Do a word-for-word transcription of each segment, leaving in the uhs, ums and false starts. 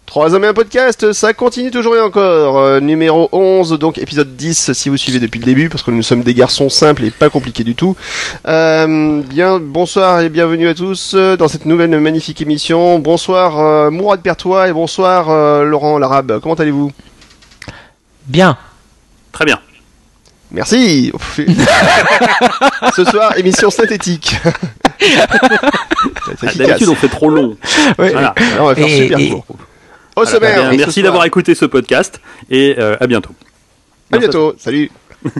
Trois hommes et un podcast, ça continue toujours et encore. Euh, numéro onze, donc épisode dix si vous suivez depuis le début, parce que nous sommes des garçons simples et pas compliqués du tout. Euh, bien, bonsoir et bienvenue à tous euh, dans cette nouvelle magnifique émission. Bonsoir euh, Mourad Pertois et bonsoir euh, Laurent Larabe. Comment allez-vous ? Bien. Très bien. Merci. Ce soir, émission synthétique. Ah, d'habitude, on fait trop long. Oui. Voilà. Alors, on va faire Et- super et- court. Au Voilà. sommaire. Bien, merci d'avoir écouté ce podcast et euh, à bientôt. À bientôt, salut.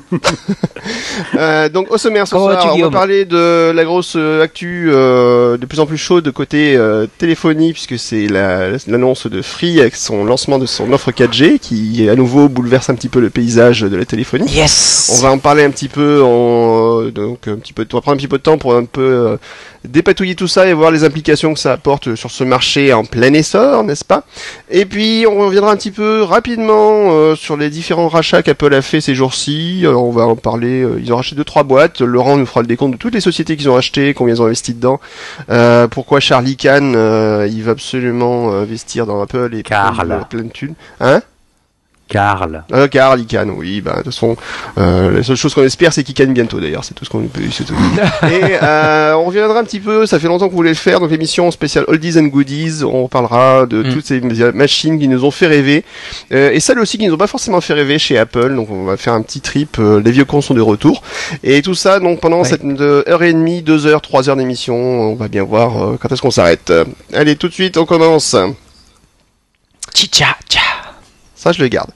euh, donc au sommaire ce Comment soir, vas-tu, on va Guillaume ? parler de la grosse euh, actu euh, de plus en plus chaude de côté euh, téléphonie, puisque c'est la, l'annonce de Free avec son lancement de son offre quatre G qui à nouveau bouleverse un petit peu le paysage de la téléphonie. Yes. On va en parler un petit peu, en, euh, donc un petit peu, on va prendre un petit peu de temps pour un peu euh, dépatouiller tout ça et voir les implications que ça apporte sur ce marché en plein essor, n'est-ce pas ? Et puis on reviendra un petit peu rapidement euh, sur les différents rachats qu'Apple a fait ces jours-ci. Euh, on va en parler. Euh, ils ont racheté deux trois boîtes. Laurent nous fera le décompte de toutes les sociétés qu'ils ont achetées, combien ils ont investi dedans. Euh, pourquoi Charlie Kahn, euh, il va absolument euh, investir dans Apple et Carl. prendre plein de thunes. Hein ? Karl. Euh, Carl, il canne, oui, bah, de toute façon, euh, la seule chose qu'on espère, c'est qu'il canne bientôt, d'ailleurs, c'est tout ce qu'on peut, c'est tout. Et, euh, on reviendra un petit peu, ça fait longtemps qu'on voulait le faire, donc l'émission spéciale Oldies and Goodies, on parlera de Mm. toutes ces machines qui nous ont fait rêver, euh, et celles aussi qui nous ont pas forcément fait rêver chez Apple, donc on va faire un petit trip, euh, les vieux cons sont de retour, et tout ça, donc pendant Ouais. cette euh, heure et demie, deux heures, trois heures d'émission, on va bien voir euh, quand est-ce qu'on s'arrête. Euh, allez, tout de suite, on commence. Chicha, cha. Ça, je le garde.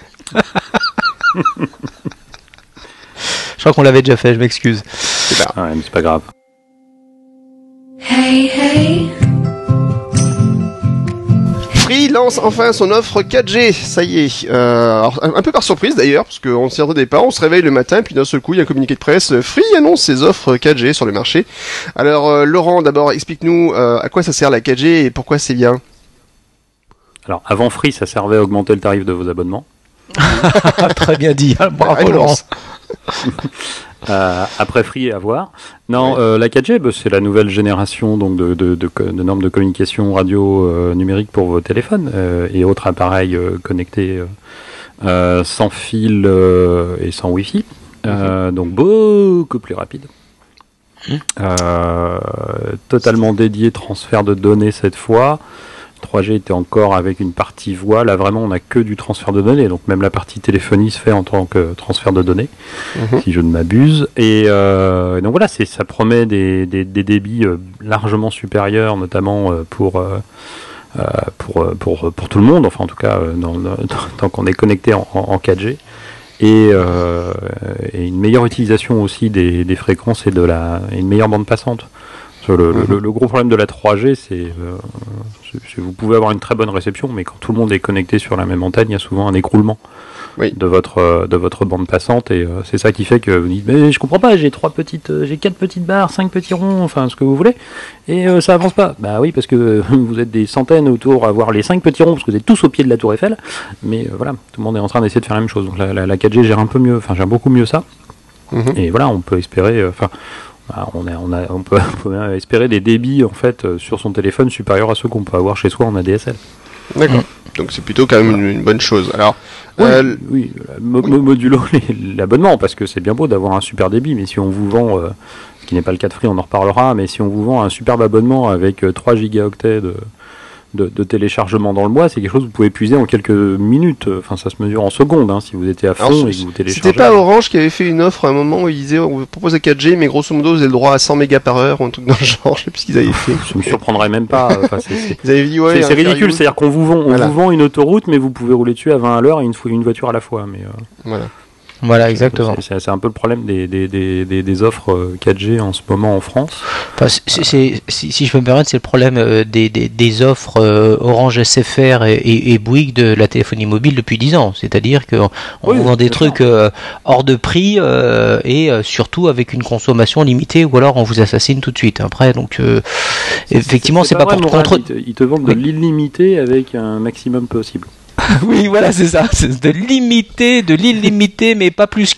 Je crois qu'on l'avait déjà fait, je m'excuse. C'est pas. Ouais, mais c'est pas grave. Hey, hey. Free lance enfin son offre quatre G, ça y est. Euh, alors, un, un peu par surprise d'ailleurs, parce qu'on s'y attendait pas, on se réveille le matin, puis d'un seul coup, il y a un communiqué de presse, euh, Free annonce ses offres quatre G sur le marché. Alors, euh, Laurent, d'abord, explique-nous euh, à quoi ça sert la quatre G et pourquoi c'est bien. Alors, avant Free, ça servait à augmenter le tarif de vos abonnements. Très bien dit. Bravo Réponse. Laurent. Euh, après Free, à voir. Non, euh, la quatre G, bah, c'est la nouvelle génération donc de, de, de, de normes de communication radio euh, numérique pour vos téléphones euh, et autres appareils euh, connectés euh, euh, sans fil euh, et sans Wi-Fi. Euh, donc beaucoup plus rapide. Euh, totalement dédié transfert de données cette fois. trois G était encore avec une partie voix. Là, vraiment, on n'a que du transfert de données. Donc, même la partie téléphonie se fait en tant que transfert de données, Mhm. si je ne m'abuse. Et euh, donc, voilà, c'est, ça promet des, des, des débits euh, largement supérieurs, notamment euh, pour, euh, euh, pour, euh, pour, pour tout le monde. Enfin, en tout cas, euh, dans, dans, tant qu'on est connecté en, en, en quatre G. Et, euh, et une meilleure utilisation aussi des, des fréquences et, de la, et une meilleure bande passante. Parce que Le, Mhm. le, le gros problème de la trois G, c'est euh, c'est- c'est- vous pouvez avoir une très bonne réception, mais quand tout le monde est connecté sur la même antenne, il y a souvent un écroulement Oui. de votre euh, de votre bande passante, et euh, c'est ça qui fait que vous dites mais je comprends pas, j'ai trois petites, euh, j'ai quatre petites barres, cinq petits ronds, enfin ce que vous voulez, et euh, ça avance pas. Bah oui, parce que euh, vous êtes des centaines autour à voir les cinq petits ronds, parce que vous êtes tous au pied de la Tour Eiffel, mais euh, voilà, tout le monde est en train d'essayer de faire la même chose. Donc la, la, la quatre G gère un peu mieux, enfin gère beaucoup mieux ça, Mhm. et voilà, on peut espérer, euh, enfin. Bah, On, a, on, a, on, peut, on peut même espérer des débits en fait euh, sur son téléphone supérieurs à ceux qu'on peut avoir chez soi en A D S L. D'accord. Donc c'est plutôt quand même une, une bonne chose. Alors, Oui, euh, oui, mo- mo- modulo les- l'abonnement, parce que c'est bien beau d'avoir un super débit, mais si on vous vend, euh, ce qui n'est pas le cas de Free, on en reparlera, mais si on vous vend un superbe abonnement avec euh, trois gigaoctets de, de, de téléchargement dans le mois, c'est quelque chose que vous pouvez épuiser en quelques minutes. Enfin, ça se mesure en secondes, hein, si vous étiez à fond Alors, et que vous téléchargez. c'était pas Orange qui avait fait une offre à un moment où ils disaient on vous propose la quatre G, mais grosso modo vous avez le droit à cent mégas par heure ou un truc dans le genre, je sais plus ce qu'ils avaient fait. Je me surprendrais même pas. euh, Enfin, c'est- c'est- Ils avaient dit ouais. c'est c'est un ridicule, Ferious. c'est-à-dire qu'on vous vend, on Voilà. vous vend une autoroute, mais vous pouvez rouler dessus à vingt à l'heure et une, fo- une voiture à la fois. Mais euh, Voilà. Voilà, exactement. c'est- c'est c'est un peu le problème des, des, des, des, des offres euh, quatre G en ce moment en France. Enfin, c'est- c'est- si, si je peux me permettre, c'est le problème euh, des, des, des offres euh, Orange S F R et, et, et Bouygues de la téléphonie mobile depuis dix ans. C'est-à-dire qu'on on Oui, vous vend des c'est trucs euh, hors de prix euh, et euh, surtout avec une consommation limitée, ou alors on vous assassine tout de suite. Après, donc euh, effectivement, c'est pas, vrai, pour Mourad, contre. Ils te, ils te vendent de Oui. l'illimité avec un maximum possible. Oui, voilà, c'est ça. C'est de limiter, de l'illimité, mais pas plus que.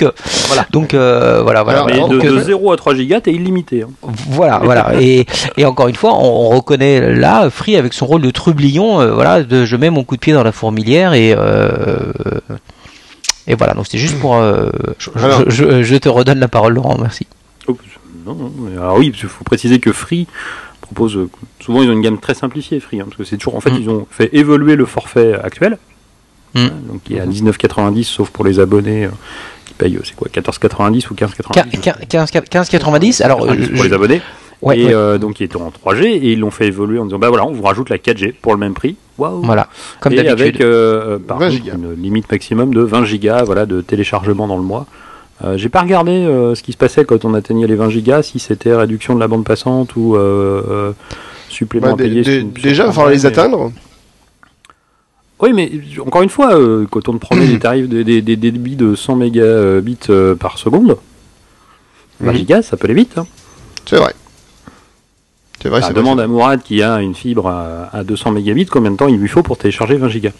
voilà. Donc euh, voilà, voilà. Mais Donc, de, de euh, zéro à trois gigas, t'es illimité. Hein. Voilà, voilà. Et, et encore une fois, on, on reconnaît là Free avec son rôle de trublion. Euh, voilà, de je mets mon coup de pied dans la fourmilière et euh, et voilà. Donc c'était juste pour. Euh, je, Alors. je, je, je te redonne la parole, Laurent. Merci. Oh, non, non, mais alors oui, parce qu'il faut préciser que Free propose euh, souvent ils ont une gamme très simplifiée Free, hein, parce que c'est toujours en fait Mm. ils ont fait évoluer le forfait actuel, Mm. hein, donc il est à dix-neuf quatre-vingt-dix sauf pour les abonnés euh, qui payent euh, c'est quoi quatorze quatre-vingt-dix ou quinze quatre-vingt-dix quinze quatre-vingt-dix. Alors pour euh, les je- abonnés. ouais, et ouais. euh, donc il était en trois G et ils l'ont fait évoluer en disant bah voilà on vous rajoute la quatre G pour le même prix. Waouh. Voilà, comme et d'habitude. avec euh, par vingt contre, gigas. une limite maximum de vingt gigas voilà, de téléchargement dans le mois. Euh, j'ai pas regardé euh, ce qui se passait quand on atteignait les vingt gigas, si c'était réduction de la bande passante ou euh, euh, supplément Bah, à dé- payer. dé- sur- sur déjà, il va le falloir les mais- atteindre. Oui, mais encore une fois, euh, quand on prenait des tarifs de, des, des débits de cent mégabits euh, par seconde, vingt Mhm. gigas, ça peut aller vite. Hein. C'est vrai. C'est vrai, Bah, c'est demande vrai. à Mourad qui a une fibre à, à deux cents mégabits, combien de temps il lui faut pour télécharger vingt gigas.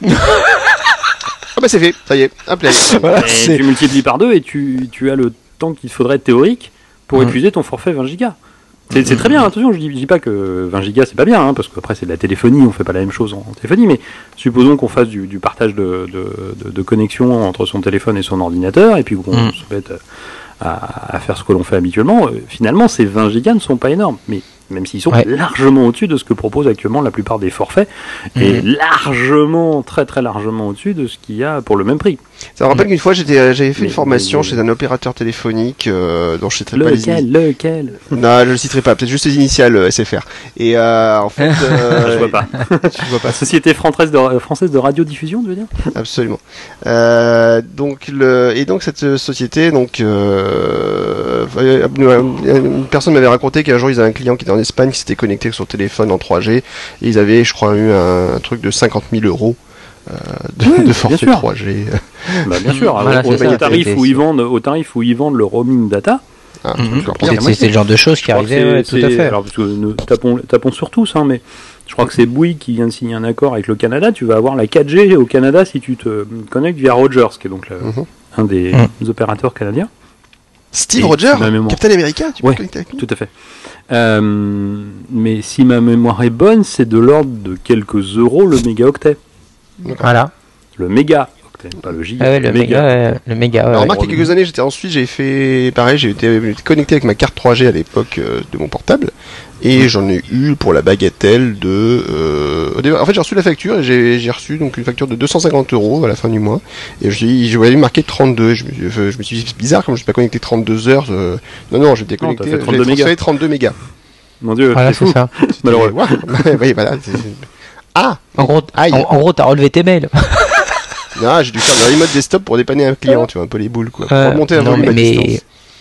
Ah bah c'est fait, ça y est, appelez. Voilà, Et c'est- tu multiplies par deux et tu, tu as le temps qu'il faudrait théorique pour Mhm. épuiser ton forfait vingt gigas. C'est c'est très bien, attention, je dis, je dis pas que vingt gigas c'est pas bien, hein, parce qu'après c'est de la téléphonie, on fait pas la même chose en téléphonie, mais supposons qu'on fasse du, du partage de, de, de, de connexion entre son téléphone et son ordinateur, et puis qu'on Mhm. se mette à, à faire ce que l'on fait habituellement, euh, finalement ces vingt gigas ne sont pas énormes, mais même s'ils sont Ouais. largement au-dessus de ce que proposent actuellement la plupart des forfaits, et Mhm. largement, très très largement au-dessus de ce qu'il y a pour le même prix. Ça me rappelle qu'une fois j'étais, euh, j'avais fait Mais- une formation mais- chez un opérateur téléphonique euh, dont je sais pas les Lequel, lequel Non, je le citerai pas, peut-être juste les initiales euh, S F R. Et euh, en fait, euh, Je vois pas. je vois pas. Société française de, française de radiodiffusion, tu veux dire Absolument. Euh, donc le et donc cette société, donc euh, euh, une personne m'avait raconté qu'un jour ils avaient un client qui était en Espagne qui s'était connecté avec son téléphone en trois G et ils avaient, je crois, eu un, un truc de cinquante mille euros euh, de, Oui, de bien forfait sûr. trois G. Bah, bien sûr. Voilà, au, c'est ça, au tarif c'est- où ils vendent, au tarif où ils vendent le roaming data. Ah, Mhm. encore C'est- pire. c'est c'est le genre de choses qui je crois que arrivaient, ouais, c'est- tout à c'est- fait. Alors, parce que nous tapons, tapons sur tous, hein, mais je crois que c'est Bouygues qui vient de signer un accord avec le Canada. Tu vas avoir la quatre G au Canada si tu te connectes via Rogers, qui est donc le- Mhm. un des Mhm. opérateurs canadiens. Steve Et Rogers, si ma mémoire- Captain America, tu peux Ouais. te connecter avec nous Tout à fait. Euh, mais si ma mémoire est bonne, c'est de l'ordre de quelques euros le mégaoctet. Voilà. Le mégaoctet, pas le giga. Ah ouais, le méga, ouais, le méga. ouais, Alors, ouais. remarque, il y a quelques années, j'étais en Suisse, j'ai fait pareil, j'ai été connecté avec ma carte trois G à l'époque euh, de mon portable, et j'en ai eu pour la bagatelle de. Euh, au départ- en fait, j'ai reçu la facture et j'ai j'ai reçu donc une facture de deux cent cinquante euros à la fin du mois, et je je voyais marqué trente-deux. Et je, me, suis- je me suis dit, c'est bizarre, comme je suis pas connecté trente-deux heures. euh, Non, non, j'étais Non, connecté, t'as fait j'avais trente-deux transféré mégas. trente-deux mégas. Mon Dieu, Voilà, c'est c'est fou. ça. Malheureux. Waouh. Oui, voilà. c'est- Ah, En gros, Aïe. en, en gros, t'as relevé tes mails. non, j'ai dû faire le remote desktop pour dépanner un client, tu vois, un peu les boules, quoi. Pour Euh, remonter un non, volume mais, à mais, distance.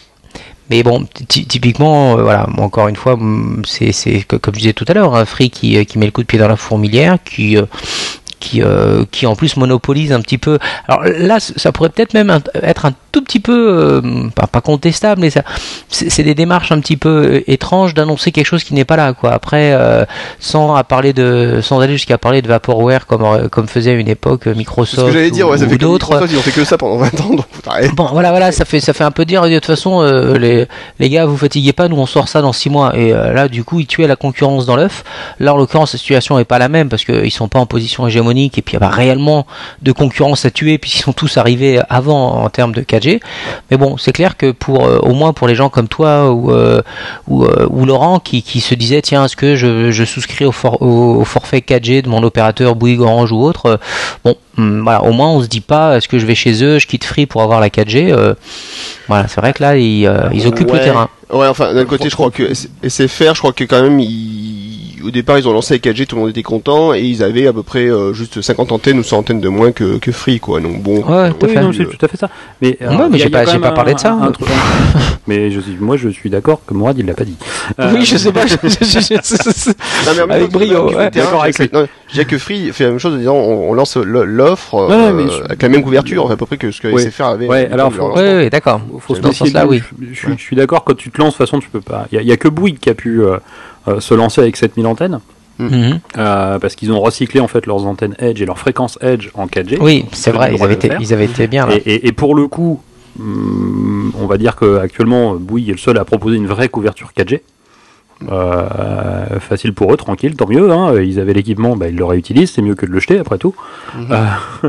mais bon, ty- typiquement, euh, voilà, moi, encore une fois, mm, c'est, c'est co- comme je disais tout à l'heure, un Free qui, euh, qui met le coup de pied dans la fourmilière, qui, euh, qui, euh, qui en plus monopolise un petit peu. Alors là, c- ça pourrait peut-être même un- être un tout petit peu, euh, pas, pas contestable, mais ça, c'est, c'est des démarches un petit peu euh, étranges d'annoncer quelque chose qui n'est pas là, quoi. Après, euh, sans à parler de, sans aller jusqu'à parler de vaporware comme euh, comme faisait à une époque euh, C'est Microsoft ce que j'allais dire, ouais, ça ou, fait ou que d'autres. Microsoft, ils ont fait que ça pendant vingt ans, donc faut arrêter. Bon, voilà, voilà, ça fait, ça fait un peu dire, de toute façon, euh, les, les gars, vous fatiguez pas, nous on sort ça dans six mois. Et euh, là, du coup, ils tuaient la concurrence dans l'œuf. Là, en l'occurrence, la situation est pas la même parce qu'ils sont pas en position hégémonique et puis il y a pas réellement de concurrence à tuer puisqu'ils sont tous arrivés avant en termes de quatre G. Mais bon, c'est clair que pour, euh, au moins pour les gens comme toi ou, euh, ou, euh, ou Laurent qui, qui se disaient, tiens, est-ce que je, je souscris au, for, au, au forfait quatre G de mon opérateur Bouygues, Orange ou autre, euh, bon, hum, voilà, au moins on se dit pas, est-ce que je vais chez eux, je quitte Free pour avoir la quatre G. euh, Voilà, c'est vrai que là, ils, euh, ils occupent Ouais. le terrain. Ouais, enfin, d'un côté, je crois que S F R, je crois que quand même, ils... au départ, ils ont lancé la quatre G, tout le monde était content, et ils avaient à peu près euh, juste cinquante antennes ou cent antennes de moins que, que Free, quoi. Donc bon. Ouais, tout à Oui, fait. non, c'est tout à fait ça. Mais, Ouais, mais j'ai pas- j'ai pas parlé de ça. mais je suis, moi, je suis d'accord que Mourad, il l'a pas dit. Oui, je sais pas. je- je- je- je- Non, mais en même Avec temps, brio, tu ouais. fais le terrain, D'accord avec je sais que- non, je dirais que Free fait la même chose en disant on, on lance le- l'offre Ouais, euh, mais je- avec la même couverture, à peu près que ce que Ouais. S F R avait. Ouais, euh, alors, leur faut- lancement. Ouais, ouais, d'accord. Faut se Dans ce méfier sens-là, de- oui. Je, je suis- je suis d'accord, quand tu te lances, de toute façon, tu peux pas. Il y, a- il y a que Bouygues qui a pu euh, euh, se lancer avec sept mille antennes, Mhm. euh, parce qu'ils ont recyclé en fait leurs antennes Edge et leurs fréquences Edge en quatre G. Oui, c'est Ils ont vrai, le ils droit avaient de le été, faire. ils avaient été bien là. Et, et- et pour le coup, on va dire qu'actuellement, Bouygues est le seul à proposer une vraie couverture quatre G. Euh, facile pour eux, tranquille, tant mieux. Hein. Ils avaient l'équipement, bah, ils le réutilisent, c'est mieux que de le jeter après tout. Mmh. Euh,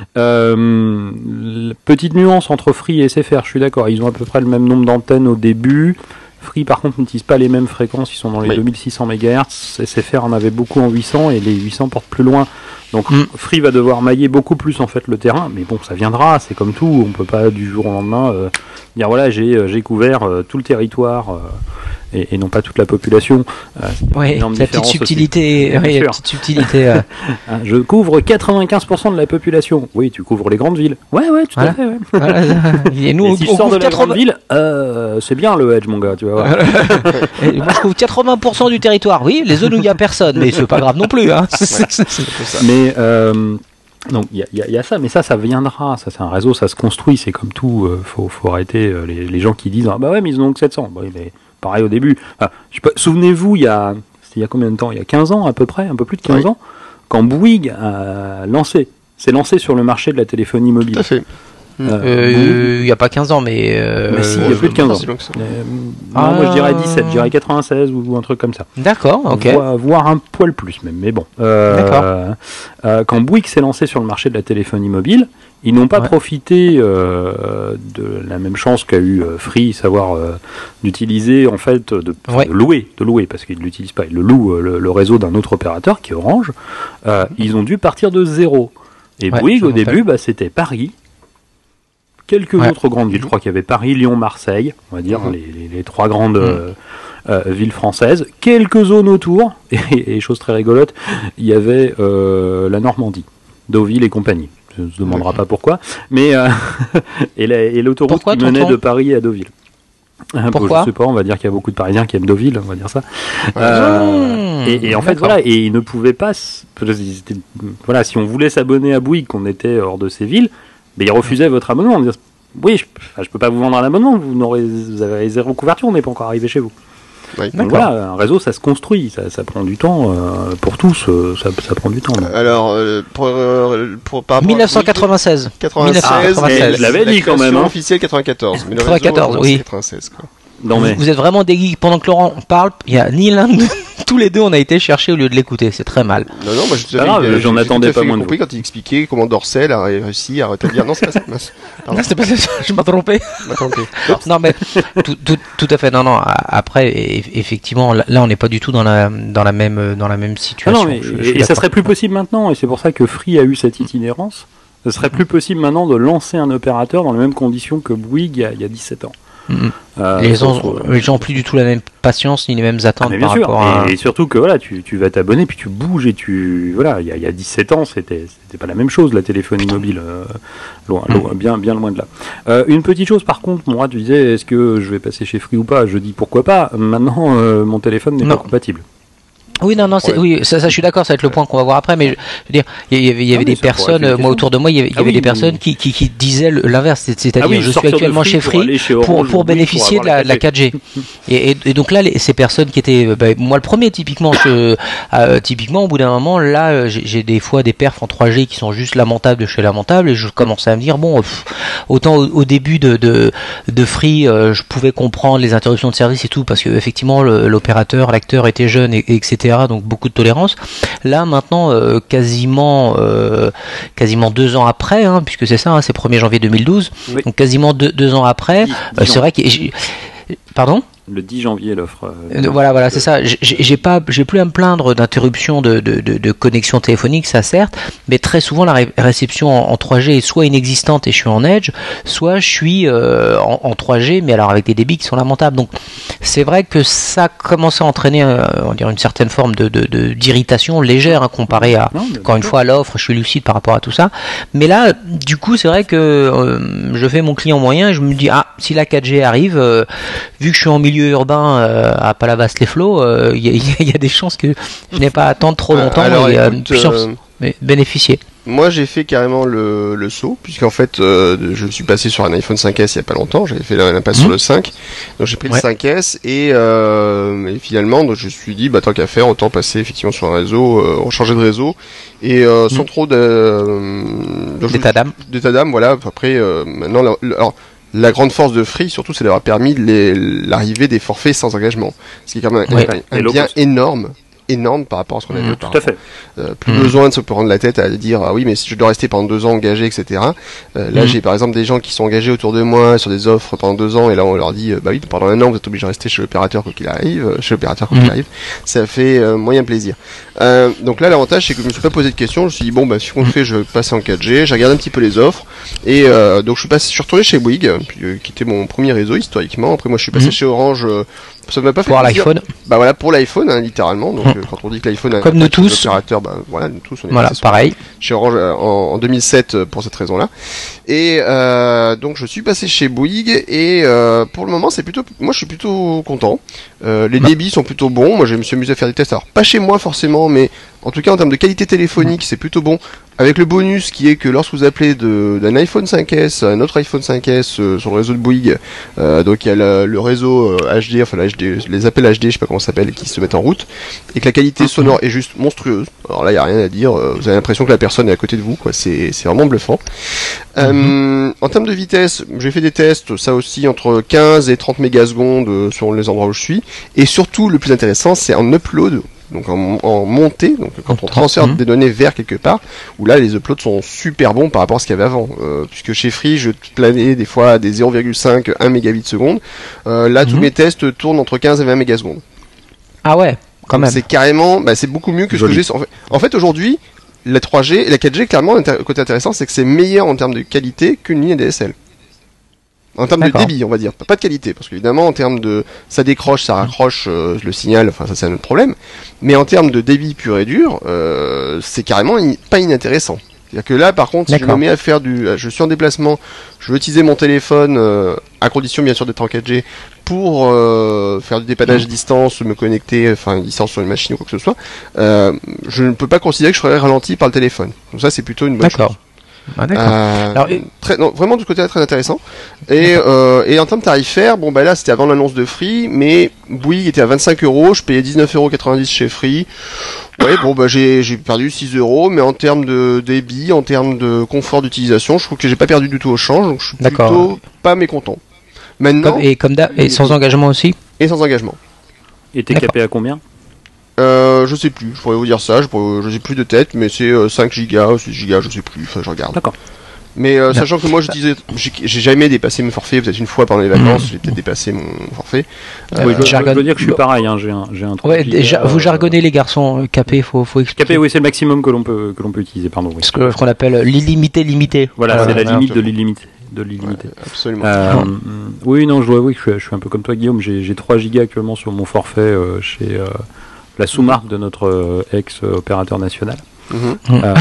euh, petite nuance entre Free et S F R, je suis d'accord, ils ont à peu près le même nombre d'antennes au début. Free par contre n'utilise pas les mêmes fréquences, ils sont dans les oui. deux mille six cents mégahertz. S F R en avait beaucoup en huit cents et les huit cents portent plus loin. Donc mmh. Free va devoir mailler beaucoup plus en fait le terrain, mais bon, ça viendra, c'est comme tout, on peut pas du jour au lendemain euh, dire voilà, j'ai j'ai couvert euh, tout le territoire euh, et, et non pas toute la population. Euh, oui, la petite subtilité, oui, la petite subtilité. Euh. Je couvre quatre-vingt-quinze pour cent de la population. Oui, tu couvres les grandes villes. Ouais, ouais, tout voilà. à fait. Ouais. Voilà. Et nous, et on, si on je sors de la quatre-vingts... grande ville, euh, c'est bien le Edge, mon gars, tu vas voir. Moi, je couvre quatre-vingts pour cent du territoire. Oui, les zones où il y a personne, mais c'est pas grave non plus. Hein. Ouais, c'est ça. Mais euh, donc il y, y, y a ça, mais ça, ça viendra. Ça, c'est un réseau, ça se construit. C'est comme tout. Euh, faut, faut arrêter euh, les, les gens qui disent ah bah ouais, mais ils en ont que sept cents. Bon, mais pareil au début. Enfin, je sais pas, souvenez-vous, il y a, il y a combien de temps ? Il y a quinze ans à peu près, un peu plus de quinze oui. ans, quand Bouygues a lancé, s'est lancé sur le marché de la téléphonie mobile. Tout à fait. Il euh, n'y a pas quinze ans, mais... Euh, mais si, il y a plus de quinze ans. Euh, ah, non, moi, je dirais dix-sept, je dirais quatre-vingt-seize ou un truc comme ça. D'accord, ok. Voire, voire un poil plus même, mais bon. Euh, D'accord. Euh, quand Bouygues s'est lancé sur le marché de la téléphonie mobile, ils n'ont pas ouais. profité euh, de la même chance qu'a eu euh, Free, savoir euh, d'utiliser, en fait, de, ouais. de louer, de louer, parce qu'ils ne l'utilisent pas, ils le louent, le, le réseau d'un autre opérateur, qui est Orange. Euh, ils ont dû partir de zéro. Et ouais, Bouygues, au début, bah, c'était Paris, quelques ouais. autres grandes villes, je crois qu'il y avait Paris, Lyon, Marseille, on va dire mmh. les, les, les trois grandes mmh. euh, euh, villes françaises, quelques zones autour, et, et chose très rigolote, il y avait euh, la Normandie, Deauville et compagnie. Je ne se demandera mmh. pas pourquoi, mais euh, et, la, et l'autoroute pourquoi, qui menait tonton de Paris à Deauville. Pourquoi ? Je sais pas, on va dire qu'il y a beaucoup de Parisiens qui aiment Deauville, on va dire ça. Euh, mmh. et, et en fait, voilà, et ils ne pouvaient pas, voilà, si on voulait s'abonner à Bouygues, qu'on était hors de ces villes, mais ils refusaient votre abonnement. On disait, oui, je ne peux pas vous vendre un abonnement, vous, n'aurez, vous avez zéro couverture, on n'est pas encore arrivé chez vous. Oui. Donc voilà, un réseau, ça se construit, ça, ça prend du temps, euh, pour tous, euh, ça, ça prend du temps. Donc. Alors, euh, pour, euh, pour, par dix-neuf cent quatre-vingt-seize. quatre-vingt-seize, ah, je l'avais dit quand même. Hein. Officiel quatre-vingt-quatorze. Mais quatre-vingt-quatorze, oui. quatre-vingt-seize, quoi. Non, mais... Vous êtes vraiment des geeks. Pendant que Laurent parle, il n'y a ni l'un de tous les deux, on a été chercher au lieu de l'écouter. C'est très mal. Non, non, moi je ah, euh, j'en attendais pas moins. J'ai compris quand il expliquait comment Dorcel a réussi à rétablir. Non, c'est pas ça. Non, c'est pas ça. Je m'ai trompé. trompé. Non, mais tout, tout, tout à fait. Non, non. Après, effectivement, là, on n'est pas du tout dans la dans la même dans la même situation. Ah non, mais, je, je et, et ça serait plus possible maintenant. Et c'est pour ça que Free a eu cette itinérance. Ce serait plus possible maintenant de lancer un opérateur dans les mêmes conditions que Bouygues il y a, il y a dix-sept ans. Mmh. Euh, les gens n'ont plus du tout la même patience ni les mêmes attentes ah, par sûr. rapport à... Et, et surtout que voilà, tu, tu vas t'abonner puis tu bouges et tu voilà, il y a, il y a dix-sept ans, c'était c'était pas la même chose la téléphonie mobile, euh, loin, mmh. loin, bien bien loin de là. Euh, une petite chose par contre, moi tu disais est-ce que je vais passer chez Free ou pas ? Je dis pourquoi pas. Maintenant, euh, mon téléphone n'est non. pas compatible. Oui, non, non, c'est, ouais. oui, ça, ça, je suis d'accord, ça va être le point qu'on va voir après, mais je, je veux dire, il y avait, il y avait ah, des personnes, moi autour de moi, il y avait, il y avait ah, oui, des oui, personnes oui. Qui, qui, qui disaient l'inverse, c'est-à-dire, ah, oui, je suis actuellement chez Free pour, pour, pour bénéficier pour de, la, de la quatre G. et, et, et donc là, les, ces personnes qui étaient, bah, moi le premier, typiquement, je, euh, typiquement, au bout d'un moment, là, j'ai, j'ai des fois des perfs en trois G qui sont juste lamentables de chez lamentables, et je commençais à me dire, bon, pff, autant au, au début de, de, de Free, euh, je pouvais comprendre les interruptions de service et tout, parce que effectivement, le, l'opérateur, l'acteur était jeune, et, et etc. Donc beaucoup de tolérance. Là maintenant, euh, quasiment, euh, quasiment deux ans après, hein, puisque c'est ça, hein, c'est premier janvier deux mille douze. Oui. Donc quasiment deux, deux ans après, dix, dix euh, c'est vrai que, pardon. Le dix janvier, l'offre. Euh, voilà, voilà, c'est ça. J'ai, j'ai pas, j'ai plus à me plaindre d'interruption de, de, de, de connexion téléphonique, ça certes, mais très souvent la ré- réception en, en trois G est soit inexistante et je suis en Edge, soit je suis euh, en, en trois G, mais alors avec des débits qui sont lamentables. Donc c'est vrai que ça commence à entraîner, euh, on va dire, une certaine forme de, de, de d'irritation légère hein, comparé à, non, encore une fois, à l'offre. Je suis lucide par rapport à tout ça. Mais là, du coup, c'est vrai que euh, je fais mon client moyen et je me dis ah, si la quatre G arrive, euh, vu que je suis en milieu urbain euh, à Palavas-les-Flots, il euh, y, y, y a des chances que je n'ai pas à attendre trop longtemps alors, et écoute, puissance, euh, bénéficier. Moi j'ai fait carrément le, le saut, puisqu'en fait euh, je suis passé sur un iPhone cinq S il y a pas longtemps, j'avais fait l'impasse mmh. sur le cinq, donc j'ai pris ouais. le cinq S et, euh, et finalement donc, je me suis dit bah tant qu'à faire autant passer effectivement sur un réseau, euh, changer de réseau et euh, sans mmh. trop de, euh, d'état d'âme. D'état d'âme, voilà. Après euh, maintenant, la, la, alors La grande force de Free, surtout, c'est d'avoir permis les, l'arrivée des forfaits sans engagement. Ce qui est quand même Ouais. un, un bien énorme. énorme par rapport à ce qu'on avait Mmh, auparavant. tout à fait. Euh, plus Mmh. besoin de se prendre la tête à dire ah oui mais si je dois rester pendant deux ans engagé, et cetera. Euh, là Mmh. j'ai par exemple des gens qui sont engagés autour de moi sur des offres pendant deux ans et là on leur dit euh, bah oui pendant un an vous êtes obligé de rester chez l'opérateur quoi qu'il arrive, euh, chez l'opérateur quoi Mmh. qu'il arrive. Ça fait euh, moyen plaisir. Euh, donc là l'avantage c'est que je me suis pas posé de questions, je me suis dit bon bah si on le fait je vais passer en quatre G, j'ai regardé un petit peu les offres et euh, donc je suis passé, je suis retourné chez Bouygues puis, euh, qui était mon premier réseau historiquement. Après moi je suis passé Mmh. chez Orange. Euh, ça m'a pas fait Pour plaisir. l'iPhone. Bah voilà pour l'iPhone hein, littéralement. Donc Mmh. euh, quand on dit que l'iPhone a un Comme nous impact sur les tous. opérateurs, bah voilà nous tous on est Voilà, passé sur- pareil. chez Orange euh, en, en deux mille sept euh, pour cette raison-là. Et euh, donc je suis passé chez Bouygues et euh, pour le moment c'est plutôt, moi je suis plutôt content. Euh, les Bah. débits sont plutôt bons. Moi je me suis amusé à faire des tests. Alors pas chez moi forcément, mais en tout cas en termes de qualité téléphonique c'est plutôt bon. Avec le bonus qui est que lorsque vous appelez de, d'un iPhone cinq S à un autre iPhone cinq S euh, sur le réseau de Bouygues, euh, donc il y a le, le réseau euh, H D, enfin la H D, les appels H D, je sais pas comment ça s'appelle, qui se mettent en route, et que la qualité sonore est juste monstrueuse. Alors là il y a rien à dire. euh, Vous avez l'impression que la personne est à côté de vous, quoi. C'est c'est vraiment bluffant. Euh, en termes de vitesse, j'ai fait des tests, ça aussi entre quinze et trente mégasecondes euh, sur les endroits où je suis, et surtout le plus intéressant c'est en upload. Donc en, en montée, donc quand on transfère Mhm. des données vers quelque part, où là les uploads sont super bons par rapport à ce qu'il y avait avant. Euh, puisque chez Free, je planais des fois à des zéro virgule cinq, un mégabit seconde. Euh, là, tous Mhm. mes tests tournent entre quinze et vingt mégasecondes. Ah ouais, quand Donc même. c'est carrément, bah, c'est beaucoup mieux que Joli. ce que j'ai. En fait, en fait aujourd'hui, la trois G et la quatre G, clairement, le côté intéressant, c'est que c'est meilleur en termes de qualité qu'une ligne A D S L. En termes de D'accord. débit, on va dire, pas de qualité, parce qu'évidemment, en termes de, ça décroche, ça raccroche euh, le signal, enfin ça c'est un autre problème. Mais en termes de débit pur et dur, euh, c'est carrément in- pas inintéressant. C'est-à-dire que là, par contre, si je me D'accord. mets à faire du, je suis en déplacement, je veux utiliser mon téléphone, euh, à condition bien sûr d'être en quatre G, pour euh, faire du dépannage à distance, me connecter, enfin distance sur une machine ou quoi que ce soit, euh, je ne peux pas considérer que je serais ralenti par le téléphone. Donc ça, c'est plutôt une bonne chose. D'accord. Ah, d'accord. Euh, Alors, et- très, non, vraiment du côté là, très intéressant. Et, euh, et en termes tarifaires, bon bah là c'était avant l'annonce de Free, mais Bouygues était à vingt-cinq euros, je payais dix-neuf euros quatre-vingt-dix chez Free. Ouais, bon bah j'ai j'ai perdu six euros, mais en termes de débit, en termes de confort d'utilisation, je trouve que j'ai pas perdu du tout au change, donc je suis D'accord. plutôt pas mécontent. Maintenant, Comme- et comme d'hab- et sans engagement aussi. et sans engagement. Et t'es D'accord. capé à combien? Euh, je sais plus, je pourrais vous dire ça, je, pourrais, je sais plus de tête, mais c'est euh, cinq gigas, six gigas, je sais plus, enfin je regarde. D'accord. Mais euh, sachant que moi j'utilisais, j'ai j'ai jamais dépassé mon forfait, peut-être une fois pendant les vacances, j'ai peut-être dépassé mon forfait. Euh, Oui, je, je jargon- dois dire que je suis pareil, hein, j'ai un, j'ai un Ouais, trente gigas, déjà, vous euh, jargonnez les garçons, euh, capé, faut, faut expliquer. Capé, oui, c'est le maximum que l'on peut, que l'on peut utiliser, pardon. Oui. Ce que- ce qu'on appelle l'illimité limité. Voilà, Voilà, c'est la voilà. limite de l'illimité. De l'illimité. absolument. Euh, oui, non, je dois avouer que je suis, je suis un peu comme toi, Guillaume. J'ai j'ai trois gigas actuellement sur mon forfait euh, chez euh, la sous-marque de notre euh, ex-opérateur national. Mhm. Euh,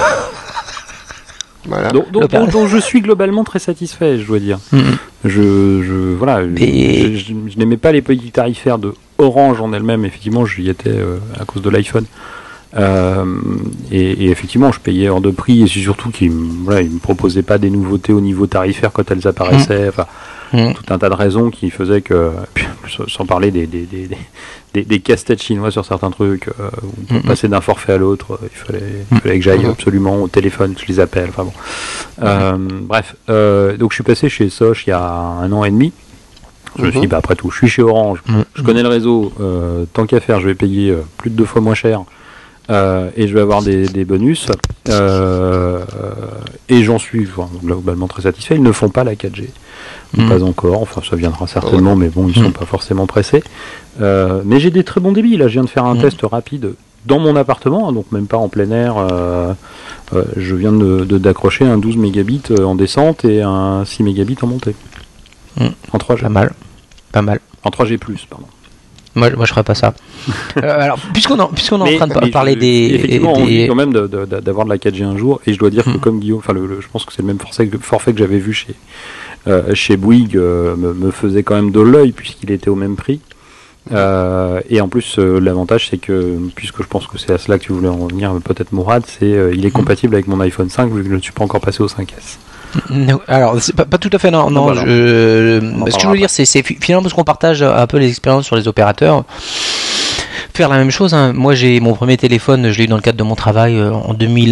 Voilà. dont, dont- L'opéra- dont- dont je suis globalement très satisfait, je dois dire. Mhm. Je, je, voilà, Mais- je, je- je n'aimais pas les politiques tarifaires de Orange en elle-même. Effectivement, j'y étais euh, à cause de l'iPhone. Euh, et, et effectivement, je payais hors de prix, et c'est surtout qu'ils me, voilà, ils me proposaient pas des nouveautés au niveau tarifaire quand elles apparaissaient. Enfin, Mhm. tout un tas de raisons qui faisaient que, puis, sans parler des, des, des, des, des, des casse-têtes chinois sur certains trucs, euh, où pour Mhm. passer d'un forfait à l'autre, euh, il fallait, il fallait que j'aille Mhm. absolument au téléphone, que je les appelle. Enfin bon. Euh, bref, euh, donc je suis passé chez Soch il y a un an et demi. Je me suis dit, Mhm. bah, après tout, je suis chez Orange, Mhm. je connais le réseau, euh, tant qu'à faire, je vais payer euh, plus de deux fois moins cher. Euh, et je vais avoir des, des bonus, euh, et j'en suis enfin, globalement très satisfait. Ils ne font pas la quatre G, Mm. pas encore, enfin ça viendra certainement, mais bon, ils Mm. sont pas forcément pressés. Euh, mais j'ai des très bons débits, là je viens de faire un Mm. test rapide dans mon appartement, hein, donc même pas en plein air. Euh, euh, je viens de, de- d'accrocher un douze mégabits euh, en descente et un six mégabits en montée. Mm. En trois G. Pas mal. Pas mal. En trois G plus, pardon. Moi, moi je ferais pas ça. Euh, alors, puisqu'on en- puisqu'on est en Mais- train de pa- mais parler je- des. Effectivement, des- on vit quand même de- de- de- d'avoir de la quatre G un jour, et je dois dire que Hmm. comme Guillaume, enfin, le, le- je pense que c'est le même forfait que, forfait que j'avais vu chez, euh, chez Bouygues, euh, me, me faisait quand même de l'œil, puisqu'il était au même prix. Euh, et en plus, euh, l'avantage, c'est que, puisque je pense que c'est à cela que tu voulais en venir, peut-être Mourad, c'est euh, il est compatible avec mon iPhone cinq, vu que je ne suis pas encore passé au cinq S. Non, alors, c'est pas, pas tout à fait, non. non voilà. je, en ce que je parlera veux dire, c'est, c'est fi- finalement parce qu'on partage un peu les expériences sur les opérateurs. Faire la même chose, hein. Moi, j'ai mon premier téléphone, je l'ai eu dans le cadre de mon travail euh, en deux mille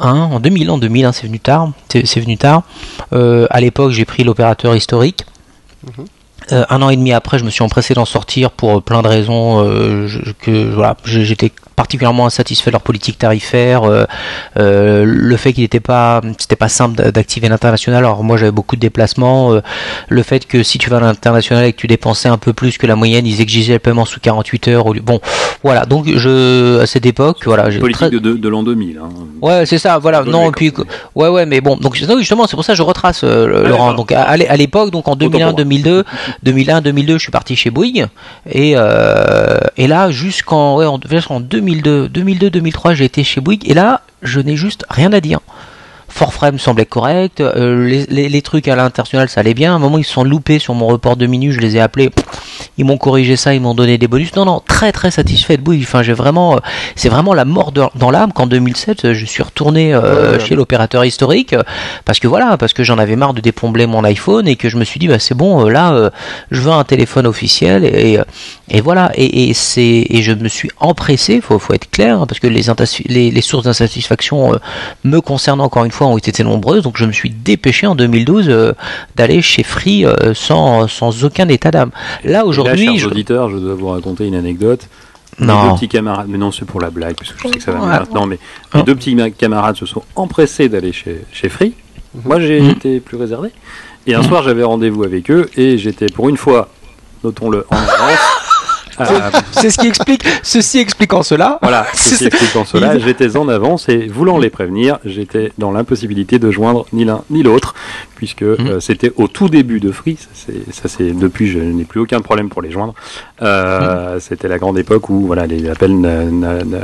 un, en deux mille, en deux mille, hein, c'est venu tard. C'est, c'est venu tard. Euh, à l'époque, j'ai pris l'opérateur historique. Mm-hmm. Euh, un an et demi après, je me suis empressé d'en sortir pour euh, plein de raisons. Euh, je, que voilà, j'étais particulièrement insatisfait de leur politique tarifaire, euh, euh, le fait qu'il n'était pas, c'était pas simple d'activer l'international. Alors moi, j'avais beaucoup de déplacements. Euh, le fait que si tu vas à l'international et que tu dépensais un peu plus que la moyenne, ils exigeaient le paiement sous quarante-huit heures. Au lieu... Bon, voilà. Donc je, à cette époque, voilà, j'ai politique très... de, de, de l'an deux mille. Hein. Ouais, c'est ça. Voilà. Non, et puis ouais, ouais, mais bon. Donc justement, c'est pour ça que je retrace euh, ah, Laurent. Donc à, à l'époque, donc en deux mille un, deux mille deux, deux mille un, deux mille deux, je suis parti chez Bouygues et euh, et là jusqu'en ouais, en, en deux mille deux, deux mille deux, deux mille trois, j'ai été chez Bouygues et là, je n'ai juste rien à dire. Forframe semblait correct, euh, les, les, les trucs à l'international ça allait bien. À un moment ils se sont loupés sur mon report de minutes, je les ai appelés, ils m'ont corrigé ça, ils m'ont donné des bonus. Non non, très très satisfait de Bouygues. Enfin j'ai vraiment, euh, c'est vraiment la mort de, dans l'âme qu'en deux mille sept je suis retourné euh, ouais, chez ouais. l'opérateur historique euh, parce que voilà, parce que j'en avais marre de déplombler mon iPhone et que je me suis dit bah c'est bon euh, là euh, je veux un téléphone officiel et et voilà et, et c'est et je me suis empressé, faut faut être clair hein, parce que les, les les sources d'insatisfaction euh, me concernant encore une fois ont été nombreuses, donc je me suis dépêché en deux mille douze euh, d'aller chez Free euh, sans, sans aucun état d'âme. Là aujourd'hui, chers je... auditeurs, je dois vous raconter une anecdote. Non. Mes deux petits camarades, mais non, c'est pour la blague, parce que je sais que ça va ouais. maintenant, mais oh. mes deux petits camarades se sont empressés d'aller chez, chez Free. Mm-hmm. Moi, j'ai mm-hmm. été plus réservé. Et un mm-hmm. soir, j'avais rendez-vous avec eux, et j'étais pour une fois, notons-le, en avance. Euh, c'est ce qui explique, ceci expliquant cela. Voilà, ceci expliquant cela, j'étais en avance et voulant les prévenir, j'étais dans l'impossibilité de joindre ni l'un ni l'autre, puisque mmh. euh, c'était au tout début de Free, ça c'est, ça c'est depuis je n'ai plus aucun problème pour les joindre. Euh, mmh. C'était la grande époque où voilà les appels ne, ne, ne,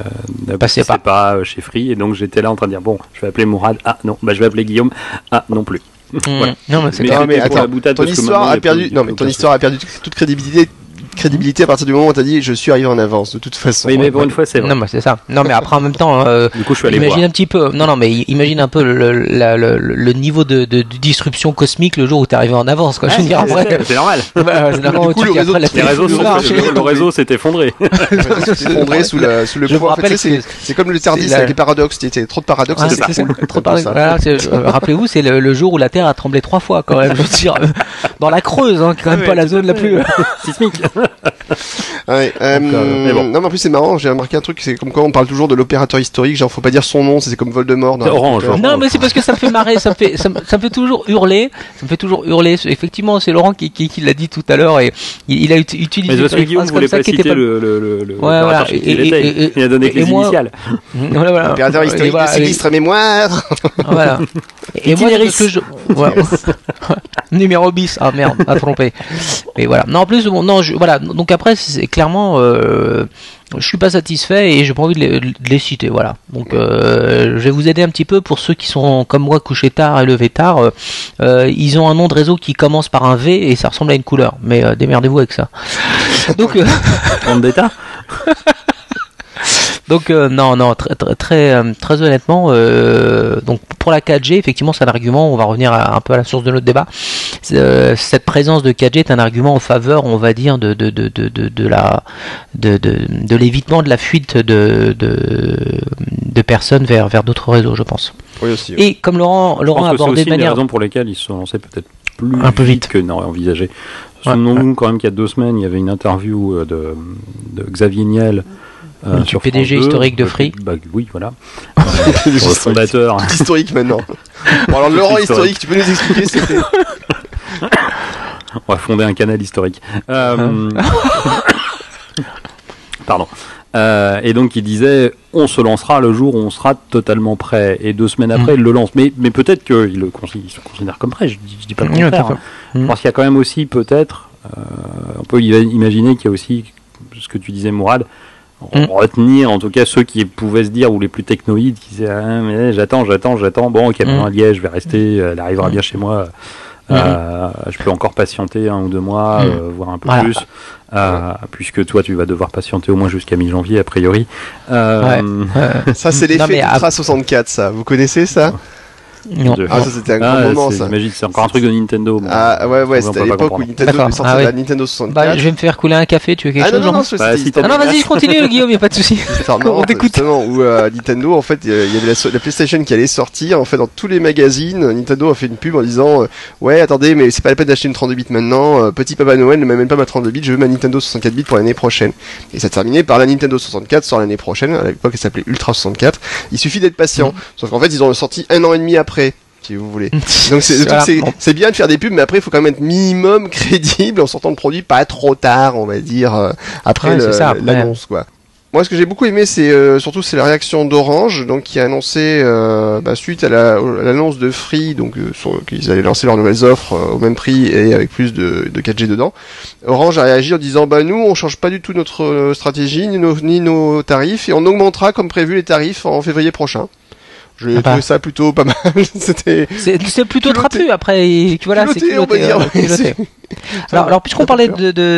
ne passaient pas. pas chez Free, et donc j'étais là en train de dire bon, je vais appeler Mourad, ah non, bah je vais appeler Guillaume, ah non plus. Mmh. Voilà. Non mais c'est mais, non, mais attends, ton histoire a perdu, non mais ton histoire a perdu toute crédibilité. crédibilité à partir du moment où t'as dit je suis arrivé en avance de toute façon. Oui mais pour une fois c'est vrai. Non mais c'est ça. Non mais après en même temps euh, du coup je suis allé imagine voir. un petit peu. Non non mais imagine un peu le, le, le, le niveau de, de, de disruption cosmique le jour où t'es arrivé en avance quoi. Ouais, je veux dire après c'est, c'est normal. Bah, c'est normal. Du coup, le réseau, après, les réseaux sont, le, le réseau s'est effondré. s'est effondré sous le sous le je poids. En fait, c'est, c'est comme le Tardis avec les paradoxes. Il y avait trop de paradoxes. Ah, c'est, c'est, trop de paradoxes. Voilà, rappelez-vous c'est le, le jour où la Terre a tremblé trois fois quand même. Je veux dire dans la Creuse hein, quand même pas la zone la plus sismique. Ouais, euh, Donc, euh, bon. Non mais en plus c'est marrant, j'ai remarqué un truc, c'est comme quoi on parle toujours de l'opérateur historique, genre faut pas dire son nom, c'est comme Voldemort. C'est Orange. Non orange. Mais c'est parce que ça me fait marrer, ça me fait, ça me, ça me fait toujours hurler, ça me fait toujours hurler. Effectivement c'est Laurent qui, qui, qui l'a dit tout à l'heure et il, il a utilisé mais parce que Guillaume voulait pas citer pas... le, le, le, le ouais, voilà. et, et, et, il a donné que les moi... initiales. Voilà, voilà. L'opérateur historique voilà, de sinistre et... mémoire. Voilà. Et, et moi que je... voilà. Numéro bis, ah merde, a trompé. Mais voilà. Non en plus bon, non je, voilà donc après c'est clairement euh, je suis pas satisfait et j'ai pas envie de les, de les citer voilà donc euh, je vais vous aider un petit peu pour ceux qui sont comme moi couchés tard et levés tard euh, ils ont un nom de réseau qui commence par un V et ça ressemble à une couleur mais euh, démerdez-vous avec ça donc euh... Vendetta. Donc euh, non non très très très, très honnêtement euh, donc pour la quatre G effectivement c'est un argument, on va revenir à, un peu à la source de notre débat. Euh, cette présence de quatre G est un argument en faveur on va dire de de de de, de, de la de, de de l'évitement de la fuite de de de personnes vers vers d'autres réseaux je pense. Oui aussi. Oui. Et comme Laurent Laurent a abordé de manière une des raisons pour lesquelles ils se sont lancés peut-être plus un peu vite que n'aurait envisagé. Souvenons-nous ouais. quand même qu'il y a deux semaines il y avait une interview de, de Xavier Niel. Euh, du P D G deux, historique de Free. Bah, oui, voilà. Euh, le fondateur. Historique maintenant. Bon, alors Laurent historique, tu peux nous expliquer ce que c'est? On va fonder un canal historique. Euh... Pardon. Euh, et donc il disait, on se lancera le jour où on sera totalement prêt. Et deux semaines après, mmh. il le lance. Mais, mais peut-être qu'il le considère, se considère comme prêt. Je dis, je dis pas le contraire. Hein. Mmh. Je pense qu'il y a quand même aussi peut-être, euh, on peut imaginer qu'il y a aussi ce que tu disais, Mourad. Mmh. Retenir en tout cas ceux qui pouvaient se dire ou les plus technoïdes qui disaient ah, mais j'attends j'attends j'attends bon ok maintenant mmh. Liège je vais rester elle arrivera mmh. bien chez moi euh, mmh. je peux encore patienter un ou deux mois mmh. euh, voire un peu voilà. plus euh, puisque toi tu vas devoir patienter au moins jusqu'à mi-janvier a priori euh, ouais. ça c'est l'effet Ultra soixante-quatre ça vous connaissez ça? Non. Ah, ça c'était un grand Ah, moment c'est, ça. j'imagine, c'est encore un truc de Nintendo. bon. Ah ouais ouais, On c'était peut à pas l'époque où comprendre. Nintendo D'accord. devait sortir Ah ouais. la Nintendo soixante-quatre. Bah, je vais me faire couler un café, tu veux quelque Ah non chose non non, Laurent c'est Bah, si c'était Ah non, vas-y, continue, Guillaume, y a pas de souci. histoire On marrante, t'écoute. justement, où euh, Nintendo, en fait, il y avait la, so- la PlayStation qui allait sortir, en fait, dans tous les magazines, Nintendo a fait une pub en disant, euh, ouais, attendez, mais c'est pas la peine d'acheter une trente-deux bits maintenant, euh, petit Papa Noël ne m'amène pas ma trente-deux bits, je veux ma Nintendo soixante-quatre bits pour l'année prochaine. Et ça terminait par la Nintendo soixante-quatre sort l'année prochaine, à l'époque elle s'appelait Ultra soixante-quatre, il suffit d'être patient, Mhm. sauf qu'en fait, ils ont sorti un an et demi après. Si vous voulez. Donc c'est, le truc, Voilà. c'est, Bon. c'est bien de faire des pubs, mais après il faut quand même être minimum crédible en sortant le produit pas trop tard, on va dire, euh, après Ouais, le- c'est ça, après. l'annonce quoi. Moi, ce que j'ai beaucoup aimé, c'est euh, surtout c'est la réaction d'Orange, donc qui a annoncé euh, bah, suite à, la, à l'annonce de Free, donc euh, sur, qu'ils allaient lancer leurs nouvelles offres euh, au même prix et avec plus de, de quatre G dedans. Orange a réagi en disant bah nous, on change pas du tout notre euh, stratégie ni nos, ni nos tarifs et on augmentera comme prévu les tarifs en février prochain. J'ai Ah bah. trouvé ça plutôt pas mal. C'était C'est, c'est plutôt Culotté. trapu après. et- Voilà, c'est culotté, on peut culotté, dire. ouais, ouais, culotté. c'est- Alors, alors puisqu'on ça parlait fait peur. de, de,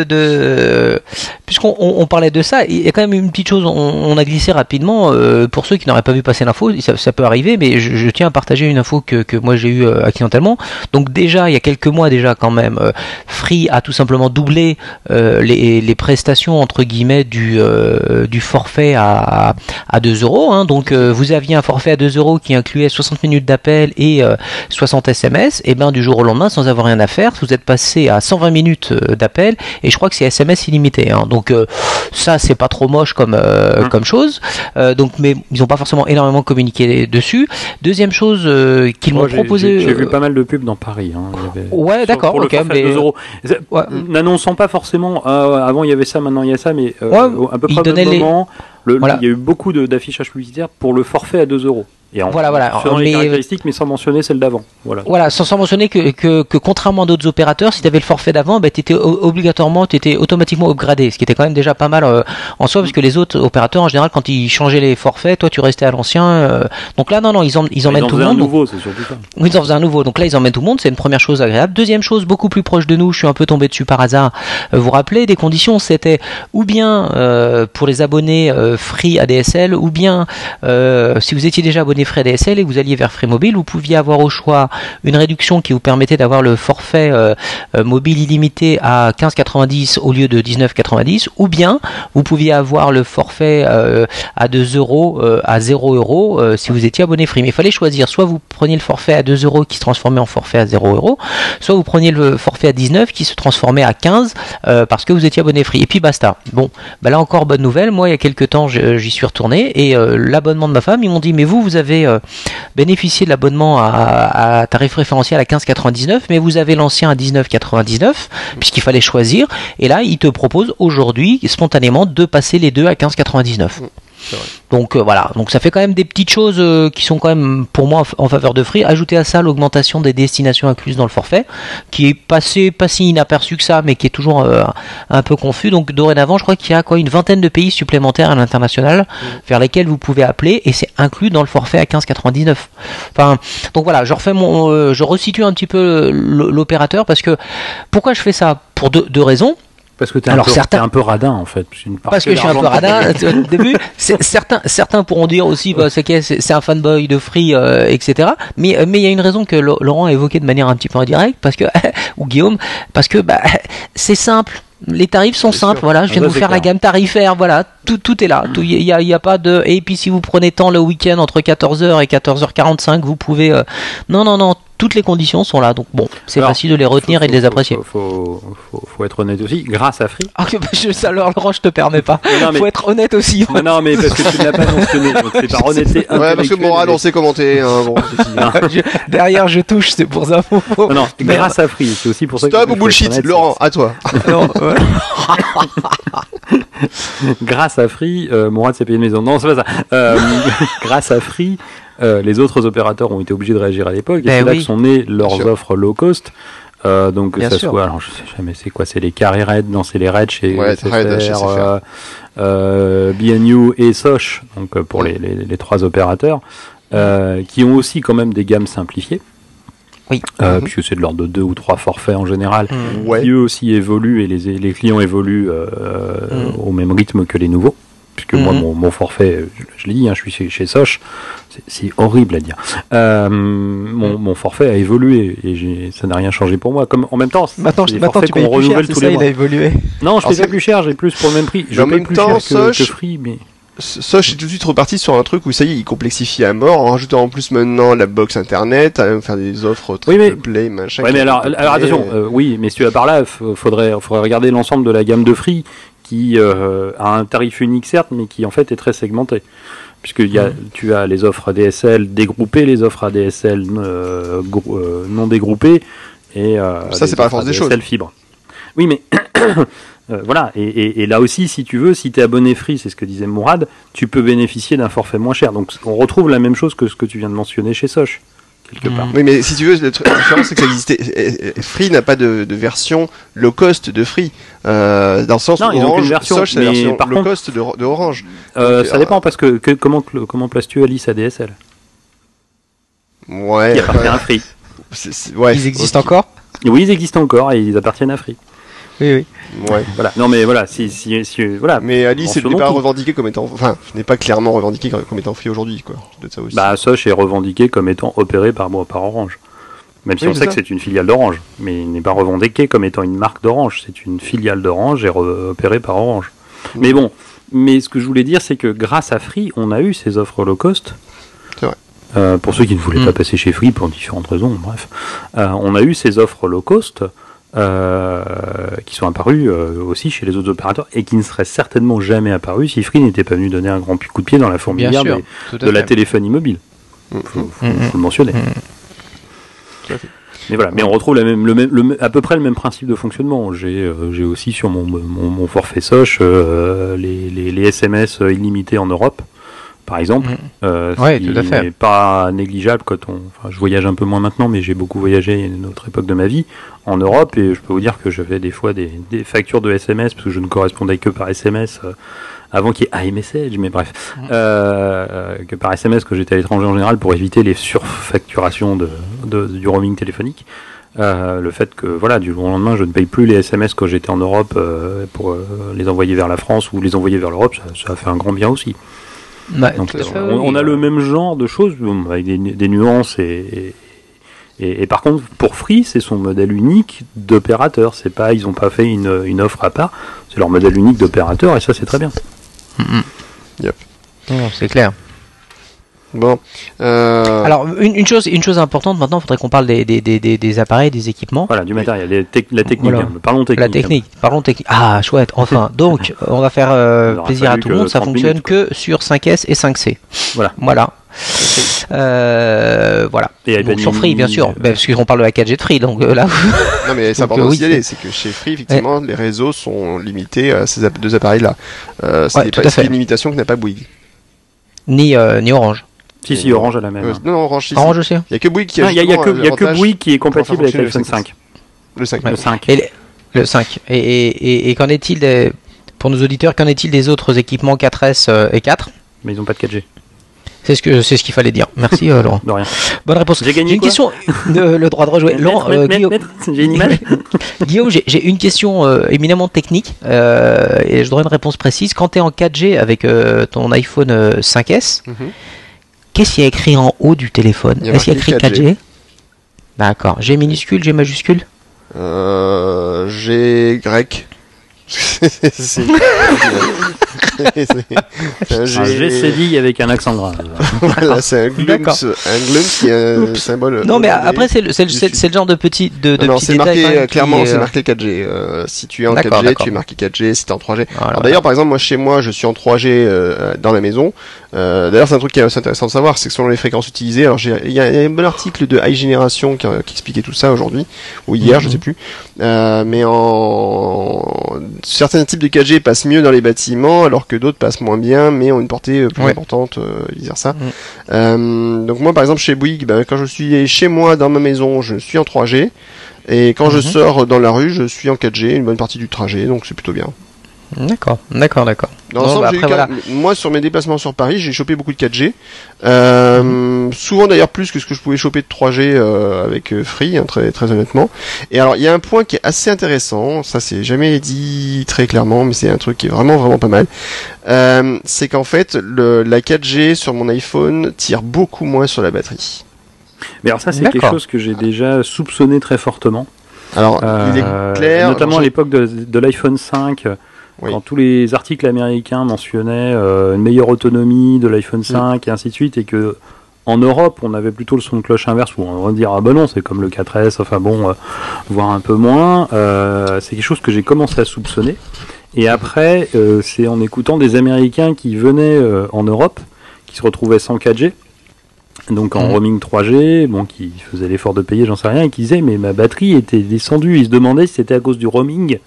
de puisqu'on on, on parlait de ça, il y a quand même une petite chose. On, on a glissé rapidement euh, pour ceux qui n'auraient pas vu passer l'info. Ça, ça peut arriver, mais je, je tiens à partager une info que, que moi j'ai eue euh, accidentellement. Donc déjà, il y a quelques mois déjà quand même, euh, Free a tout simplement doublé euh, les, les prestations entre guillemets du euh, du forfait à à deux euros. Hein. Donc euh, vous aviez un forfait à deux euros qui incluait soixante minutes d'appel et euh, soixante S M S. Et ben du jour au lendemain, sans avoir rien à faire, vous êtes passé à cent vingt minutes euh, d'appel et je crois que c'est S M S illimité. Hein. Donc euh, ça c'est pas trop moche comme euh, Mmh. comme chose. Euh, donc mais ils ont pas forcément énormément communiqué dessus. Deuxième chose euh, qu'ils Moi, m'ont j'ai, proposé. j'ai, j'ai vu euh, pas mal de pubs dans Paris. Hein. Il y avait- Ouais, sur- d'accord, pour le ok, forfait mais- deux euros. C'est- Ouais. N'annonçant pas forcément. euh, avant il y avait ça, maintenant il y a ça, mais euh, Ouais, au- à peu ils près au donnaient même les- moment, le- Voilà. il y a eu beaucoup de, d'affichage publicitaire pour le forfait à deux euros. Et en Voilà, voilà. selon les Mais- caractéristiques, mais sans mentionner celle d'avant. Voilà. Voilà, sans, sans mentionner que, que, que contrairement à d'autres opérateurs, si tu avais le forfait d'avant, bah, tu étais obligatoirement, tu étais automatiquement upgradé, ce qui était quand même déjà pas mal euh, en soi, parce que les autres opérateurs, en général, quand ils changeaient les forfaits, toi tu restais à l'ancien. Euh, donc là, non, non, ils, en, ils emmènent Ils en tout le faisaient monde. un donc- nouveau, c'est surtout ça. Oui, ils en faisaient un nouveau. Donc là, ils emmènent tout le monde. C'est une première chose agréable. Deuxième chose, beaucoup plus proche de nous. Je suis un peu tombé dessus par hasard. Euh, vous vous rappelez des conditions? C'était ou bien euh, pour les abonnés euh, Free A D S L, ou bien euh, si vous étiez déjà abonné Free A D S L et que vous alliez vers Free Mobile, vous pouviez avoir au choix une réduction qui vous permettait d'avoir le forfait euh, euh, mobile illimité à quinze quatre-vingt-dix au lieu de dix-neuf quatre-vingt-dix, ou bien vous pouviez avoir le forfait euh, à deux euros euh, à zéro euros euh, si vous étiez abonné Free. Mais il fallait choisir, soit vous preniez le forfait à deux euros qui se transformait en forfait à zéro euros, soit vous preniez le forfait à dix-neuf qui se transformait à quinze euh, parce que vous étiez abonné Free. Et puis basta. Bon, bah là encore bonne nouvelle. Moi, il y a quelques temps, je- j'y suis retourné et euh, l'abonnement de ma femme, ils m'ont dit mais vous, vous avez euh, bénéficié de l'abonnement à, à tarif référentiel à quinze quatre-vingt-dix-neuf, mais vous avez l'ancien à dix-neuf quatre-vingt-dix-neuf puisqu'il fallait choisir. Et là, ils te proposent aujourd'hui spontanément de passer les deux à quinze quatre-vingt-dix-neuf. c'est vrai. Donc euh, voilà, donc ça fait quand même des petites choses euh, qui sont quand même pour moi en faveur de Free. Ajouter à ça l'augmentation des destinations incluses dans le forfait, qui est passé pas si inaperçu que ça, mais qui est toujours euh, un peu confus. Donc dorénavant, je crois qu'il y a quoi une vingtaine de pays supplémentaires à l'international mmh. vers lesquels vous pouvez appeler et c'est inclus dans le forfait à quinze quatre-vingt-dix-neuf. Enfin, donc voilà, je refais mon, euh, je resitue un petit peu l'opérateur parce que pourquoi je fais ça pour deux, deux raisons. Parce que t'es un, Alors, peu, certains... t'es un peu radin en fait. Une Parce que je suis un peu radin au début. Certains, certains pourront dire aussi, bah, c'est, que c'est, c'est un fanboy de Free, euh, et cetera. Mais mais il y a une raison que Laurent a évoquée de manière un petit peu indirecte, parce que ou Guillaume, parce que bah, c'est simple. Les tarifs sont c'est simples, sûr. Voilà, je viens ah, de vous faire clair. La gamme tarifaire, voilà, tout, tout est là, il mmh. y, a, y a pas de, et puis si vous prenez temps le week-end entre quatorze heures et quatorze heures quarante-cinq, vous pouvez, euh... non, non, non, toutes les conditions sont là, donc bon, c'est alors, facile de les retenir faut, et de les faut, apprécier. Faut, faut, faut, faut être honnête aussi, grâce à Free. Ah, bah, je, alors Laurent, je te permets pas, non, mais... faut être honnête aussi. Non, non, mais parce que tu ne l'as pas mentionné, donc c'est par honnêteté. Ouais, parce que Morad, on sait commenter, hein, bon, je, derrière, je touche, c'est pour ça. Non, non, grâce à Free, c'est aussi pour ça que. Stop ou bullshit, honnête, Laurent, à toi. Non, ouais. Grâce à Free, euh, Morad s'est payé une maison. Non, c'est pas ça. Euh, grâce à Free, euh, les autres opérateurs ont été obligés de réagir à l'époque. Et ben c'est oui. là que sont nées leurs offres low cost. Euh, donc que ça sûr. soit, alors je sais jamais c'est quoi, c'est les Carré Red, non c'est les Red chez ouais, S F R, chez S F R. Euh, euh, B N U et Soch, donc pour ouais. les, les, les trois opérateurs, euh, qui ont aussi quand même des gammes simplifiées. Oui. Euh, mm-hmm. Puisque c'est de l'ordre de deux ou trois forfaits en général, mm. ouais. qui eux aussi évoluent et les, les clients évoluent euh, mm. au même rythme que les nouveaux. puisque mm-hmm. moi, mon, mon forfait, je, je l'ai dit, hein, je suis chez, chez Soch, c'est, c'est horrible à dire. Euh, mon, mon forfait a évolué et j'ai, ça n'a rien changé pour moi. Comme en même temps, maintenant, c'est des maintenant forfaits tu qu'on payes plus cher, renouvelle c'est tous ça, les il mois. a évolué. Non, je Alors, paye pas plus cher, j'ai plus pour le même prix. Je en paye même plus temps, cher que, Soch, que Free, mais Soch est tout de suite reparti sur un truc où ça y est, il complexifie à mort en rajoutant en plus maintenant la box internet, à faire des offres triple oui, mais... play, machin. Ouais, mais alors, alors attention, euh, oui, mais si tu vas par là, il faudrait, faudrait regarder l'ensemble de la gamme de Free qui euh, a un tarif unique certes, mais qui en fait est très segmenté. Puisque y a, mmh. tu as les offres A D S L dégroupées, les offres A D S L euh, gro- euh, non dégroupées, et euh, ça c'est pas la force A D S L des choses. Fibre. Oui, mais euh, voilà, et, et, et là aussi, si tu veux, si tu es abonné Free, c'est ce que disait Mourad, tu peux bénéficier d'un forfait moins cher. Donc on retrouve la même chose que ce que tu viens de mentionner chez Soch, quelque mmh. part. Oui, mais si tu veux, la différence c'est que ça existait. Free n'a pas de, de version low cost de Free, euh, dans le sens non, où ils Orange, ont une version, Soch, c'est la version par low contre, cost de, de Orange. Euh, Donc, ça euh, dépend parce que, que comment comment places-tu Alice A D S L Ouais. Qui appartient ouais. à Free. C'est, c'est, ouais, ils existent okay. encore ? Oui, ils existent encore et ils appartiennent à Free. Oui, oui. Ouais. Voilà. Non, mais voilà, si, si, si voilà. Mais Alice n'est pas tout. revendiqué comme étant, enfin, n'est pas clairement revendiqué comme étant Free aujourd'hui, quoi. De ça aussi. Bah, Soch est revendiqué comme étant opéré par moi, par Orange. Même si oui, on c'est sait ça. que c'est une filiale d'Orange, mais il n'est pas revendiqué comme étant une marque d'Orange. C'est une filiale d'Orange et re- opérée par Orange. Mmh. Mais bon, mais ce que je voulais dire, c'est que grâce à Free, on a eu ces offres low cost. C'est vrai. Euh, pour ceux qui ne voulaient mmh. pas passer chez Free pour différentes raisons, bref, euh, on a eu ces offres low cost. Euh, qui sont apparus euh, aussi chez les autres opérateurs et qui ne seraient certainement jamais apparus si Free n'était pas venu donner un grand coup de pied dans la fourmilière sûr, des, de la téléphonie mobile. Il mmh. faut, faut, mmh. faut le mentionner. Mmh. Mais voilà, mais on retrouve la même, le même, le, à peu près le même principe de fonctionnement. J'ai, euh, j'ai aussi sur mon, mon, mon forfait Soch euh, les, les, les S M S illimités en Europe, par exemple. Mmh. Euh, ouais, ce tout à fait. n'est pas négligeable quand on. Enfin, je voyage un peu moins maintenant, mais j'ai beaucoup voyagé à une autre époque de ma vie en Europe, et je peux vous dire que j'avais des fois des, des factures de S M S parce que je ne correspondais que par S M S euh, avant qu'il y ait iMessage, mais bref, mmh. euh, que par S M S quand j'étais à l'étranger en général pour éviter les surfacturations de, de, du roaming téléphonique. Euh, le fait que voilà, du jour au lendemain, je ne paye plus les S M S quand j'étais en Europe euh, pour euh, les envoyer vers la France ou les envoyer vers l'Europe, ça, ça a fait un grand bien aussi. Bah, Donc, fait, on, oui, on a oui. le même genre de choses avec des, des nuances et, et, et, et par contre pour Free c'est son modèle unique d'opérateur, c'est pas, ils ont pas fait une, une offre à part, c'est leur modèle unique d'opérateur et ça c'est très bien. Mm-hmm. Yep. Non, c'est clair. Bon. Euh... Alors une, une chose, une chose importante maintenant, il faudrait qu'on parle des, des, des, des appareils, des équipements. Voilà, du matériel, des te- la technique. Voilà. Hein. Parlons technique. La technique. Hein. Parlons technique. Ah, chouette. Enfin, donc on va faire euh, plaisir à tout le monde. Ça fonctionne minutes, que sur cinq S et cinq C. Voilà. Voilà. Euh, voilà. Et donc, sur Free, bien sûr, euh... bah, parce qu'on parle de la quatre G de Free, donc euh, là. Non, mais c'est important d'y aller. C'est que chez Free, effectivement, ouais. les réseaux sont limités à ces deux appareils-là. Euh, c'est, ouais, pas, c'est une limitation que n'a pas Bouygues. Ni euh, ni Orange. Si, si, Orange a la même. Euh, non, Orange, si, Orange aussi. Il n'y a que Bouygues qui a. Il n'y a, a, a, a que Bouygues qui est compatible avec l'iPhone cinq. Le cinq. Ouais. Le cinq. Et les, le cinq. Et, et, et, et qu'en est-il des, pour nos auditeurs, qu'en est-il des autres équipements quatre S et quatre? Mais ils n'ont pas de quatre G. C'est ce que c'est ce qu'il fallait dire. Merci euh, Laurent. De rien. Bonne réponse. J'ai gagné j'ai une quoi question. euh, le droit de rejouer. Laurent, maître, euh, maître, Guillaume. maître, j'ai une image. Guillaume, j'ai, j'ai une question euh, éminemment technique euh, et je voudrais une réponse précise. Quand tu es en quatre G avec euh, ton iPhone euh, cinq S, mm-hmm. qu'est-ce qu'il y a écrit en haut du téléphone? Est-ce qu'il y a écrit quatre G, quatre G? D'accord. G minuscule, G majuscule? Euh, G grec. c'est, c'est, c'est, c'est un G... un G cédille avec un accent grave. Voilà, c'est un glumps, un glumps qui est un Oups. symbole. Non, mais après, c'est le, c'est, le, c'est, c'est le genre de petit de, de non, petits c'est détails. Marqué, hein, clairement, est, c'est marqué quatre G. Euh, si tu es en d'accord, quatre G, d'accord. tu es marqué quatre G. Si tu es en trois G. Voilà, Alors, d'ailleurs, par exemple, moi, chez moi, je suis en trois G euh, dans la maison. Euh, d'ailleurs, c'est un truc qui est assez intéressant de savoir, c'est que selon les fréquences utilisées, alors il y, y a un bon article de iGénération qui, qui expliquait tout ça aujourd'hui ou hier, mm-hmm. je sais plus. Euh, mais en certains types de quatre G passent mieux dans les bâtiments, alors que d'autres passent moins bien, mais ont une portée plus ouais. importante, euh, dire ça. Mm. Euh, donc moi, par exemple, chez Bouygues, ben, quand je suis chez moi dans ma maison, je suis en trois G, et quand mm-hmm. je sors dans la rue, je suis en quatre G, une bonne partie du trajet, donc c'est plutôt bien. D'accord, d'accord, d'accord. Dans l'ensemble, bah j'ai eu après, qu'un- voilà. moi sur mes déplacements sur Paris, j'ai chopé beaucoup de quatre G. Euh, Mhm. Souvent d'ailleurs plus que ce que je pouvais choper de trois G euh, avec euh, Free, hein, très très honnêtement. Et alors il y a un point qui est assez intéressant, ça c'est jamais dit très clairement, mais c'est un truc qui est vraiment vraiment pas mal. Euh, c'est qu'en fait le, la quatre G sur mon iPhone tire beaucoup moins sur la batterie. Mais alors ça, c'est D'accord. quelque chose que j'ai déjà soupçonné très fortement. Alors il Euh, est clair, notamment genre, à l'époque de, de l'iPhone cinq, Oui. quand tous les articles américains mentionnaient euh, une meilleure autonomie de l'iPhone cinq et ainsi de suite, et que en Europe on avait plutôt le son de cloche inverse où on va dire ah bah non c'est comme le quatre S, enfin bon, euh, voire un peu moins. Euh, c'est quelque chose que j'ai commencé à soupçonner. Et après, euh, c'est en écoutant des Américains qui venaient euh, en Europe, qui se retrouvaient sans quatre G. Donc en Mhm. roaming trois G, bon, qui faisait l'effort de payer, j'en sais rien, et qui disait mais ma batterie était descendue. Ils se demandaient si c'était à cause du roaming,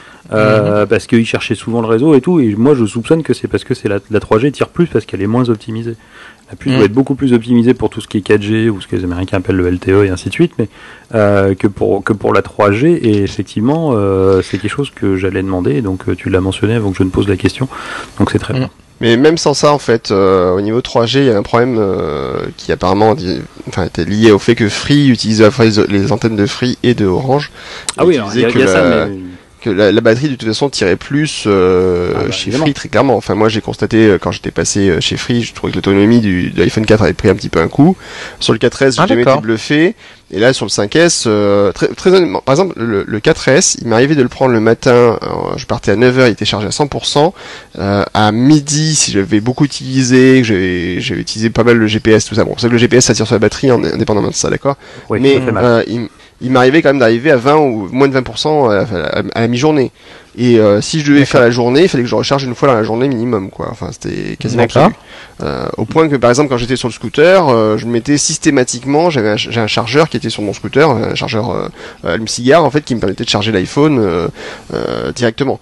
euh, Mhm. parce qu'ils cherchaient souvent le réseau et tout. Et moi je soupçonne que c'est parce que c'est la, la trois G tire plus parce qu'elle est moins optimisée. La puce Mhm. doit être beaucoup plus optimisée pour tout ce qui est quatre G ou ce que les Américains appellent le L T E et ainsi de suite, mais euh, que pour que pour la trois G. Et effectivement, euh, c'est quelque chose que j'allais demander. Donc euh, tu l'as mentionné avant que je ne pose la question. Donc c'est très Mhm. bien. Mais même sans ça, en fait, euh, au niveau trois G, il y a un problème euh, qui apparemment dit- enfin, était lié au fait que Free utilise à la fois les, les antennes de Free et de Orange. Ah Et oui, qui alors, il disait y a, que il y a ça, la- mais que la, la batterie de toute façon tirait plus euh, Ah bah, chez évidemment. Free très clairement. Enfin moi j'ai constaté euh, quand j'étais passé euh, chez Free, je trouvais que l'autonomie du de l'iPhone quatre avait pris un petit peu un coup. Sur le quatre S, j'ai Ah, jamais été d'accord. bluffé. Et là sur le cinq S, euh, très, très honnêtement, par exemple le, le quatre S, il m'est arrivé de le prendre le matin, euh, je partais à neuf heures, il était chargé à cent pour cent. Euh, à midi, si j'avais beaucoup utilisé, que j'avais j'avais utilisé pas mal le G P S, tout ça. Bon, c'est que le G P S ça tire sur la batterie en- indépendamment de ça, d'accord. oui, Mais ça fait mal. euh, il, il m'arrivait quand même d'arriver à vingt ou moins de vingt pour cent à, à, à la mi-journée. Et euh, si je devais D'accord. faire la journée, il fallait que je recharge une fois dans la journée minimum, quoi. Enfin, c'était quasiment D'accord. absolu. Euh, au point que, par exemple, quand j'étais sur le scooter, euh, je mettais systématiquement, j'avais un, j'ai un chargeur qui était sur mon scooter, un chargeur euh, allume-cigare, en fait, qui me permettait de charger l'iPhone euh, euh, directement.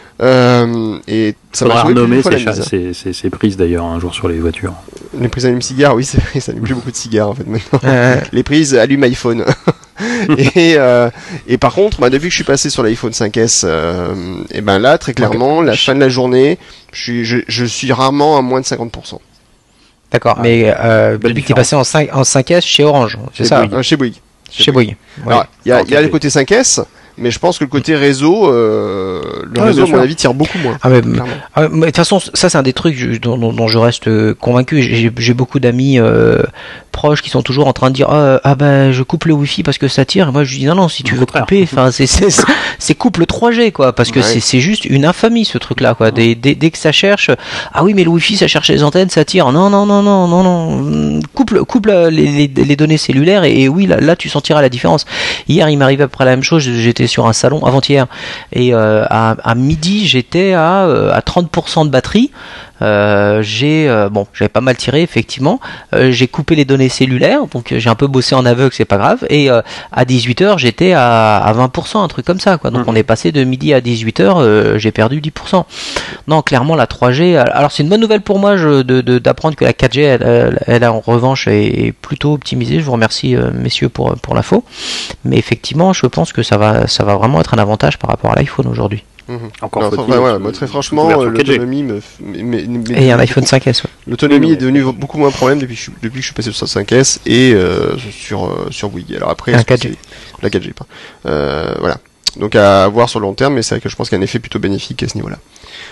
Euh, et ça m'a Faudra sauvé renommer plusieurs fois ces, la cha- mise. ces, ces, ces prises d'ailleurs un jour sur les voitures. Les prises allume-cigare, oui, c'est vrai, ça allume plus beaucoup de cigares, en fait, maintenant. Euh, Les prises allume iPhone. et, euh, et par contre, bah, depuis que je suis passé sur l'iPhone cinq S, euh, et ben là, très clairement, la fin de la journée, je suis, je, je suis rarement à moins de cinquante pour cent. D'accord, Ah, mais euh, belle depuis que tu es différence. passé en, cinq, en cinq S chez Orange, c'est Chez ça Bouygues. Euh, chez Bouygues. Chez Bouygues. Ouais. Alors, il y a, Ah, il y a ok. le côté cinq S, mais je pense que le côté réseau, euh, le Ouais, réseau, à bien mon sûr. avis, tire beaucoup moins. Ah, mais, clairement. ah, mais de toute façon, ça c'est un des trucs je- dont, dont- dont je reste euh, convaincu. J'ai j'ai beaucoup d'amis euh, proches qui sont toujours en train de dire ah, ah bah je coupe le Wi-Fi parce que ça tire. Et moi je dis non non, si tu Au veux contraire. couper, enfin c'est c'est c'est coupe le trois G quoi, parce que Ouais. c'est c'est juste une infamie ce truc là quoi. Dès, dès, dès que ça cherche, ah oui mais le Wi-Fi ça cherche les antennes, ça tire. Non non non non non non, coupe le- coupe la- les, les, les données cellulaires et, et oui là, là tu sentiras la différence. Hier il m'arrivait après la même chose. J'étais sur un salon avant-hier et euh, à, à midi j'étais à, euh, à trente pour cent de batterie. Euh, j'ai euh, bon j'avais pas mal tiré effectivement. Euh, j'ai coupé les données cellulaires donc euh, j'ai un peu bossé en aveugle, c'est pas grave, et euh, à dix-huit heures j'étais à, à vingt pour cent, un truc comme ça quoi. Donc Mhm. on est passé de midi à dix-huit heures, euh, j'ai perdu dix pour cent. Non clairement la trois G, alors c'est une bonne nouvelle pour moi je, de, de, d'apprendre que la quatre G elle, elle, elle, en revanche est, est plutôt optimisée. Je vous remercie euh, messieurs pour, pour l'info, mais effectivement je pense que ça va, ça va vraiment être un avantage par rapport à l'iPhone aujourd'hui. Mhm. Encore Non, faut-il enfin, ouais, que- moi, très que franchement, couverture euh, quatre G. l'autonomie me, me, me- me- Et un me- iPhone cinq S ouais. L'autonomie Oui, est mais- devenue beaucoup moins un problème depuis que je, suis- depuis que je suis passé sur le cinq S et euh, sur euh, sur Bouygues. Alors après, Un est-ce que quatre G. c'est- la quatre G, pas. Euh, voilà. Donc à voir sur le long terme, mais c'est vrai que je pense qu'il y a un effet plutôt bénéfique à ce niveau-là.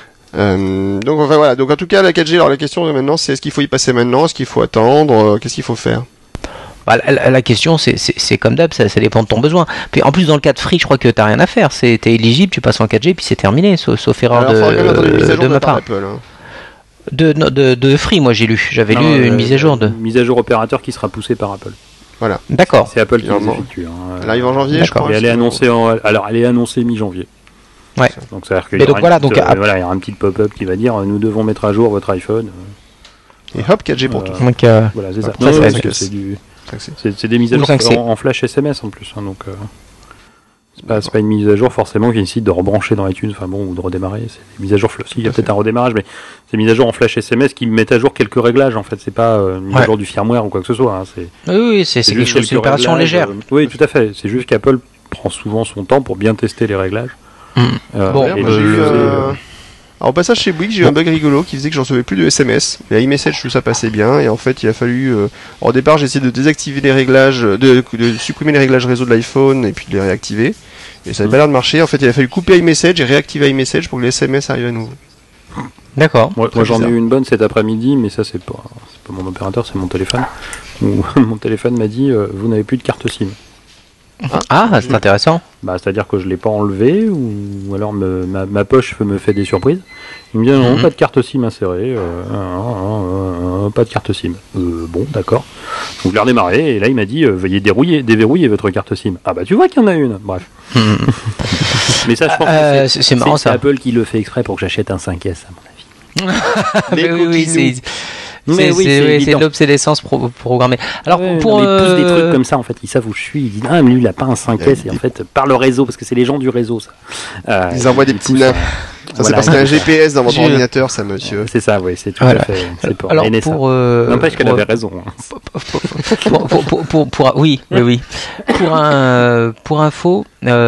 Euh, donc enfin voilà. Donc en tout cas, la quatre G. Alors la question maintenant, c'est est-ce qu'il faut y passer maintenant, est-ce qu'il faut attendre, euh, qu'est-ce qu'il faut faire? Bah, la, la- la question, c'est- c'est c'est comme d'hab, ça, ça dépend de ton besoin. Puis en plus, dans le cas de Free, je crois que t'as rien à faire. C'est t'es éligible, tu passes en quatre G, puis c'est terminé, sauf, sauf erreur Alors, il faudra quand même attendre une mise à de, jour de de ma la part part. d'Apple. Hein. De, no- de, de Free, moi j'ai lu. J'avais Non, lu euh, une mise à jour de. une mise à jour opérateur qui sera poussée par Apple. D'accord. C'est Apple qui les Normalement. effectue. Hein. Elle arrive en janvier, je D'accord. crois. Et elle est annoncée en... alors elle est annoncée mi-janvier. Ouais. Donc ça veut dire qu'il Mais y donc aura voilà, une petite, donc, euh, à- voilà, il y aura un petit pop-up qui va dire euh, nous devons mettre à jour votre iPhone. Et hop, quatre G pour Euh, tout. Donc, euh, Voilà, c'est ça. Ah, Non, ça, ouais, c'est- parce que c'est du cinq C. c'est c'est des mises à Ou jour cinq C. en, en flash S M S en plus hein, donc euh, c'est pas, c'est pas une mise à jour forcément qui nécessite de rebrancher dans iTunes enfin bon ou de redémarrer, c'est des mises à jour flash. Il y a Tout à peut-être un redémarrage mais c'est des mises à jour en flash S M S qui mettent à jour quelques réglages en fait, c'est pas euh, une mise à Ouais. jour du firmware ou quoi que ce soit hein, c'est oui, oui, c'est c'est quelque juste chose, c'est une quelques opération réglages, légère. euh, oui, tout à fait. C'est juste qu'Apple prend souvent son temps pour bien tester les réglages. Mm. Euh, Bon, et Moi, j'ai de eu, diffuser, euh, euh, Alors au passage chez Bouygues, j'ai eu un bug rigolo qui faisait que je recevais plus de S M S. Les iMessage, tout ça passait bien, et en fait il a fallu... Euh... Alors, au départ j'ai essayé de désactiver les réglages, de, de supprimer les réglages réseau de l'iPhone et puis de les réactiver. Et ça n'avait pas l'air de marcher, en fait il a fallu couper iMessage et réactiver iMessage pour que les S M S arrivent à nouveau. D'accord. Moi, moi j'en ai eu une bonne cet après-midi, mais ça c'est pas, c'est pas mon opérateur, c'est mon téléphone. Où mon téléphone m'a dit euh, vous n'avez plus de carte SIM. Ah, ah c'est intéressant. Bah, c'est-à-dire que je l'ai pas enlevé, ou, ou alors me, ma, ma poche me fait des surprises. Il me dit non, mm-hmm. pas de carte SIM insérée, euh, euh, euh, euh, pas de carte SIM. Euh, bon, d'accord. Donc je l'ai redémarré, et là il m'a dit euh, veuillez dérouiller, déverrouiller votre carte SIM. Ah bah tu vois qu'il y en a une. Bref. Mm-hmm. Mais ça, je pense euh, que c'est, c'est, c'est marrant, c'est ça. Apple qui le fait exprès pour que j'achète un cinq S à mon avis. Mais oui, oui, c'est. Mais c'est, oui, c'est, c'est, oui, c'est de l'obsolescence pro- programmée. Alors ouais, pour non, mais ils poussent euh... des trucs comme ça en fait, ils savent où je suis, ils disent ah mais lui il a pas un cinq S et en fait par le réseau parce que c'est les gens du réseau ça. Euh, ils envoient des petits nains. Ça, voilà, c'est parce qu'il y a un G P S dans votre ordinateur, ça, monsieur. C'est ça, oui, c'est tout voilà. à fait. C'est pour Alors, pour, euh, n'empêche qu'elle pour, avait raison. pour, pour, pour, pour, pour, oui, oui, oui. Pour un, pour info,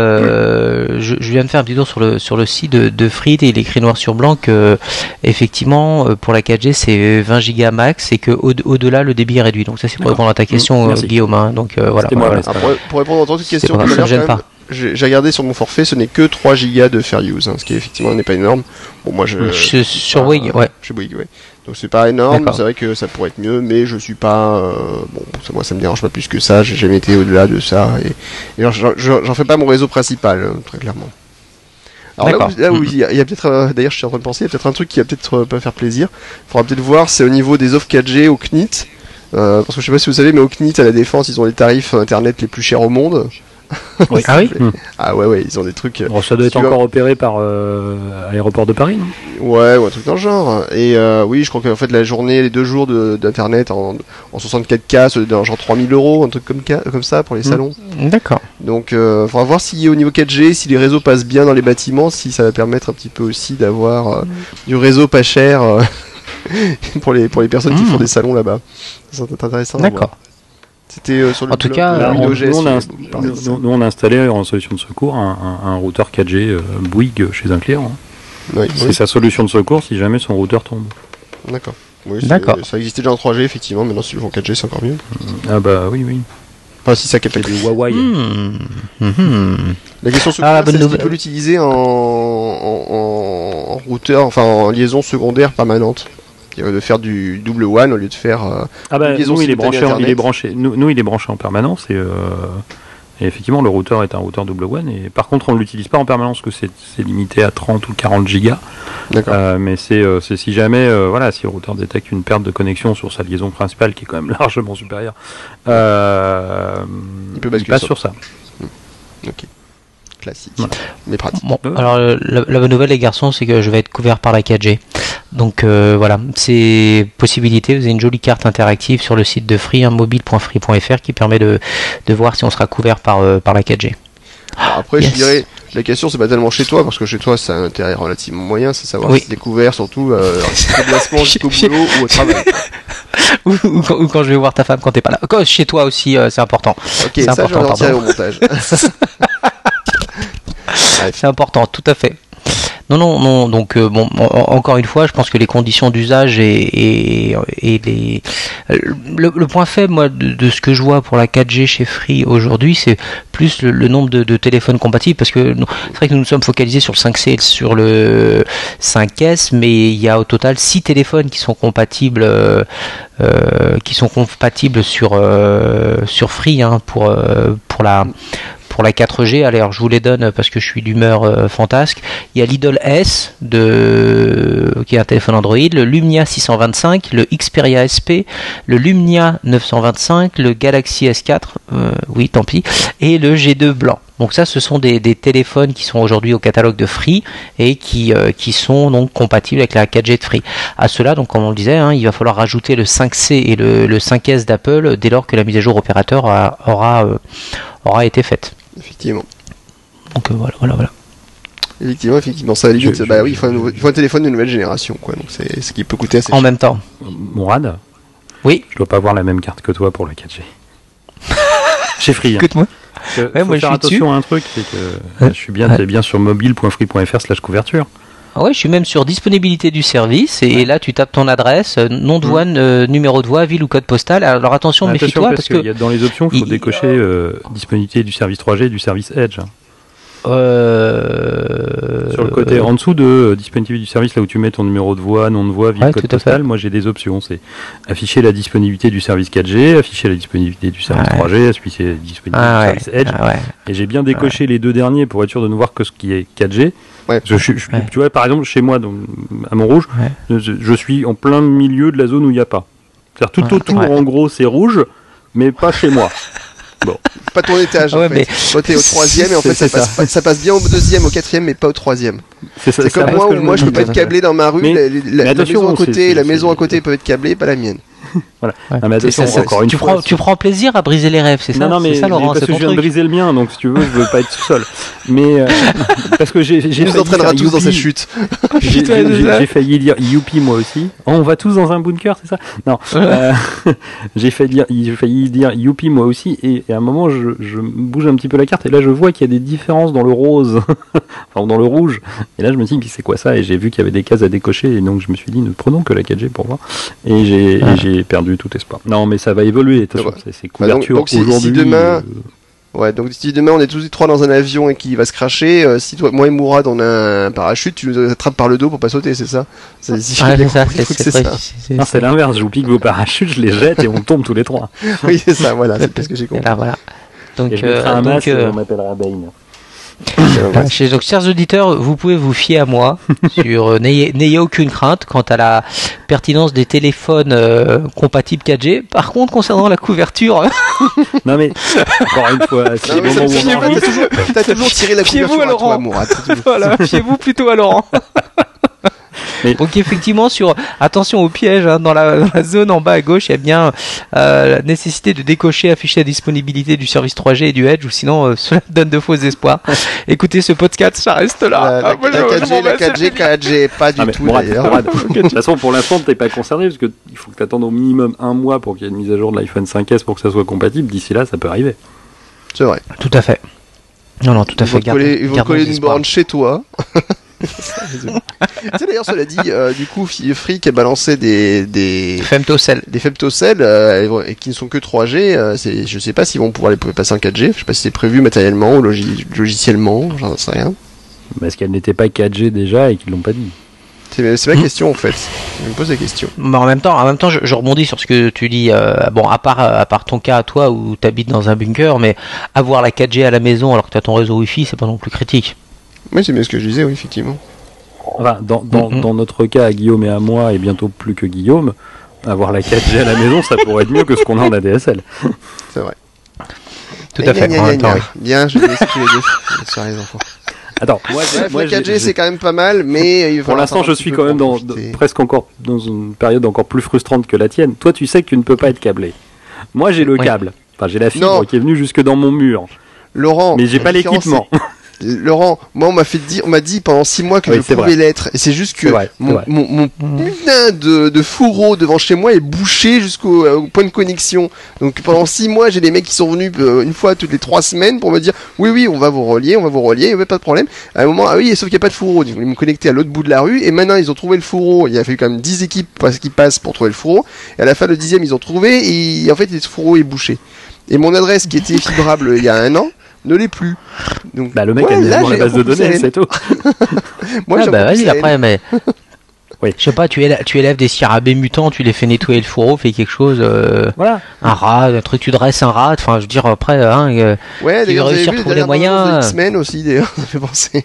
euh, je, je viens de faire un petit tour sur le, sur le site de, de Free et il est écrit noir sur blanc que, effectivement, pour la quatre G, c'est vingt gigas max et que au, au-delà, le débit est réduit. Donc, ça, c'est pour D'accord. répondre à ta question, mmh, Guillaume. Hein. Donc, euh, voilà. Moi, voilà. Alors, pour, pour répondre à ton autre question, ça ne gêne pas. J'ai, j'ai regardé sur mon forfait, ce n'est que trois gigas de fair use, hein, ce qui effectivement n'est pas énorme. Bon, moi, je, je sur Bouygues, ouais. Chez Bouygues, ouais. Donc c'est pas énorme. D'accord. C'est vrai que ça pourrait être mieux, mais je suis pas. Euh, bon, ça, moi, ça me dérange pas plus que ça. J'ai jamais été au-delà de ça, et, et alors, j'en, j'en fais pas mon réseau principal, euh, très clairement. Alors D'accord. là où, là où il y a, il y a peut-être, euh, d'ailleurs, je suis en train de penser, il y a peut-être un truc qui va peut-être euh, pas faire plaisir. Il faudra peut-être voir, c'est au niveau des offres quatre G au C N I T. Euh, parce que je sais pas si vous savez, mais au C N I T à la Défense, ils ont les tarifs internet les plus chers au monde. Oui. Ah oui. Ah ouais ouais, ils ont des trucs. Bon, ça doit être encore vas... opéré par euh, Aéroport de Paris, non? Ouais, ou un truc dans le genre. Et euh, oui, je crois qu'en fait la journée, les deux jours de, d'internet en, en soixante-quatre K, c'est dans genre trois mille euros, un truc comme, comme ça pour les salons. Mmh. D'accord. Donc, euh, faudra voir si au niveau quatre G, si les réseaux passent bien dans les bâtiments, si ça va permettre un petit peu aussi d'avoir euh, mmh. du réseau pas cher euh, pour les pour les personnes mmh. qui font des salons là-bas. Ça va être intéressant. D'accord. C'était euh, sur le en tout cas, là, on, nous, on a inst- nous, nous on a installé en solution de secours un, un, un routeur quatre G euh, Bouygues chez un client. Hein. Oui, c'est oui. sa solution de secours si jamais son routeur tombe. D'accord. Oui, D'accord. Ça existait déjà en trois G effectivement, maintenant si le font quatre G c'est encore mieux. Ah bah oui oui. Enfin si ça capte des Huawei. Mmh. Mmh. La question secondaire, ah, c'est est-ce qu'il peut l'utiliser en, en, en, en routeur, enfin en liaison secondaire permanente, de faire du double WAN au lieu de faire euh, ah bah, nous il est branché en, il est branché nous, nous il est branché en permanence et, euh, et effectivement le routeur est un routeur double WAN et par contre on ne l'utilise pas en permanence parce que c'est, c'est limité à trente ou quarante gigas. D'accord. Euh, mais c'est, euh, c'est si jamais euh, voilà si le routeur détecte une perte de connexion sur sa liaison principale qui est quand même largement supérieure euh, il, peut il passe sur ça. Mmh. Ok. Classique, voilà. Mais pratique. Bon, alors la, la bonne nouvelle les garçons, c'est que je vais être couvert par la quatre G. Donc euh, voilà, c'est possibilité. Vous avez une jolie carte interactive sur le site de Free, hein, mobile point free point f r, qui permet de, de voir si on sera couvert par, euh, par la quatre G. Alors après, yes. Je dirais, la question c'est pas tellement chez toi, parce que chez toi c'est un intérêt relativement moyen, c'est savoir oui. si t'es couvert, surtout euh, en déplacement jusqu'au boulot ou au travail. ou, ou, quand, ou quand je vais voir ta femme quand t'es pas là. Quand, chez toi aussi, euh, c'est important. Ok, c'est ça important, je vais en tirer au montage. C'est important, tout à fait. Non, non, non. Donc, euh, bon, en, encore une fois, je pense que les conditions d'usage et, et, et les le, le point faible, moi, de, de ce que je vois pour la quatre G chez Free aujourd'hui, c'est plus le, le nombre de, de téléphones compatibles, parce que nous, c'est vrai que nous nous sommes focalisés sur le cinq C et sur le cinq S, mais il y a au total six téléphones qui sont compatibles, euh, euh, qui sont compatibles sur euh, sur Free, hein, pour euh, pour la pour la quatre G. Allez, alors je vous les donne parce que je suis d'humeur euh, fantasque. Il y a l'Idol S de qui est un téléphone Android, le Lumia six cent vingt-cinq, le Xperia S P, le Lumia neuf cent vingt-cinq, le Galaxy S quatre, euh, oui tant pis, et le G deux blanc. Donc ça, ce sont des, des téléphones qui sont aujourd'hui au catalogue de Free et qui, euh, qui sont donc compatibles avec la quatre G de Free. À cela, donc comme on le disait, hein, il va falloir rajouter le cinq C et le, le cinq S d'Apple dès lors que la mise à jour opérateur a, aura, euh, aura été faite. Effectivement. Donc euh, voilà, voilà, voilà. Effectivement, effectivement, ça à la limite, je, bah je, oui, il faut, un nouveau, il faut un téléphone de nouvelle génération, quoi. Donc c'est ce qui peut coûter assez en cher. même temps. Mourad. Oui. Je dois pas avoir la même carte que toi pour le quatre G. Chez Free. Écoute-moi. Euh, ouais, faut moi faire je suis attention dessus. À un truc, c'est que ouais. je suis bien, ouais. bien sur mobile point free point f r slash couverture. Ah ouais, je suis même sur disponibilité du service, et ouais. là tu tapes ton adresse, nom de voie, mmh. euh, numéro de voie, ville ou code postal. Alors attention, attention méfie-toi parce, parce que, que... que y a dans les options, il faut il... décocher euh, disponibilité du service trois G et du service Edge. Euh... Sur le côté euh... en dessous de euh, disponibilité du service, là où tu mets ton numéro de voie, nom de voie, ville, ouais, code postal, moi j'ai des options, c'est afficher la disponibilité du service quatre G, afficher la disponibilité du service ouais. trois G, afficher la disponibilité ah, du ouais. service Edge, ah, ouais. et j'ai bien décoché ouais. les deux derniers pour être sûr de ne voir que ce qui est quatre G. Ouais. Je, je, je, ouais. Tu vois, par exemple, chez moi, donc, à Montrouge, ouais. je, je suis en plein milieu de la zone où il n'y a pas. C'est-à-dire tout ouais. autour, ouais. en gros, c'est rouge, mais pas chez moi. Bon. Pas ton étage, ouais, en fait. Mais... Toi, t'es au troisième, et en fait, ça, ça. Passe, ça passe bien au deuxième, au quatrième, mais pas au troisième. C'est, ça, c'est comme moi, où moi, je peux pas être câblé dans ma rue, mais, la, la, la maison à côté, c'est, c'est, la maison à côté peut être câblée, pas la mienne. Voilà. Ouais. Non, mais attention, ça, encore ça, une tu fois. Prends, tu prends plaisir à briser les rêves, c'est ça? Non, non, mais c'est ça, Laurent, parce c'est que je viens truc. de briser le mien, donc si tu veux, je veux pas être tout seul. Mais euh, parce que j'ai, j'ai nous entraînera tous dans sa chute. J'ai, j'ai, j'ai, j'ai failli dire youpi moi aussi. Oh, on va tous dans un bunker, c'est ça? Non. euh, j'ai failli dire, j'ai failli dire youpi moi aussi, et, et à un moment, je, je bouge un petit peu la carte, et là, je vois qu'il y a des différences dans le rose, enfin dans le rouge. Et là, je me dis, c'est quoi ça? Et j'ai vu qu'il y avait des cases à décocher, et donc je me suis dit, ne prenons que la quatre G pour voir. Et j'ai, ah. et j'ai perdu tout espoir. Non, mais ça va évoluer. Attention, c'est, c'est couverture bah donc, donc, aujourd'hui. Si demain, euh... ouais, donc si demain on est tous les trois dans un avion et qu'il va se cracher, euh, si toi, moi et Mourad on a un parachute, tu nous attrapes par le dos pour pas sauter, c'est ça? C'est, si ouais, c'est, ça, c'est, c'est, c'est ça. C'est, non, c'est l'inverse. Je vous pique vos parachutes, je les jette et on tombe tous les trois. Oui, c'est ça. Voilà, c'est ce que j'ai compris. Là, voilà. Donc, et je mettrai euh, un masque euh... et on m'appellera Bane. Donc, chers auditeurs, vous pouvez vous fier à moi sur euh, n'ayez, n'ayez aucune crainte quant à la pertinence des téléphones euh, compatibles quatre G. Par contre, concernant la couverture, non mais encore une fois, c'est non, le moment où on t'as toujours, t'as toujours tiré la couverture à, à toi, Mourad. Voilà, fiez-vous plutôt à Laurent. Mais... Donc effectivement, sur attention au piège, hein, dans, la, dans la zone en bas à gauche, il y a bien euh, la nécessité de décocher, afficher la disponibilité du service trois G et du Edge, ou sinon euh, cela donne de faux espoirs. Écoutez, ce podcast, ça reste là. La, la, ah, moi, la, quatre G, la quatre G, quatre G, pas du ah, tout Mourad, d'ailleurs. Mourad, de toute façon, pour l'instant, t'es pas concerné, parce qu'il faut que tu attendes au minimum un mois pour qu'il y ait une mise à jour de l'iPhone cinq S pour que ça soit compatible. D'ici là, ça peut arriver. C'est vrai. Tout à fait. Non, non, tout à ils fait. Vont coller, ils vont coller une borne chez toi. Tu sais d'ailleurs, cela dit, euh, du coup, Free qui a balancé des des femtocell, des femtocell euh, et qui ne sont que trois G. Euh, c'est, je sais pas s'ils vont pouvoir les passer en quatre G. Je sais pas si c'est prévu matériellement ou logi- logiciellement. J'en sais rien. Parce qu'elles n'étaient pas quatre G déjà et qu'ils l'ont pas dit. C'est, c'est ma question en fait. Je me pose la question. Mais en même temps, en même temps, je, je rebondis sur ce que tu dis. Euh, bon, à part à part ton cas à toi où tu habites dans un bunker, mais avoir la quatre G à la maison alors que tu as ton réseau Wi-Fi, c'est pas non plus critique. Oui, c'est bien ce que je disais, oui, effectivement. Enfin, dans, dans, mm-hmm. dans notre cas, à Guillaume et à moi, et bientôt plus que Guillaume, avoir la quatre G à la maison, ça pourrait être mieux que ce qu'on a en A D S L. C'est vrai. Tout à fait. Gna, gna, gna, oui. Bien, je vais expliquer les deux. Soirée, les enfants. Attends, moi, Bref, moi la quatre G j'ai, c'est quand même pas mal, mais il pour l'instant, je suis quand même dans, dans, presque encore dans une période encore plus frustrante que la tienne. Toi, tu sais que tu ne peux pas être câblé. Moi, j'ai le oui. câble. Enfin, j'ai la fibre non. qui est venue jusque dans mon mur. Laurent, mais j'ai pas l'équipement. Laurent, moi on m'a fait dire, on m'a dit pendant six mois que oui, je pouvais vrai. l'être, et c'est juste que c'est vrai, mon, c'est mon, mon putain de, de fourreau devant chez moi est bouché jusqu'au euh, point de connexion. Donc pendant six mois, j'ai des mecs qui sont venus euh, une fois toutes les trois semaines pour me dire oui oui, on va vous relier, on va vous relier, ouais, pas de problème. À un moment, ah oui, sauf qu'il n'y a pas de fourreau. Ils voulaient me connecter à l'autre bout de la rue, et maintenant ils ont trouvé le fourreau. Il a fallu quand même dix équipes qui passent pour trouver le fourreau, et à la fin le dixième ils ont trouvé, et en fait le fourreau est bouché. Et mon adresse qui était fibrable il y a un an ne l'est plus. Donc, bah, le mec ouais, a mis la base de données, c'est tout. Moi, ah bah vas-y, après, mais... Oui. Je sais pas, tu, élèves, tu élèves des scarabées mutants, tu les fais nettoyer le fourreau, fais quelque chose, euh, voilà. Un rat, un truc, tu dresses un rat, enfin, je veux dire, après, hein, euh, ouais, tu veux réussir à trouver les moyens. De X-Men aussi, d'ailleurs, ça fait penser.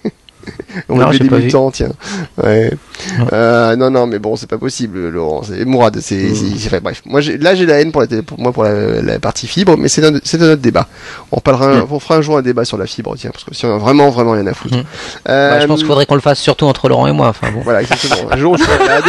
On non, a vu des mutants, tiens. Ouais. Non. Euh, non, non, mais bon, c'est pas possible, Laurent. C'est Mourad, c'est, mmh. c'est, c'est, bref. Moi, j'ai, là, j'ai la haine pour la, pour moi, pour la, la partie fibre, mais c'est un, c'est un autre débat. On parlera, mmh. on fera un jour un débat sur la fibre, tiens, parce que si on a vraiment, vraiment rien à foutre. Mmh. Euh, bah, je pense qu'il faudrait qu'on le fasse surtout entre Laurent et moi, enfin bon. Voilà, exactement. Un jour, je ferai la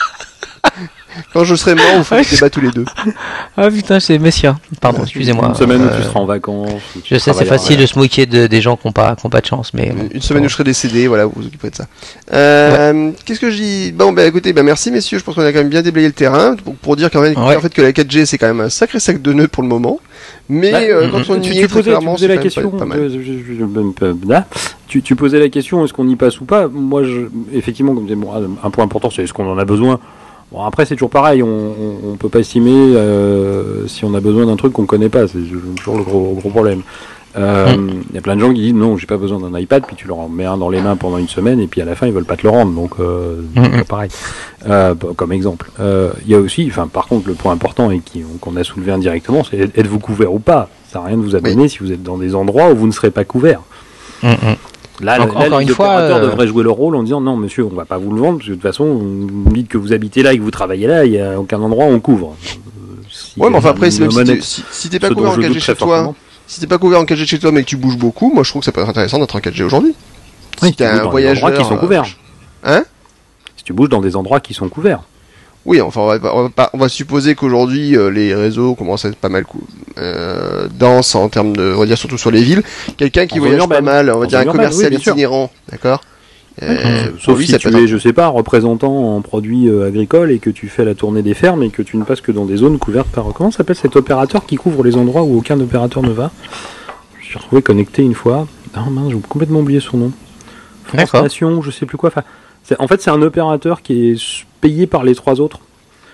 Quand je serai mort, on fera le débat tous les deux. Ah putain, c'est messia. Pardon, excusez-moi. Une semaine euh, où tu seras en vacances. Je sais, c'est facile de se moquer de, des gens qui n'ont pas, qui ont pas de chance, mais. Une, une semaine bon. où je serai décédé, voilà, vous vous occuperez de ça. Euh, ouais. Qu'est-ce que je dis? Bon, bah écoutez, bah merci messieurs, je pense qu'on a quand même bien déblayé le terrain pour, pour dire quand même, ouais. en fait que la quatre G c'est quand même un sacré sac de nœuds pour le moment. Mais bah, euh, quand on y tu, est, tu posais, clairement, tu posais c'est la question. pas, pas mal. Je, je, je, je, là, tu, tu posais la question, est-ce qu'on y passe ou pas? Moi, je, effectivement, comme bon, un point important, c'est est-ce qu'on en a besoin? Bon, après, c'est toujours pareil, on, on, on peut pas estimer euh, si on a besoin d'un truc qu'on connaît pas, c'est toujours le gros, gros problème. Il euh, mm. y a plein de gens qui disent non, j'ai pas besoin d'un iPad, puis tu leur en mets un dans les mains pendant une semaine, et puis à la fin ils veulent pas te le rendre, donc euh, mm. c'est pareil. Euh, comme exemple. Il euh, y a aussi, enfin par contre le point important et qui, qu'on a soulevé indirectement, c'est êtes-vous couvert ou pas? Ça sert à rien de vous abonner oui. si vous êtes dans des endroits où vous ne serez pas couvert. Mm. Là, donc, là, les opérateurs euh... devraient jouer leur rôle en disant non monsieur, on va pas vous le vendre, parce que de toute façon, vous me dites que vous habitez là et que vous travaillez là, il y a aucun endroit où on couvre. Si ouais, mais enfin après, c'est même si, t'es, si, si t'es pas couvert en quatre G chez toi. Si t'es pas couvert en quatre G chez toi mais que tu bouges beaucoup, moi je trouve que ça peut être intéressant d'être en quatre G aujourd'hui. Oui, si t'as un voyageur qui sont couverts. Hein? Si tu bouges dans des endroits qui sont couverts. Oui, enfin on va, on va, pas, on va supposer qu'aujourd'hui euh, les réseaux commencent à être pas mal euh, denses en termes de, on va dire surtout sur les villes. Quelqu'un qui en voyage pas mal, on va dire un commercial oui, itinérant, d'accord? Euh, mmh. Sauf oui, si tu es, je sais pas, représentant en produits euh, agricoles et que tu fais la tournée des fermes et que tu ne passes que dans des zones couvertes par... Comment s'appelle cet opérateur qui couvre les endroits où aucun opérateur ne va? Je suis retrouvé connecté une fois. Ah mince, j'ai complètement oublié son nom. France Nation, je sais plus quoi. Enfin, c'est, en fait, c'est un opérateur qui est payé par les trois autres.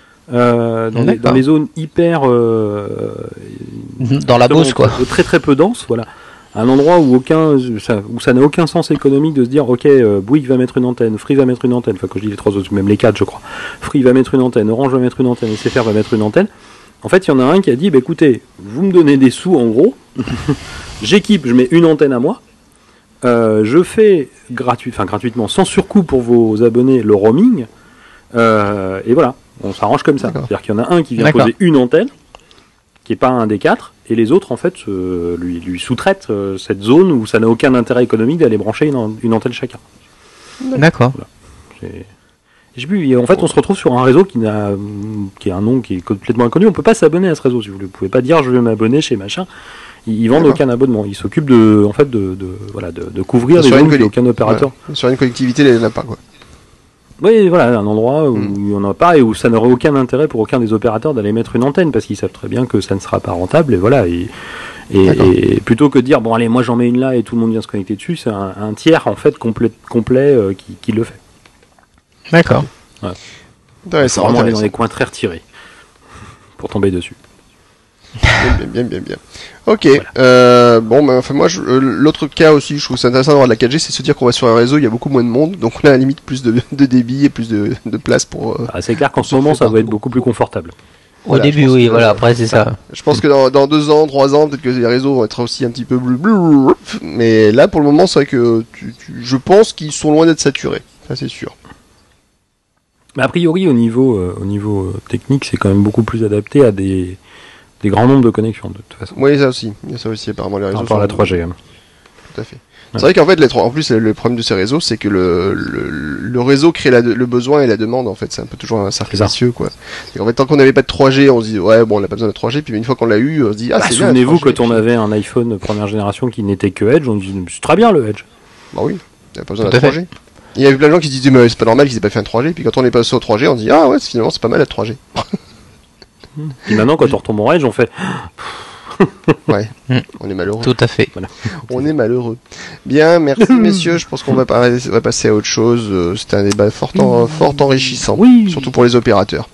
Euh, dans, les, dans les zones hyper... Euh, dans la Beauce, quoi. Très très peu dense, voilà. Un endroit où aucun, ça, où ça n'a aucun sens économique de se dire ok, euh, Bouygues va mettre une antenne, Free va mettre une antenne, enfin quand je dis les trois autres, même les quatre je crois, Free va mettre une antenne, Orange va mettre une antenne, S F R va mettre une antenne. En fait il y en a un qui a dit bah écoutez, vous me donnez des sous en gros, j'équipe, je mets une antenne à moi, euh, je fais gratuit, enfin gratuitement, sans surcoût pour vos abonnés le roaming, euh, et voilà, on s'arrange comme ça. D'accord. C'est-à-dire qu'il y en a un qui vient D'accord. poser une antenne, qui est pas un des quatre. Et les autres, en fait, euh, lui, lui sous-traitent euh, cette zone où ça n'a aucun intérêt économique d'aller brancher une, une antenne chacun. D'accord. Voilà. C'est... J'ai vu, en fait, on se retrouve sur un réseau qui n'a, qui a un nom qui est complètement inconnu. On peut pas s'abonner à ce réseau, si vous voulez. Vous pouvez pas dire je vais m'abonner chez machin. Ils, ils vendent D'accord. aucun abonnement. Ils s'occupent de, en fait, de, de voilà, de, de couvrir les zones où aucun opérateur. Ouais. Sur une collectivité, il n'y en a pas, quoi. Oui, voilà, un endroit où mmh. il n'y en a pas et où ça n'aurait aucun intérêt pour aucun des opérateurs d'aller mettre une antenne parce qu'ils savent très bien que ça ne sera pas rentable et voilà. Et, et, et plutôt que de dire bon allez, moi j'en mets une là et tout le monde vient se connecter dessus, c'est un, un tiers en fait complet, complet euh, qui, qui le fait. D'accord. Ouais. Ouais, c'est vraiment aller dans des coins très retirés pour tomber dessus. Bien, bien, bien, bien. Ok. Voilà. Euh, bon, ben, enfin, moi, je, euh, l'autre cas aussi, je trouve ça intéressant d'avoir de la quatre G, c'est de se dire qu'on va sur un réseau, il y a beaucoup moins de monde, donc on a à la limite plus de, de débit et plus de, de place pour. Euh, ah, c'est clair qu'en ce moment, ça va être beaucoup plus confortable. Voilà, Au début, oui, que, voilà. Euh, après, c'est ça. ça. Je pense que dans, dans deux ans, trois ans, peut-être que les réseaux vont être aussi un petit peu bleu, bleu, mais là, pour le moment, c'est vrai que tu, tu, je pense qu'ils sont loin d'être saturés. Ça, c'est sûr. Mais a priori, au niveau, euh, au niveau euh, technique, c'est quand même beaucoup plus adapté à des. Des grands nombres de connexions, de toute façon. Oui, ça aussi. Il y a ça aussi, apparemment, les réseaux. Par la trois G. Hein. Tout à fait. Ouais. C'est vrai qu'en fait, les trois... en plus, le problème de ces réseaux, c'est que le, le, le réseau crée la de... le besoin et la demande, en fait. C'est un peu toujours un cercle vicieux, quoi. Et en fait, tant qu'on n'avait pas de trois G, on se dit, ouais, bon, on n'a pas besoin de trois G, puis une fois qu'on l'a eu, on se dit, ah, bah, c'est bien. Souvenez-vous, quand on avait un iPhone première génération qui n'était que Edge, on dit, c'est très bien le Edge. Bah oui, il n'y a pas besoin de trois G. Il y avait plein de gens qui se disaient, mais c'est pas normal qu'ils aient pas fait un trois G, puis quand on est passé au trois G, on se dit, ah ouais, finalement, c'est pas mal la trois G. Et maintenant, quand on retombe en Edge, on fait. Ouais, on est malheureux. Tout à fait. Voilà. On est malheureux. Bien, merci messieurs. Je pense qu'on va, pas, on va passer à autre chose. C'était un débat fort, en, fort enrichissant. Oui. Surtout pour les opérateurs.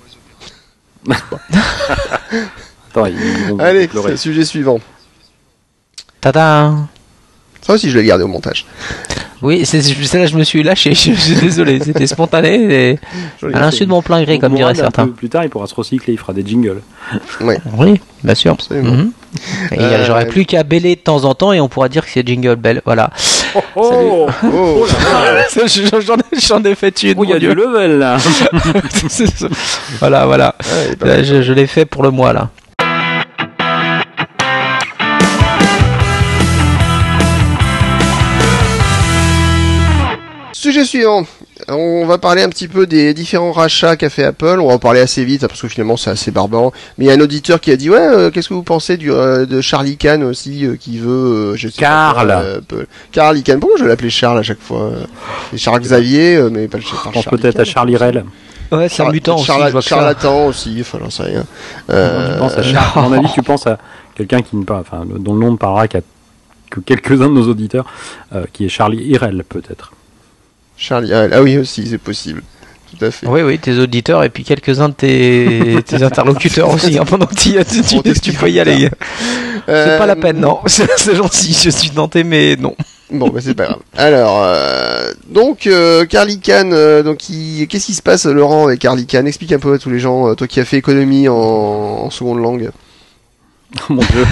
Attends, ils Allez, c'est le sujet suivant. Tada. Ça aussi, je l'ai gardé au montage. Oui, c'est, c'est là je me suis lâché, je suis désolé, c'était spontané et à l'insu de mon plein gré, comme diraient certains. Plus tard, il pourra se recycler, il fera des jingles. Oui, oui, bien sûr. Mm-hmm. Et euh... j'aurais plus qu'à bêler de temps en temps et on pourra dire que c'est Jingle Bell, voilà. Oh, oh, oh j'en, ai, j'en ai fait une. Oh, il y a du level là. Voilà, voilà. Ouais, là, je, je l'ai fait pour le mois là. Sujet suivant. On va parler un petit peu des différents rachats qu'a fait Apple. On va en parler assez vite parce que finalement c'est assez barbant. Mais il y a un auditeur qui a dit ouais, euh, qu'est-ce que vous pensez du euh, de Charlie Kahn aussi euh, qui veut euh, je sais Carl. Pas, euh, Carl Kahn. Pourquoi je l'appelais Charles à chaque fois C'est Charles Xavier, euh, mais pas le Charles. Je pense peut-être Kahn. À Charlie Rell. Ouais, c'est un mutant aussi. Charla- charlatan aussi. Enfin, j'en sais rien. Euh... Tu penses à Charles. À mon avis, tu penses à quelqu'un qui ne pas, enfin, dont le nom ne parlera qu'à que quelques-uns de nos auditeurs, euh, qui est Charlie Irel peut-être. Charlie, ah oui aussi, c'est possible. Tout à fait. Oui, oui, tes auditeurs et puis quelques-uns de tes, tes interlocuteurs aussi, hein, pendant que tu, tu, tu, tu peux y aller. Euh... C'est pas la peine, non. C'est, c'est gentil, je suis tenté, mais non. Bon, bah c'est pas grave. Alors, euh, donc, euh, Carly Kahn, euh, donc, il... qu'est-ce qui se passe, Laurent, avec Carly Kahn? Explique un peu à tous les gens, euh, toi qui as fait économie en, en seconde langue. Oh mon dieu.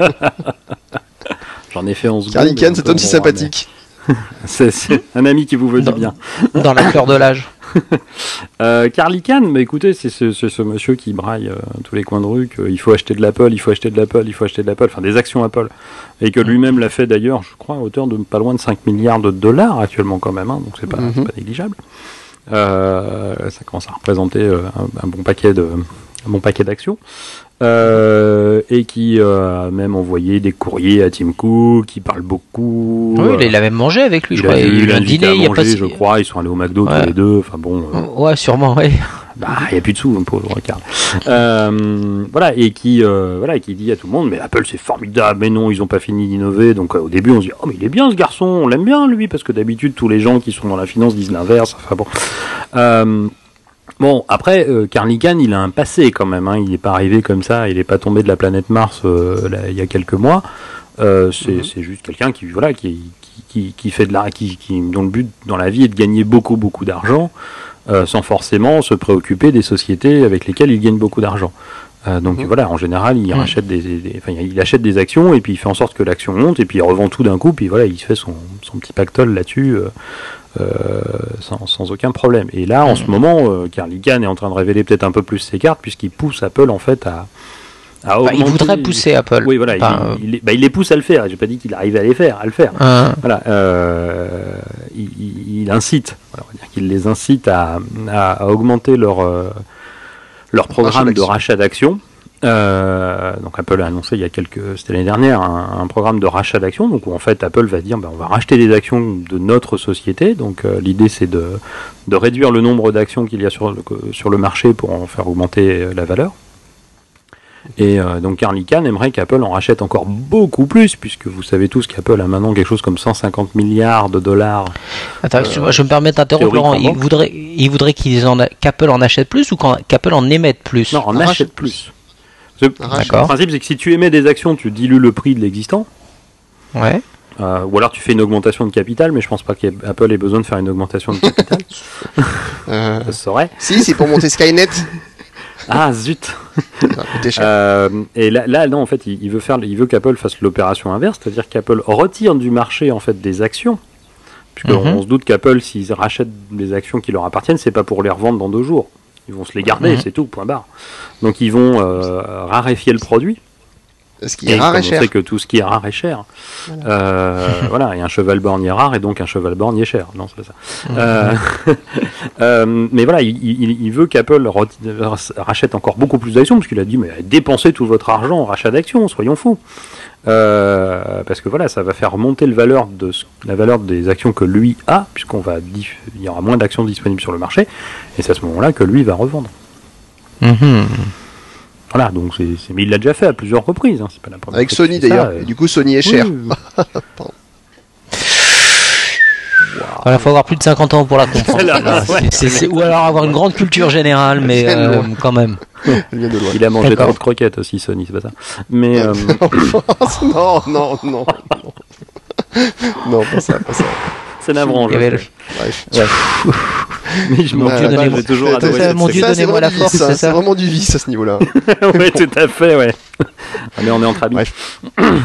J'en ai fait en seconde. Carly Kahn, cet homme si sympathique. c'est, c'est un ami qui vous veut dans, du bien. Dans la fleur de l'âge. euh, Carly Kahn, bah écoutez, c'est ce, c'est ce monsieur qui braille euh, tous les coins de rue qu'il faut acheter de l'Apple, il faut acheter de l'Apple, il faut acheter de l'Apple, enfin des actions Apple, et que lui-même l'a fait d'ailleurs, je crois, à hauteur de pas loin de cinq milliards de dollars actuellement quand même, hein, donc c'est pas, mm-hmm. c'est pas négligeable. Euh, ça commence à représenter euh, un, un bon paquet de, un bon paquet d'actions. Euh, et qui euh, a même envoyé des courriers à Tim Cook, qui parle beaucoup. Oui, euh, il a même mangé avec lui, je il crois. A, il, il a un dîner, il y a manger, pas si... je crois. Ils sont allés au McDo ouais. tous les deux. Enfin bon. Euh... Ouais, sûrement, ouais. Bah, il y a plus de sous, un pauvre Ricard. euh, voilà, et qui, euh, voilà, qui dit à tout le monde, mais Apple c'est formidable, mais non, ils ont pas fini d'innover. Donc euh, au début, on se dit, oh mais il est bien ce garçon, on l'aime bien lui, parce que d'habitude tous les gens qui sont dans la finance disent l'inverse. Enfin bon. Euh, Bon, après, euh, Carly Kahn, il a un passé quand même, hein. Il n'est pas arrivé comme ça, il n'est pas tombé de la planète Mars euh, là, il y a quelques mois. Euh, c'est, mm-hmm. c'est juste quelqu'un qui, voilà, qui, qui, qui fait de la, qui, qui, dont le but dans la vie est de gagner beaucoup, beaucoup d'argent, euh, sans forcément se préoccuper des sociétés avec lesquelles il gagne beaucoup d'argent. Euh, donc mmh. voilà, en général, il mmh. rachète des, des, enfin, il achète des actions et puis il fait en sorte que l'action monte et puis il revend tout d'un coup, puis voilà, il se fait son, son petit pactole là-dessus euh, euh, sans, sans aucun problème. Et là, en mmh. ce moment, euh, Carly Kahn est en train de révéler peut-être un peu plus ses cartes puisqu'il pousse Apple en fait à, à bah, il voudrait pousser Apple. Oui, voilà, enfin, il, il, bah, il les pousse à le faire. J'ai pas dit qu'il arrivait à les faire, à le faire. Euh... Voilà, euh, il, il, il incite, voilà, on va dire qu'il les incite à, à, à augmenter leur euh, leur programme de rachat d'actions. Euh, donc Apple a annoncé il y a quelques, c'était l'année dernière, un, un programme de rachat d'actions, donc où en fait Apple va dire, ben, on va racheter des actions de notre société. Donc euh, l'idée c'est de de réduire le nombre d'actions qu'il y a sur le, sur le marché pour en faire augmenter la valeur. Et euh, donc Carly Kahn aimerait qu'Apple en rachète encore beaucoup plus, puisque vous savez tous qu'Apple a maintenant quelque chose comme cent cinquante milliards de dollars. Attends, euh, je me permets d'interrompre Laurent, il voudrait, il voudrait qu'ils en a, qu'Apple en achète plus ou qu'Apple en émette plus? Non, en, en achète plus. plus. D'accord. Le principe c'est que si tu émets des actions, tu dilues le prix de l'existant. Ouais. Euh, ou alors tu fais une augmentation de capital, mais je pense pas qu'Apple ait besoin de faire une augmentation de capital. euh, Ça serait. Si, c'est pour monter Skynet. Ah zut. euh, et là, là, non, en fait, il, il veut faire, il veut qu'Apple fasse l'opération inverse, c'est-à-dire qu'Apple retire du marché en fait des actions, puisque mm-hmm. on, on se doute qu'Apple, s'ils rachètent des actions qui leur appartiennent, c'est pas pour les revendre dans deux jours. Ils vont se les garder, mm-hmm. c'est tout, point barre. Donc ils vont euh, raréfier le produit. Ce qui est rare et cher. On sait que tout ce qui est rare est cher. Voilà. Euh, voilà, et un cheval borgne est rare, et donc un cheval borgne est cher. Non, c'est pas ça. Mmh. Euh, euh, mais voilà, il, il, il veut qu'Apple rachète encore beaucoup plus d'actions, parce qu'il a dit, mais dépensez tout votre argent en rachat d'actions, soyons fous. Euh, parce que voilà, ça va faire monter le valeur de, la valeur des actions que lui a, puisqu'on va diff, il y aura moins d'actions disponibles sur le marché, et c'est à ce moment-là que lui va revendre. Mmh. Voilà, donc c'est, c'est, mais il l'a déjà fait à plusieurs reprises. Hein, c'est pas la première Avec Sony d'ailleurs. Ça, et... et du coup, Sony est cher. Oui, oui. Voilà, faut avoir plus de cinquante ans pour la comprendre. Là, ouais. c'est, c'est, ou alors avoir une grande culture générale, mais euh, quand même. Il a mangé D'accord. trop de croquettes aussi, Sony, c'est pas ça. Mais euh... non, non, non, non, non, pas ça, pas ça. C'est navrant. Je le... Bref. Ouais. Mais je m'en ouais, donnez j'ai toujours adoré. C'est, mon Dieu, ça, donnez-moi la force, ça, c'est, c'est ça vraiment du vice à ce niveau-là. Oui, tout à fait, ouais. Mais on est entre amis. Bref.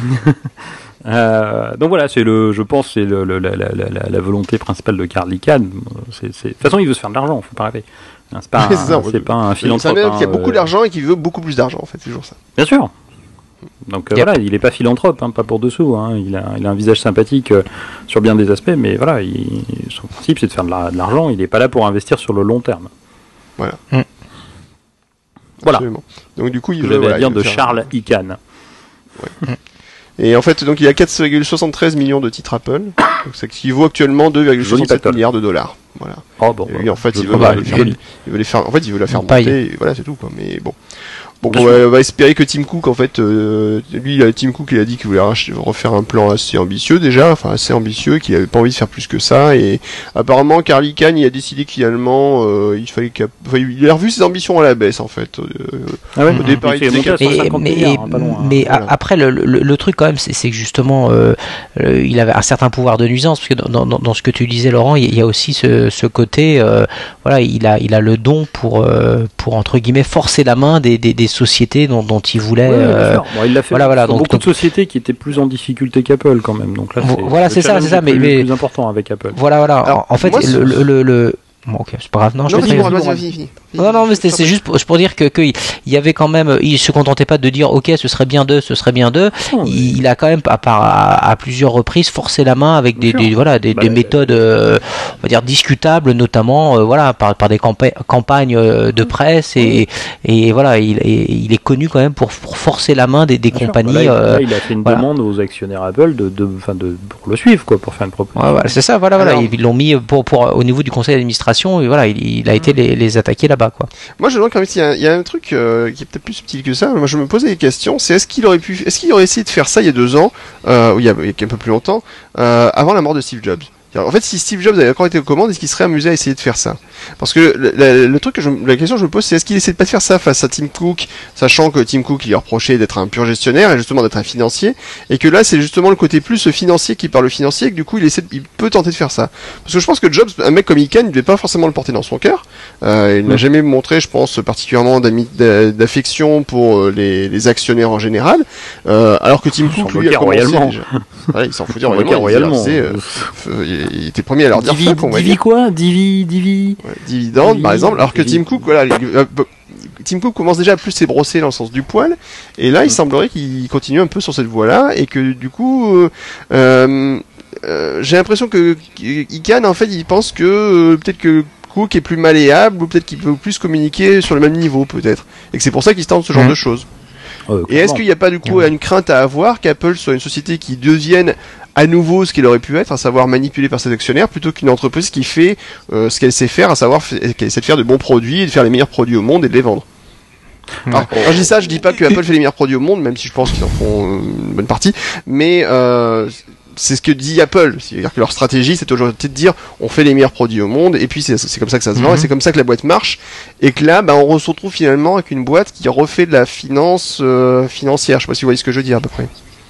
Euh, donc voilà, c'est le, je pense, c'est le, le, la, la, la, la volonté principale de Carly Kahn. C'est, c'est... De toute façon, il veut se faire de l'argent, faut pas rêver. C'est pas, un, c'est ça, c'est pas un philanthrope. C'est un mec qui a beaucoup euh... d'argent et qui veut beaucoup plus d'argent, en fait, c'est toujours ça. Bien sûr. Donc euh, yep. voilà, il n'est pas philanthrope, hein, pas pour dessous. Hein. Il, a, il a un visage sympathique euh, sur bien des aspects, mais voilà, il, son principe c'est de faire de, la, de l'argent. Il n'est pas là pour investir sur le long terme. Voilà. Mm. Voilà. Absolument. Donc du coup, il veut. veut. Je vais voilà, dire de Charles Icahn. Ouais. Et en fait, donc il y a quatre virgule soixante-treize millions de titres Apple, donc ça qui vaut actuellement deux virgule soixante-sept milliards de dollars. Voilà. Oh bon. Et lui, en fait, il veut, bah, les faire, il veut les faire. En fait, il veut la faire monter. Et voilà, c'est tout quoi. Mais bon. Bon, on va, on va espérer que Tim Cook, en fait, euh, lui, Tim Cook, il a dit qu'il voulait refaire un plan assez ambitieux déjà, enfin assez ambitieux, qu'il avait pas envie de faire plus que ça, et apparemment, Carly Khan, il a décidé que finalement, euh, il fallait qu'il, enfin, il a revu ses ambitions à la baisse, en fait. Euh, ah ouais, au départ, il disait mais, mais, milliards, hein, pas loin, mais voilà. Après, le, le, le truc quand même, c'est, c'est que justement, euh, euh, il avait un certain pouvoir de nuisance, parce que dans, dans, dans ce que tu disais, Laurent, il y a aussi ce, ce côté, euh, voilà, il a, il a le don pour, euh, pour entre guillemets, forcer la main des, des, des sociétés dont, dont il voulait. Oui, euh, bon, il l'a fait. Voilà, voilà. Donc, beaucoup donc, de sociétés qui étaient plus en difficulté qu'Apple quand même. Donc là, c'est, voilà, c'est ça, c'est ça, mais plus, mais plus important avec Apple. Voilà, voilà. Alors, en, en fait, moi, le, le, le, le Bon, ok, c'est pas grave. Non, non, je vas-y, vas-y, vas-y, vas-y, vas-y. Non, non, mais c'était, c'est juste pour, pour dire que, que il y avait quand même, il se contentait pas de dire, ok, ce serait bien deux, ce serait bien deux. Oh, mais... il, il a quand même, à, à, à plusieurs reprises, forcé la main avec des, des voilà, des, bah, des méthodes, euh, on va dire discutables, notamment, euh, voilà, par, par des campa- campagnes de presse et, et, et voilà, il, et, il est connu quand même pour, pour forcer la main des, des compagnies. Là, il, euh, là, il a fait une voilà. demande aux actionnaires Apple de, de, enfin, de, pour le suivre, quoi, pour faire une proposition. Ouais, voilà, c'est ça, voilà, Alors, voilà, ils l'ont mis pour, pour, au niveau du conseil d'administration, et voilà, il, il a été les, les attaquer là-bas, quoi. Moi, je me demande quand même s'il y a, il y a un truc euh, qui est peut-être plus subtil que ça. Moi, je me posais des questions. C'est est-ce qu'il aurait pu, est-ce qu'il aurait essayé de faire ça il y a deux ans, euh, ou il y a, il y a un peu plus longtemps, euh, avant la mort de Steve Jobs. En fait, si Steve Jobs avait encore été aux commandes, est-ce qu'il serait amusé à essayer de faire ça? Parce que le, le, le truc que je, la question que je me pose, c'est est-ce qu'il essaie de pas de faire ça face à Tim Cook, sachant que Tim Cook il lui reprochait d'être un pur gestionnaire et justement d'être un financier, et que là c'est justement le côté plus financier qui parle financier, et que du coup il essaie, de, il peut tenter de faire ça. Parce que je pense que Jobs, un mec comme Ican, il devait pas forcément le porter dans son cœur. Euh, il n'a mmh. jamais montré, je pense, particulièrement d'affection pour les, les actionnaires en général. Euh, alors que Tim Cook lui a commencé déjà. Ouais, il s'en foutait royalement. royalement. Il, euh, il, il était premier à leur dire Divi, fuck, on va Divi dire. quoi Divi, Divi ouais, Dividende, Divi, par exemple. Alors que Divi. Tim Cook, voilà, il, euh, Tim Cook commence déjà à plus s'ébrosser dans le sens du poil, et là, il mmh. semblerait qu'il continue un peu sur cette voie-là, et que du coup, euh, euh, euh, j'ai l'impression que Ican, en fait, il pense que euh, peut-être que Cook est plus malléable, ou peut-être qu'il peut plus communiquer sur le même niveau, peut-être, et que c'est pour ça qu'il se tente ce genre mmh. de choses. Euh, et est-ce qu'il n'y a pas du coup une crainte à avoir qu'Apple soit une société qui devienne à nouveau ce qu'elle aurait pu être, à savoir manipulée par ses actionnaires, plutôt qu'une entreprise qui fait euh, ce qu'elle sait faire, à savoir f- qu'elle essaie de faire de bons produits et de faire les meilleurs produits au monde et de les vendre. Alors, quand je dis ça, je dis pas que Apple fait les meilleurs produits au monde, même si je pense qu'ils en font une bonne partie, mais euh, c'est ce que dit Apple, c'est-à-dire que leur stratégie, c'est aujourd'hui de dire on fait les meilleurs produits au monde, et puis c'est, c'est comme ça que ça se vend, mm-hmm. et c'est comme ça que la boîte marche, et que là, bah, on se retrouve finalement avec une boîte qui refait de la finance euh, financière. Je sais pas si vous voyez ce que je veux dire à peu près.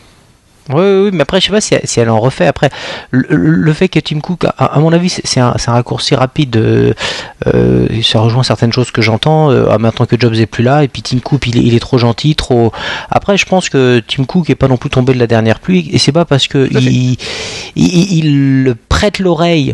Oui, oui, mais après, je sais pas si, si elle en refait. Après, le, le fait que Tim Cook, à, à mon avis, c'est, c'est, un, c'est un raccourci rapide. Euh, euh, ça rejoint certaines choses que j'entends. Euh, maintenant que Jobs est plus là, et puis Tim Cook, il, il est trop gentil, trop. Après, je pense que Tim Cook est pas non plus tombé de la dernière pluie, et c'est pas parce que il, il, il prête l'oreille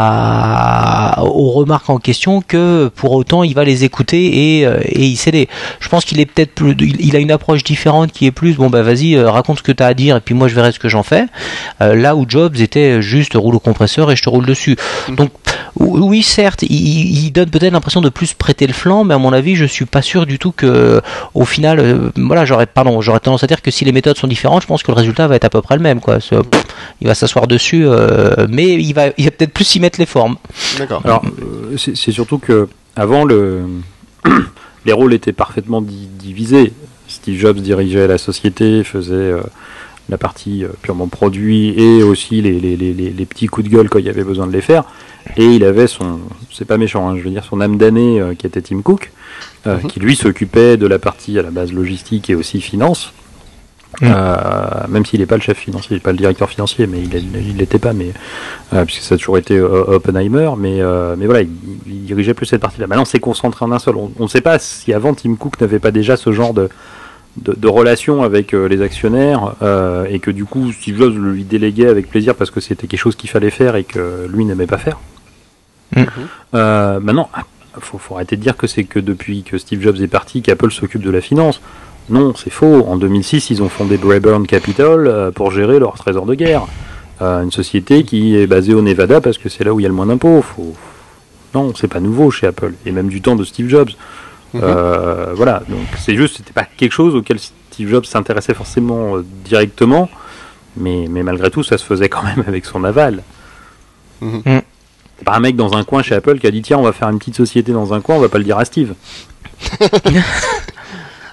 à, aux remarques en question que pour autant il va les écouter et, et y céder. Je pense qu'il est peut-être plus, il a une approche différente qui est plus bon bah vas-y raconte ce que tu as à dire et puis moi je verrai ce que j'en fais. Euh, là où Jobs était juste roule au compresseur et je te roule dessus. Mmh. Donc oui certes il, il donne peut-être l'impression de plus prêter le flanc, mais à mon avis je suis pas sûr du tout que au final euh, voilà j'aurais pardon j'aurais tendance à dire que si les méthodes sont différentes, je pense que le résultat va être à peu près le même quoi. C'est, pff, il va s'asseoir dessus euh, mais il va il va peut-être plus s'y mettre les formes. D'accord. Alors euh, c'est, c'est surtout que avant le les rôles étaient parfaitement di- divisés. Steve Jobs dirigeait la société, faisait euh, la partie euh, purement produit et aussi les, les, les, les petits coups de gueule quand il y avait besoin de les faire. Et il avait son, c'est pas méchant, hein, je veux dire son âme damnée euh, qui était Tim Cook, euh, mm-hmm. qui lui s'occupait de la partie à la base logistique et aussi finance. Mm. Euh, même s'il n'est pas le chef financier, il n'est pas le directeur financier, mais il l'était pas, mais euh, puisque ça a toujours été euh, Oppenheimer, mais euh, mais voilà, il, il dirigeait plus cette partie-là. Maintenant, c'est concentré en un seul. On ne sait pas si avant Tim Cook n'avait pas déjà ce genre de de, de relation avec euh, les actionnaires euh, et que du coup Steve Jobs lui déléguait avec plaisir parce que c'était quelque chose qu'il fallait faire et que lui n'aimait pas faire. Mm. Euh, maintenant, faut, faut arrêter de dire que c'est que depuis que Steve Jobs est parti qu'Apple s'occupe de la finance. Non, c'est faux. En deux mille six, ils ont fondé Braeburn Capital euh, pour gérer leur trésor de guerre. Euh, une société qui est basée au Nevada parce que c'est là où il y a le moins d'impôts. Faut... Non, c'est pas nouveau chez Apple. Et même du temps de Steve Jobs. Mm-hmm. Euh, voilà. Donc c'est juste, c'était pas quelque chose auquel Steve Jobs s'intéressait forcément euh, directement. Mais, mais malgré tout, ça se faisait quand même avec son aval. Mm-hmm. Mm. C'est pas un mec dans un coin chez Apple qui a dit tiens, on va faire une petite société dans un coin, on va pas le dire à Steve.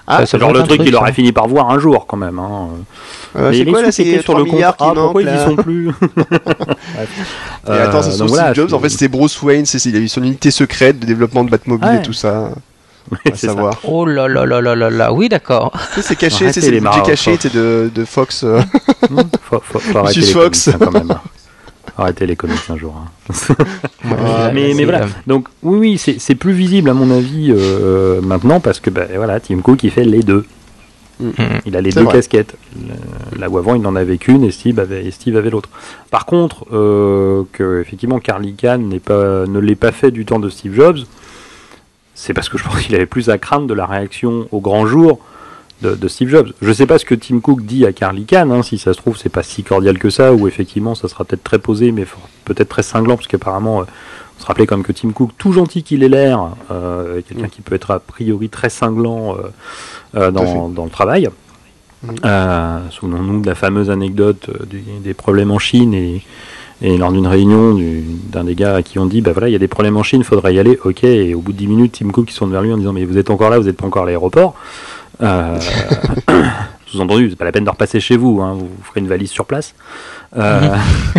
Ah, ça, ça C'est genre doit le être un truc qu'il ça. aurait fini par voir un jour quand même. Hein. Euh, Mais c'est les quoi sous là? qui étaient C'est sur trois le compte. milliards qui Ah, pourquoi manquent ils y là. sont plus? Et attends, c'est son donc Steve voilà, Jobs. je- En fait, c'était Bruce Wayne. C'est, il avait son unité secrète de développement de Batmobile Ouais. et tout ça. Ouais, On va c'est ça. savoir. Oh là là là là là là, oui d'accord. Tu sais, c'est caché, Arrêtez tu sais, c'est les le budget marins, caché Fox. tu sais, de, de Fox. euh. Mmh, faut, faut, faut arrêter Monsieur les Fox. comics, hein, quand même. Arrêtez les comics un jour. Hein. Ouais, Ah, mais, c'est, mais voilà. euh, Donc oui, oui, c'est, c'est plus visible à mon avis euh, maintenant parce que bah, voilà, Tim Cook il fait les deux. Mm. Il a les C'est deux vrai. casquettes. Le- Là où avant il n'en avait qu'une et Steve avait, et Steve avait l'autre. Par contre, euh, que effectivement Carl Icahn n'est pas, ne l'ait pas fait du temps de Steve Jobs, c'est parce que je pense qu'il avait plus à craindre de la réaction au grand jour de, de Steve Jobs. Je sais pas ce que Tim Cook dit à Carl Icahn, hein, si ça se trouve c'est pas si cordial que ça, ou effectivement ça sera peut-être très posé, mais for- peut-être très cinglant, parce qu'apparemment, euh, on se rappelait quand même que Tim Cook, tout gentil qu'il ait l'air, euh, est quelqu'un Mm. qui peut être a priori très cinglant euh, euh, Tout à dans, dans le travail. Mm. Euh, souvenons-nous de la fameuse anecdote euh, du- des problèmes en Chine et et lors d'une réunion du, d'un des gars à qui on dit bah voilà il y a des problèmes en Chine, faudrait y aller, ok, et au bout de dix minutes Tim Cook qui sont vers lui en disant mais vous êtes encore là, vous n'êtes pas encore à l'aéroport, euh, sous-entendu c'est pas la peine de repasser chez vous, hein, vous ferez une valise sur place, euh,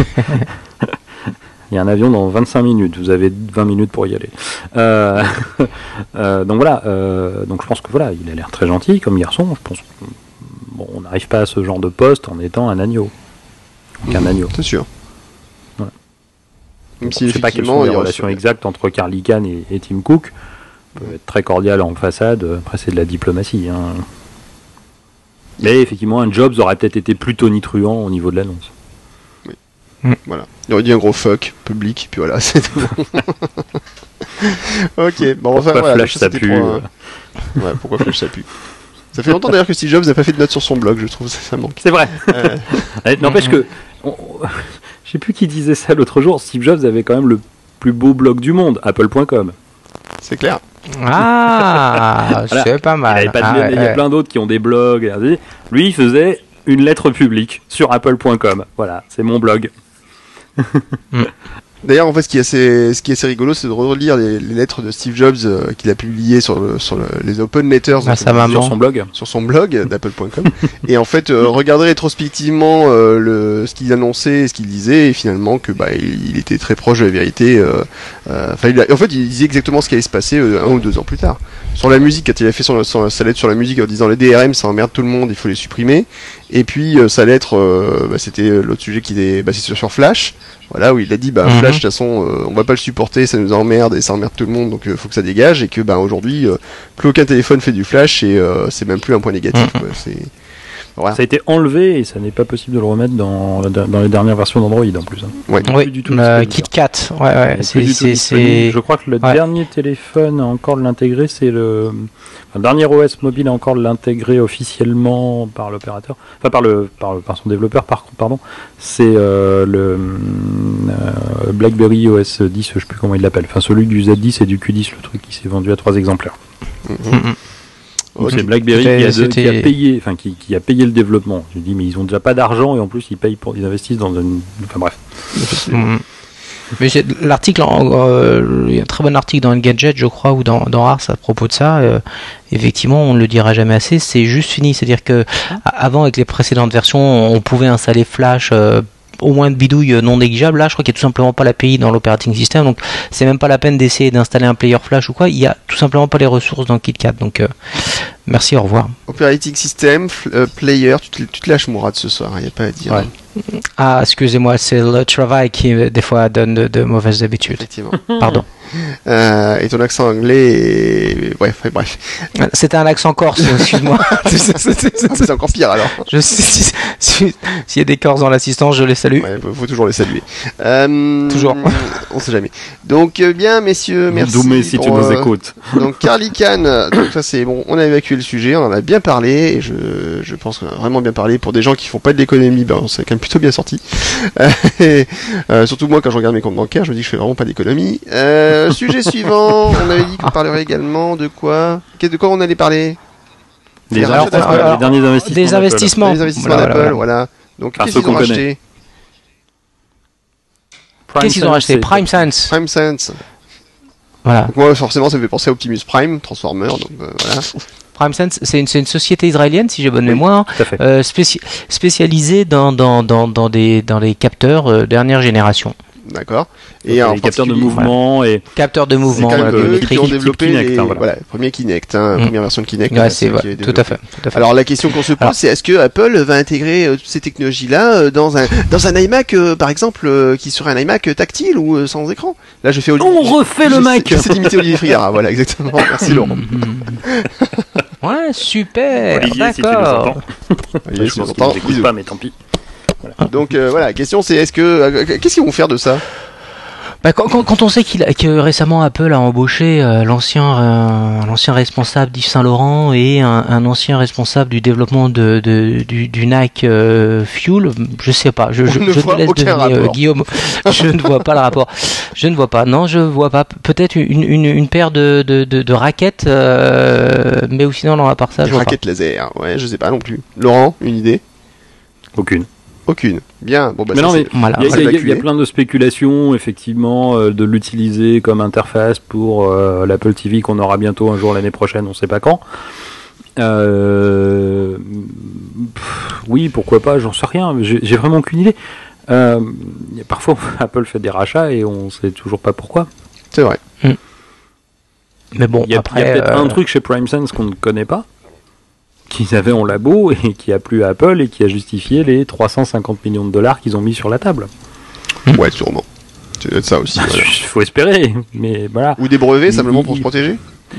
il y a un avion dans vingt-cinq minutes, vous avez vingt minutes pour y aller, euh, euh, donc voilà, euh, donc je pense que voilà il a l'air très gentil comme garçon, je pense que, bon, on n'arrive pas à ce genre de poste en étant un agneau, donc un agneau. C'est sûr. Ouais. Même Je si ne sais pas quelles effectivement, sont il les y a relations reçu- exactes entre Carl Icahn et, et Tim Cook. Ça peut être très cordial en façade, après c'est de la diplomatie. Hein. Mais effectivement, un Jobs aurait peut-être été plus tonitruant au niveau de l'annonce. Voilà. Il aurait dit un gros fuck public, puis voilà, c'est tout. Ok, bon, enfin Pourquoi voilà. Flash donc ça c'était pue pour, euh, euh, Ouais, pourquoi Flash ça pue. Ça fait longtemps d'ailleurs que Steve Jobs n'a pas fait de notes sur son blog, je trouve, ça, ça manque. C'est vrai. Euh, Euh, N'empêche que, on- on- je sais plus qui disait ça l'autre jour, Steve Jobs avait quand même le plus beau blog du monde, apple point com. c'est clair. Ah, Voilà. c'est pas Il, mal. avait pas de- Ah, ouais, il y a ouais. plein d'autres qui ont des blogs. et ainsi. Lui, il faisait une lettre publique sur apple point com. Voilà, c'est mon blog. D'ailleurs, en fait, ce qui est assez, ce qui est assez rigolo, c'est de relire les, les lettres de Steve Jobs euh, qu'il a publiées sur, le, sur le, les open letters Ah, donc, sa euh, maman. Sur son blog. sur son blog d'apple point com. Et en fait, euh, regarder rétrospectivement euh, le, ce qu'il annonçait et ce qu'il disait, et finalement que bah il, il était très proche de la vérité. euh, euh, Enfin, il a- en fait, il disait exactement ce qui allait se passer euh, un ou deux ans plus tard. Sur la musique, quand il a fait son, son- sa lettre sur la musique en disant les D R M ça emmerde tout le monde, il faut les supprimer. Et puis euh, sa lettre, euh, bah, c'était euh, l'autre sujet qui est, bah, c'est sur, sur Flash. Voilà, où il a dit bah Mhm. Flash de toute façon euh, on va pas le supporter, ça nous emmerde et ça emmerde tout le monde, donc euh, faut que ça dégage, et que bah aujourd'hui euh, plus aucun téléphone fait du Flash et euh, c'est même plus un point négatif. Mhm. Quoi. C'est voilà. Ça a été enlevé et ça n'est pas possible de le remettre dans, la- dans les dernières versions d'Android en plus. hein. Ouais. Plus Oui, du tout euh, disponible. KitKat. Ouais, ouais. Plus C'est, du tout c'est, disponible. c'est. Je crois que le Ouais. dernier téléphone à encore l'intégré, c'est le... enfin, le dernier O S mobile à encore l'intégré officiellement par l'opérateur, enfin par le par, le- par son développeur par pardon, c'est euh, le euh, BlackBerry O S dix, je sais plus comment il l'appelle, enfin celui du Z dix et du Q dix, le truc qui s'est vendu à trois exemplaires. Mhm. Mhm. Ok. C'est BlackBerry C'était- qui a, de- c'était- qui a payé, enfin qui, qui a payé le développement. Je dis mais ils ont déjà pas d'argent et en plus ils payent pour, ils investissent dans une, enfin bref. Mhm. Mais j'ai- l'article, en- euh, il y a un très bon article dans Engadget, je crois, ou dans, dans Ars à propos de ça. euh, effectivement, on ne le dira jamais assez, c'est juste fini. C'est-à-dire que a- avant, avec les précédentes versions, on pouvait installer Flash. euh, au moins de bidouilles non négligeables. Là, je crois qu'il n'y a tout simplement pas l'A P I dans l'operating system, donc c'est même pas la peine d'essayer d'installer un player Flash ou quoi. Il y a tout simplement pas les ressources dans KitKat. Donc, euh, merci, au revoir. Operating System, fl- euh, Player, tu te, tu te lâches Mourad ce soir, il n'y a pas à dire. Ouais. Ah, excusez-moi, c'est le travail qui euh, des fois donne de, de mauvaises habitudes. Effectivement. Pardon. Euh, et ton accent anglais est... Bref, ouais, bref. C'était un accent corse, excuse-moi. C'est encore pire alors. Je si- si- si- S'il y a des Corses dans l'assistance, je les salue. Ouais, faut, faut toujours les saluer. Euh, Toujours. On sait jamais. Donc euh, bien, messieurs, merci. Doumé si tu pour, nous euh, écoutes. Donc Carl Icahn, euh, donc ça c'est bon, on a évacué le sujet, on en a bien parlé, et je, je pense qu'on a vraiment bien parlé. Pour des gens qui font pas de l'économie, ben on s'est quand même plutôt bien sorti. Euh, et, euh, surtout moi quand je regarde mes comptes bancaires, je me dis que je fais vraiment pas d'économie. Euh, sujet suivant, on avait dit qu'on parlerait également de quoi Qu'est- De quoi on allait parler Des, Les alors, rachats d'Apple. les Alors, derniers investissements. Des d'Apple. investissements. Les investissements Voilà, d'Apple, voilà. voilà. Donc Par qu'est-ce ceux qu'ils ont qu'on connaît. racheté Prime Qu'est-ce qu'ils ont Sense, acheté? c'est- Prime Sense. Prime Sense. Voilà. Donc moi forcément ça me fait penser à Optimus Prime, Transformer, donc euh, voilà. PrimeSense, c'est une, c'est une société israélienne, si j'ai bonne Oui, mémoire, tout à fait. euh, spéci- spécialisée dans, dans, dans, dans, des, dans les capteurs euh, dernière génération. D'accord. Et Et en les capteurs de particulier- mouvement et Capteurs de C'est mouvement, quand même voilà, eux biométriques. qui ont développé Kinect, les, hein, voilà. voilà. premier Kinect, hein, Mm. première version de Kinect. Ouais, voilà, c'est ceux vrai, qui avaient tout à développé. fait. Tout à fait. Alors la question qu'on se pose, Alors- c'est est-ce que Apple va intégrer euh, toutes ces technologies-là euh, dans un dans un iMac, euh, par exemple, euh, qui serait un iMac tactile ou euh, sans écran? Là, je fais Olivier. on refait le j'essaie- Mac. J'essaie d'imiter Olivier Frigard. Ah, voilà, exactement. Merci Laurent. Ouais, super, Olivier, si tu nous d'accord. entends. Olivier, Je si tu pense nous qu'il entends, nous écoute bisous. pas, mais tant pis. Donc euh, voilà, la question c'est est-ce que euh, qu'est-ce qu'ils vont faire de ça? Bah, quand, quand, quand on sait qu'il a, que récemment Apple a embauché euh, l'ancien euh, l'ancien responsable d'Yves Saint Laurent et un, un ancien responsable du développement de, de du, du N A C euh, Fuel, je sais pas, je, je, On ne je te voit laisse aucun deviner, euh, rapport. Guillaume, je ne vois pas le rapport, je ne vois pas, non, je vois pas, peut-être une, une, une paire de, de, de, de raquettes, euh, mais ou sinon non, à part ça, je Des vois pas. raquettes laser. Ouais, je sais pas non plus. Laurent, une idée? Aucune. Aucune. Bien. Bon bah Mais ça, non, c'est- mais Voilà. il y, a- on va il y a- il y a l'évacuer. plein de spéculations, effectivement, euh, de l'utiliser comme interface pour euh, l'Apple T V qu'on aura bientôt un jour l'année prochaine, on sait pas quand. Euh, pff, oui, pourquoi pas, j'en sais rien, j'ai j'ai vraiment aucune idée. Euh, parfois, Apple fait des rachats et on sait toujours pas pourquoi. C'est vrai. Mais bon, Il y a, après, il y a peut-être euh, un truc chez PrimeSense qu'on ne connaît pas, qu'ils avaient en labo et qui a plu à Apple et qui a justifié les trois cent cinquante millions de dollars qu'ils ont mis sur la table. Ouais, sûrement. C'est peut-être ça aussi. Il voilà. faut espérer, mais voilà. Ou des brevets Il- simplement pour il- se protéger.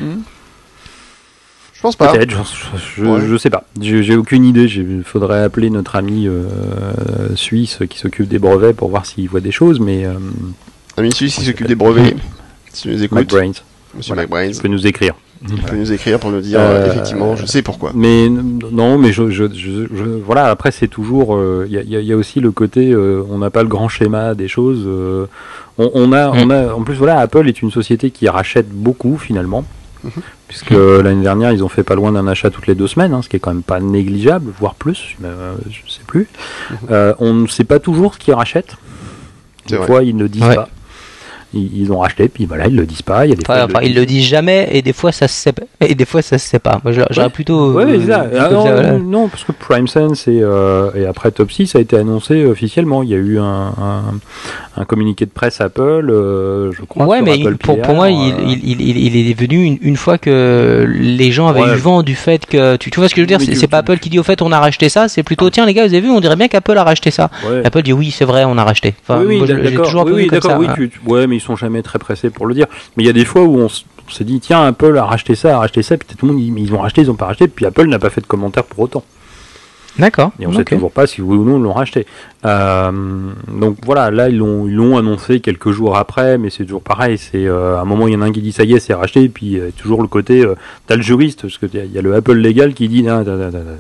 Je pense pas. Peut-être, je, je, Ouais. je sais pas. J'ai j'ai aucune idée. Il faudrait appeler notre ami euh, suisse qui s'occupe des brevets pour voir s'il voit des choses, mais euh, Ami suisse qui s'occupe des brevets. Si tu nous écoutes, McBrains, Monsieur voilà. McBrains, tu peux nous écrire. il peut nous écrire pour nous dire Euh, euh, effectivement, je sais pourquoi. Mais n- non, mais je, je, je, je- voilà. Après, c'est toujours. Il y, a, y a- y a aussi le côté. euh, on n'a pas le grand schéma des choses. euh, on, on a, on a. En plus, voilà, Apple est une société qui rachète beaucoup finalement, Mhm. puisque euh, l'année dernière, ils ont fait pas loin d'un achat toutes les deux semaines, hein, ce qui est quand même pas négligeable, voire plus. euh, je sais plus. Mhm. Euh, on ne sait pas toujours ce qu'ils rachètent. C'est Des vrai. fois, ils ne disent Ouais. pas. Ils, ils ont racheté, puis voilà, ils le disent pas. Il y a des fois, Enfin, enfin, ils le disent jamais et des fois ça se sait pas. Et des fois ça se sait pas. Moi, j'aurais j'aurais Ouais. plutôt. Ouais, euh, mais ça, vu ah comme non, ça, voilà. non, parce que PrimeSense et, euh, et après Topsy, ça a été annoncé officiellement. Il y a eu un, un, un communiqué de presse Apple, euh, je crois. Ouais, sur mais Apple il- pour, P R, pour moi, euh, il, il, il, il est venu une, une fois que les gens avaient Ouais. eu vent du fait que. Tu, tu vois ce que je veux dire? Mais C'est tu- c'est pas tu- Apple qui dit au fait on a racheté ça, c'est plutôt tiens les gars, vous avez vu, on dirait bien qu'Apple a racheté ça. ouais. Apple dit oui, c'est vrai, on a racheté. Enfin, oui, oui, moi, je- j'ai d'accord. toujours un peu oui, vu oui, comme d'accord. ça. Oui, hein. tu, tu- ouais, mais ils sont jamais très pressés pour le dire. Mais il y a des fois où on, s- on s'est dit, tiens, Apple a racheté ça, a racheté ça, puis tout le monde dit, mais ils ont racheté, ils ont pas racheté, puis Apple n'a pas fait de commentaire pour autant. D'accord. Et on sait ok. toujours pas si oui ou non ils l'ont racheté. Euh, donc voilà, là ils l'ont ils l'ont annoncé quelques jours après, mais c'est toujours pareil. C'est euh, à un moment il y en a un qui dit ça y est c'est racheté, et puis euh, toujours le côté euh, t'as le juriste parce que il y, a- y a le Apple légal qui dit non, non, non, non, non.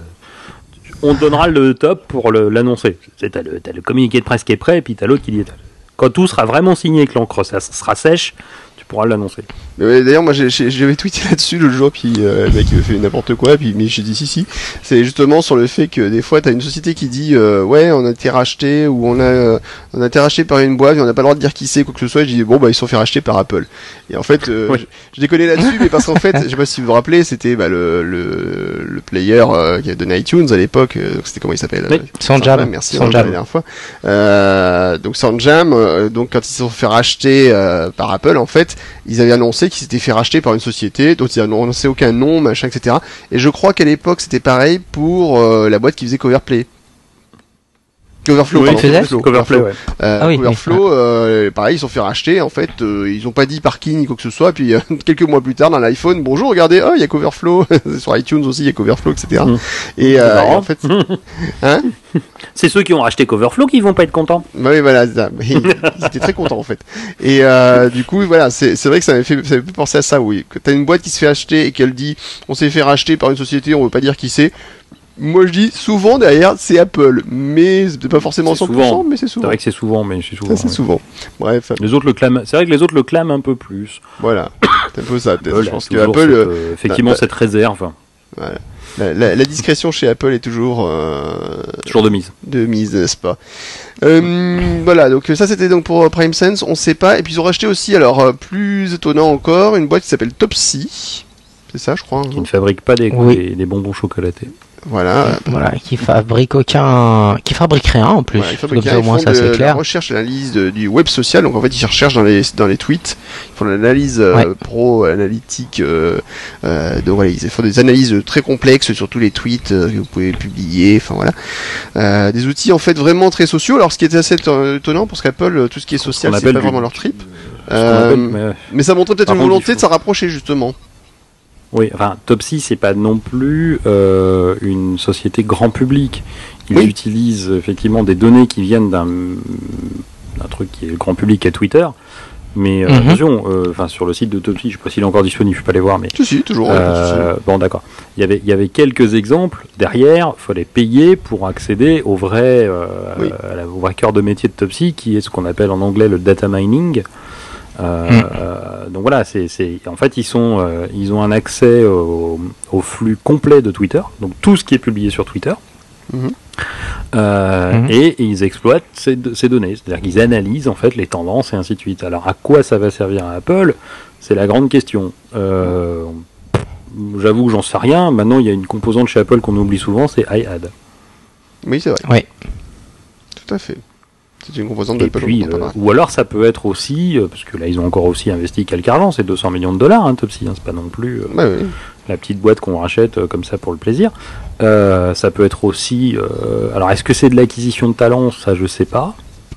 On te donnera le top pour le- l'annoncer. C'est t'as le t'as le communiqué de presse qui est prêt, et puis t'as l'autre qui dit quand tout sera vraiment signé et que l'encre ça sera sèche, tu pourras l'annoncer. Mais ouais, d'ailleurs, moi, j'ai- j'ai- j'avais tweeté là-dessus le jour, puis euh, le mec il fait n'importe quoi, puis mais j'ai dit si si. C'est justement sur le fait que des fois, t'as une société qui dit euh, ouais, on a été racheté ou on a euh, on a été racheté par une boîte, et on n'a pas le droit de dire qui c'est quoi que ce soit. Et je dis bon bah ils se sont fait racheter par Apple. Et en fait, euh, Oui. je, je déconnais là-dessus, mais parce qu'en fait, je sais pas si vous vous rappelez, c'était bah, le, le le player euh, qui a donné iTunes à l'époque. euh, donc c'était comment il s'appelle Oui, euh, Sanjam. Merci Sanjam. Sanjam, la dernière fois. Euh, donc Sanjam, euh, donc quand ils se sont fait racheter euh, par Apple, en fait, ils avaient annoncé qu'ils s'étaient fait racheter par une société, dont ils n'avaient annoncé aucun nom, machin, et cetera. Et je crois qu'à l'époque, c'était pareil pour euh, la boîte qui faisait Coverplay. Coverflow, Oui, pardon, faisait Coverflow, Coverplay, ouais. Euh, Ah oui, Coverflow, euh, pareil, ils se sont fait racheter. En fait, euh, ils ont pas dit par qui ni quoi que ce soit. Puis euh, quelques mois plus tard, dans l'iPhone, bonjour, regardez, oh, il y a Coverflow. Sur iTunes aussi, il y a Coverflow, et cetera. Mm. Et, euh, C'est marrant. et en fait, hein C'est ceux qui ont racheté Coverflow qui vont pas être contents. Bah oui, voilà, c'est ça. Mais ils ils étaient très contents en fait. Et euh, du coup, voilà, c'est c'est vrai que ça m'avait fait, ça m'avait fait penser à ça, oui. Que t'as une boîte qui se fait acheter et qu'elle dit, on s'est fait racheter par une société, on veut pas dire qui c'est. Moi, je dis souvent derrière, c'est Apple, mais c'est pas forcément C'est cent pour cent, souvent. mais c'est C'est souvent. vrai que c'est souvent, mais c'est souvent. Ça, c'est ouais. souvent. Bref, Les autres le clament. C'est vrai que les autres le clament un peu plus. voilà. C'est un peu ça. peut-être. Apple Je a pense que toujours Apple, cette, euh, euh, effectivement, bah, cette réserve, voilà. La, la- la discrétion chez Apple est toujours euh, toujours de mise. de mise, n'est-ce pas? Euh, voilà, donc ça c'était donc pour euh, PrimeSense, on sait pas. Et puis ils ont racheté aussi, alors euh, plus étonnant encore, une boîte qui s'appelle Topsy. C'est ça, je crois. Qui hein. ne fabrique pas des, Oui. des, des bonbons chocolatés. Voilà. Voilà, qui fabrique aucun, qui fabrique rien en plus. Voilà, ils Comme fabriquent ça, rien, au ils moins font ça de c'est la clair. recherche et l'analyse de- du web social. Donc en fait, ils recherchent dans les dans les tweets, ils font de l'analyse euh, Ouais. pro analytique. Euh, euh, donc voilà, ils font des analyses très complexes sur tous les tweets euh, que vous pouvez publier. Enfin voilà, euh, des outils en fait vraiment très sociaux. Alors ce qui était assez éton- étonnant parce qu'Apple, tout ce qui est social, qu'on c'est appelle pas du- vraiment leur trip. Ce qu'on Euh, appelle- mais- mais ça montrait peut-être Par une contre, volonté il de faut- s'en rapprocher justement. Oui, enfin, Topsy, c'est pas non plus euh, une société grand public. Ils Oui. utilisent effectivement des données qui viennent d'un d'un truc qui est grand public à Twitter. Mais euh, Mhm. attention, euh, enfin sur le site de Topsy, je sais pas s'il est encore disponible, je peux pas aller voir, mais Si si, toujours. ouais, pas de souci. euh, bon d'accord. Il y avait il y avait quelques exemples derrière. Il fallait payer pour accéder au vrai euh, Oui. à la- au vrai cœur de métier de Topsy, qui est ce qu'on appelle en anglais le data mining. Euh, Mm. euh, donc voilà, c'est, c'est, en fait ils sont, euh, ils ont un accès au, au flux complet de Twitter, donc tout ce qui est publié sur Twitter, Mhm. Euh, Mhm. et, et ils exploitent ces, ces données, c'est-à-dire qu'ils analysent en fait les tendances et ainsi de suite. Alors à quoi ça va servir à Apple, c'est la grande question. Euh, j'avoue que j'en sais rien. Maintenant il y a une composante chez Apple qu'on oublie souvent, c'est iAd. Oui, c'est vrai. Oui. Tout à fait. C'est une composante Et d'Apple. puis, on en euh, parlera. ou alors ça peut être aussi, euh, parce que là ils ont encore aussi investi quelque argent, c'est deux cents millions de dollars, hein, Topsy, hein, c'est pas non plus euh, Ouais, ouais. la petite boîte qu'on rachète euh, comme ça pour le plaisir. Euh, ça peut être aussi, euh, alors est-ce que c'est de l'acquisition de talent, ça je sais pas.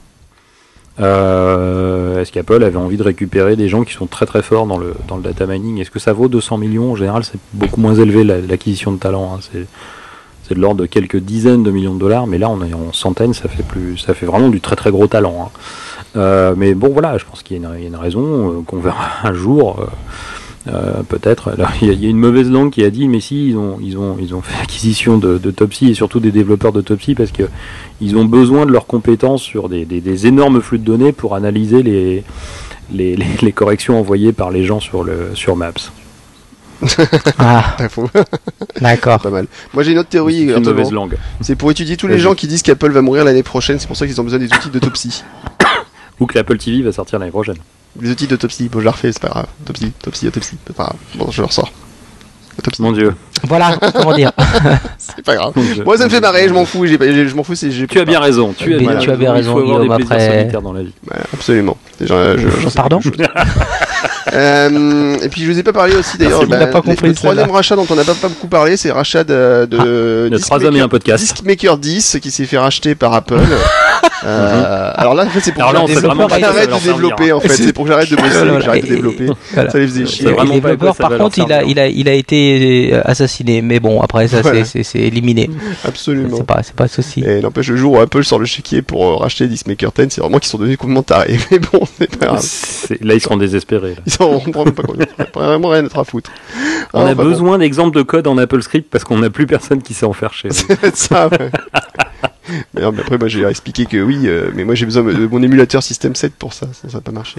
Euh, est-ce qu'Apple avait envie de récupérer des gens qui sont très très forts dans le, dans le data mining? Est-ce que ça vaut deux cents millions? En général c'est beaucoup moins élevé la- l'acquisition de talent, hein, c'est c'est de l'ordre de quelques dizaines de millions de dollars, mais là on est en centaines, ça fait plus, ça fait vraiment du très très gros talent. hein. Euh, mais bon voilà, je pense qu'il y a une, il y a une raison euh, qu'on verra un jour. euh, euh, peut-être. Alors, il y, a- il y a une mauvaise langue qui a dit, mais si ils ont, ils ont, ils ont fait acquisition de, de Topsy et surtout des développeurs de Topsy parce que ils ont besoin de leurs compétences sur des, des, des énormes flux de données pour analyser les, les, les, les corrections envoyées par les gens sur le sur Maps. Ah, Ouais, faut- d'accord. pas mal. Moi j'ai une autre théorie. C'est une Antoine. mauvaise langue. C'est pour étudier tous les Vas-y. gens qui disent qu'Apple va mourir l'année prochaine. C'est pour ça qu'ils ont besoin des outils de Topsy. Ou que l'Apple T V va sortir l'année prochaine. Les outils de Topsy. Bon, je la refais, c'est pas grave. Topsy, Topsy, Topsy. C'est pas grave. Bon, je le ressors. Topsy. Mon Dieu. Voilà, comment dire. C'est pas grave. Mon Dieu. Moi ça me fait marrer. Je m'en fous. J'ai pas- j'ai- Je m'en fous. C'est. j'ai Tu as pas- bien raison. Tu as Mais bien tu as bien raison, Il faut avoir Guillaume, des plaisirs après- solitaires dans la vie. Voilà, absolument. Déjà, je- j'en sais Pardon quelque chose. Euh, et puis je vous ai pas parlé aussi d'ailleurs. Ah, c'est bon, bah, on n'a pas les- compris le troisième celle-là. rachat dont on n'a pas, pas beaucoup parlé, c'est le rachat de, de Le trois hommes et un podcast. Discmaker dix qui s'est fait racheter par Apple. Euh, alors là, en fait, c'est pour Alors que là, on j'arrête- sait vraiment pour que pas j'arrête ça va de leur développer. servir. En fait, c'est pour que j'arrête de bosser, Voilà, que j'arrête de et- développer. Voilà. Ça les faisait Et chier. C'est vraiment les pas à quoi développeurs, ça par va leur contre, il a, servir. il a, il a été euh, assassiné. Mais bon, après ça, Voilà. c'est, c'est, c'est éliminé. Absolument. C'est pas, c'est pas de souci. Et n'empêche, le jour où Apple sort le chéquier pour euh, racheter Discmaker dix, c'est vraiment qu'ils sont devenus complètement tarés. Mais bon, c'est pas grave. C'est- Là, ils seront désespérés. là. Ils s'en rendent vraiment pas compte. Ils ont vraiment rien à foutre. On Ah, a enfin, bon. besoin d'exemples de code en Apple Script parce qu'on n'a plus personne qui sait en faire chez nous. C'est peut-être ça, ouais. Mais, non, mais après, moi, j'ai expliqué que oui, euh, mais moi, j'ai besoin de mon émulateur System sept pour ça, ça, ça va pas marcher.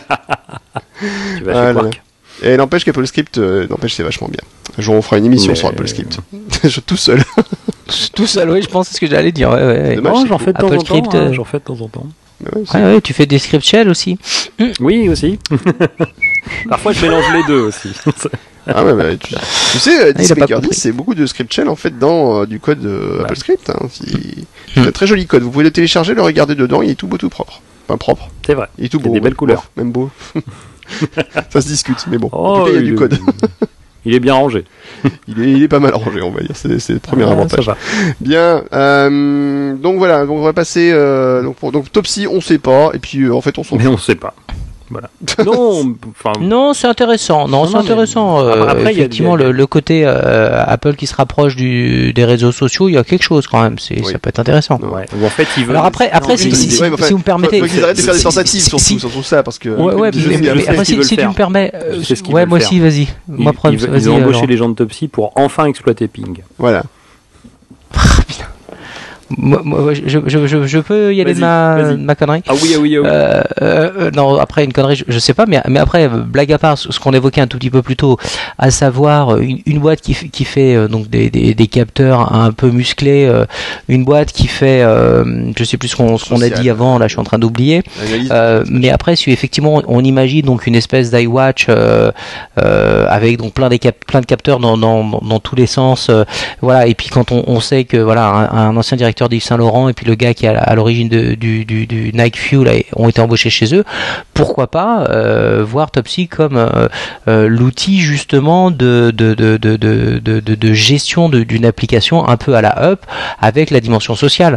Tu vas Ah, chez là, Quark. Et n'empêche qu'Apple Script, euh, n'empêche, c'est vachement bien. Un jour, on fera une émission Mais- sur Apple Script. Je tout seul. Tout seul, oui, je pense c'est ce que j'allais dire. Ouais, ouais, ouais. Dommage, Oh, c'est j'en cool. fais de temps Apple en temps. Script, hein, euh, J'en fais de temps en temps. Mais ouais, c'est- Ouais, ouais, tu fais des scripts shell aussi. Oui, aussi. Parfois, je mélange les deux aussi. Ah ouais, bah, tu, tu sais, euh, Ah, il a pas Discmaker compris. dix, c'est beaucoup de script shell en fait dans euh, du code euh, Ouais. Apple Script. Hein. C'est c'est Hmm. un très joli code. Vous pouvez le télécharger, le regarder dedans, il est tout beau, tout propre. Enfin, propre. C'est vrai. Il est tout Il y a beau. des belles ouais. couleurs. Ouais, même beau. Ça se discute, mais bon. en Oh, tout cas, il y a il du est- code. Il est bien rangé. Il est, il est pas mal rangé, on va dire. C'est c'est le premier Ah, avantage. ça va. Bien. Euh, donc voilà. Donc on va passer. Euh, donc, pour, donc Topsy, on sait pas. Et puis euh, en fait, on s'en Mais on ne sait pas. Voilà. Non, enfin. Non, c'est intéressant. Non, Non, c'est non, mais- intéressant. Euh, Après, après, il y a- effectivement, il y a- le, le côté euh, Apple qui se rapproche du, des réseaux sociaux, il y a quelque chose quand même. C'est, Oui. ça peut être intéressant. Non. Ouais. Ou en fait, ils veulent. Alors après, après, Non, si, mais si, ils- si, Ouais, mais enfin, si vous me permettez, Faut qu'ils arrêtent de faire des si- tentatives, si- surtout, si- surtout ça, parce que. Ouais, ouais, Je mais, sais- mais- je mais sais enfin, ce qu'ils si, veulent si tu faire. me permets, euh, Je sais ce qu'ils ouais, veulent moi faire. aussi, vas-y. Ils, Moi, problème, ils- ils vas-y, ont embauché alors. les gens de Topsy pour enfin exploiter Ping. Voilà. moi, moi, je, je, je, je peux y aller de ma, ma connerie. Ah oui, ah oui, ah oui. Euh, euh, non, après une connerie, je, je sais pas, mais, mais après, blague à part, ce qu'on évoquait un tout petit peu plus tôt, à savoir une, une boîte qui, qui fait euh, donc des, des, des capteurs un peu musclés, euh, une boîte qui fait, euh, je sais plus ce qu'on, ce qu'on a dit avant, là je suis en train d'oublier. Euh, mais après, si effectivement on imagine donc une espèce d'iWatch euh, euh, avec donc plein, des cap- plein de capteurs dans, dans, dans, dans tous les sens, euh, voilà. Et puis quand on, on sait que voilà un, un ancien directeur d'Yves Saint Laurent et puis le gars qui est à, à l'origine de, du, du, du Nike Fuel là, ont été embauchés chez eux, pourquoi pas euh, voir Topsy comme euh, euh, l'outil justement de de de de de, de, de, de gestion de, d'une application un peu à la Up avec la dimension sociale.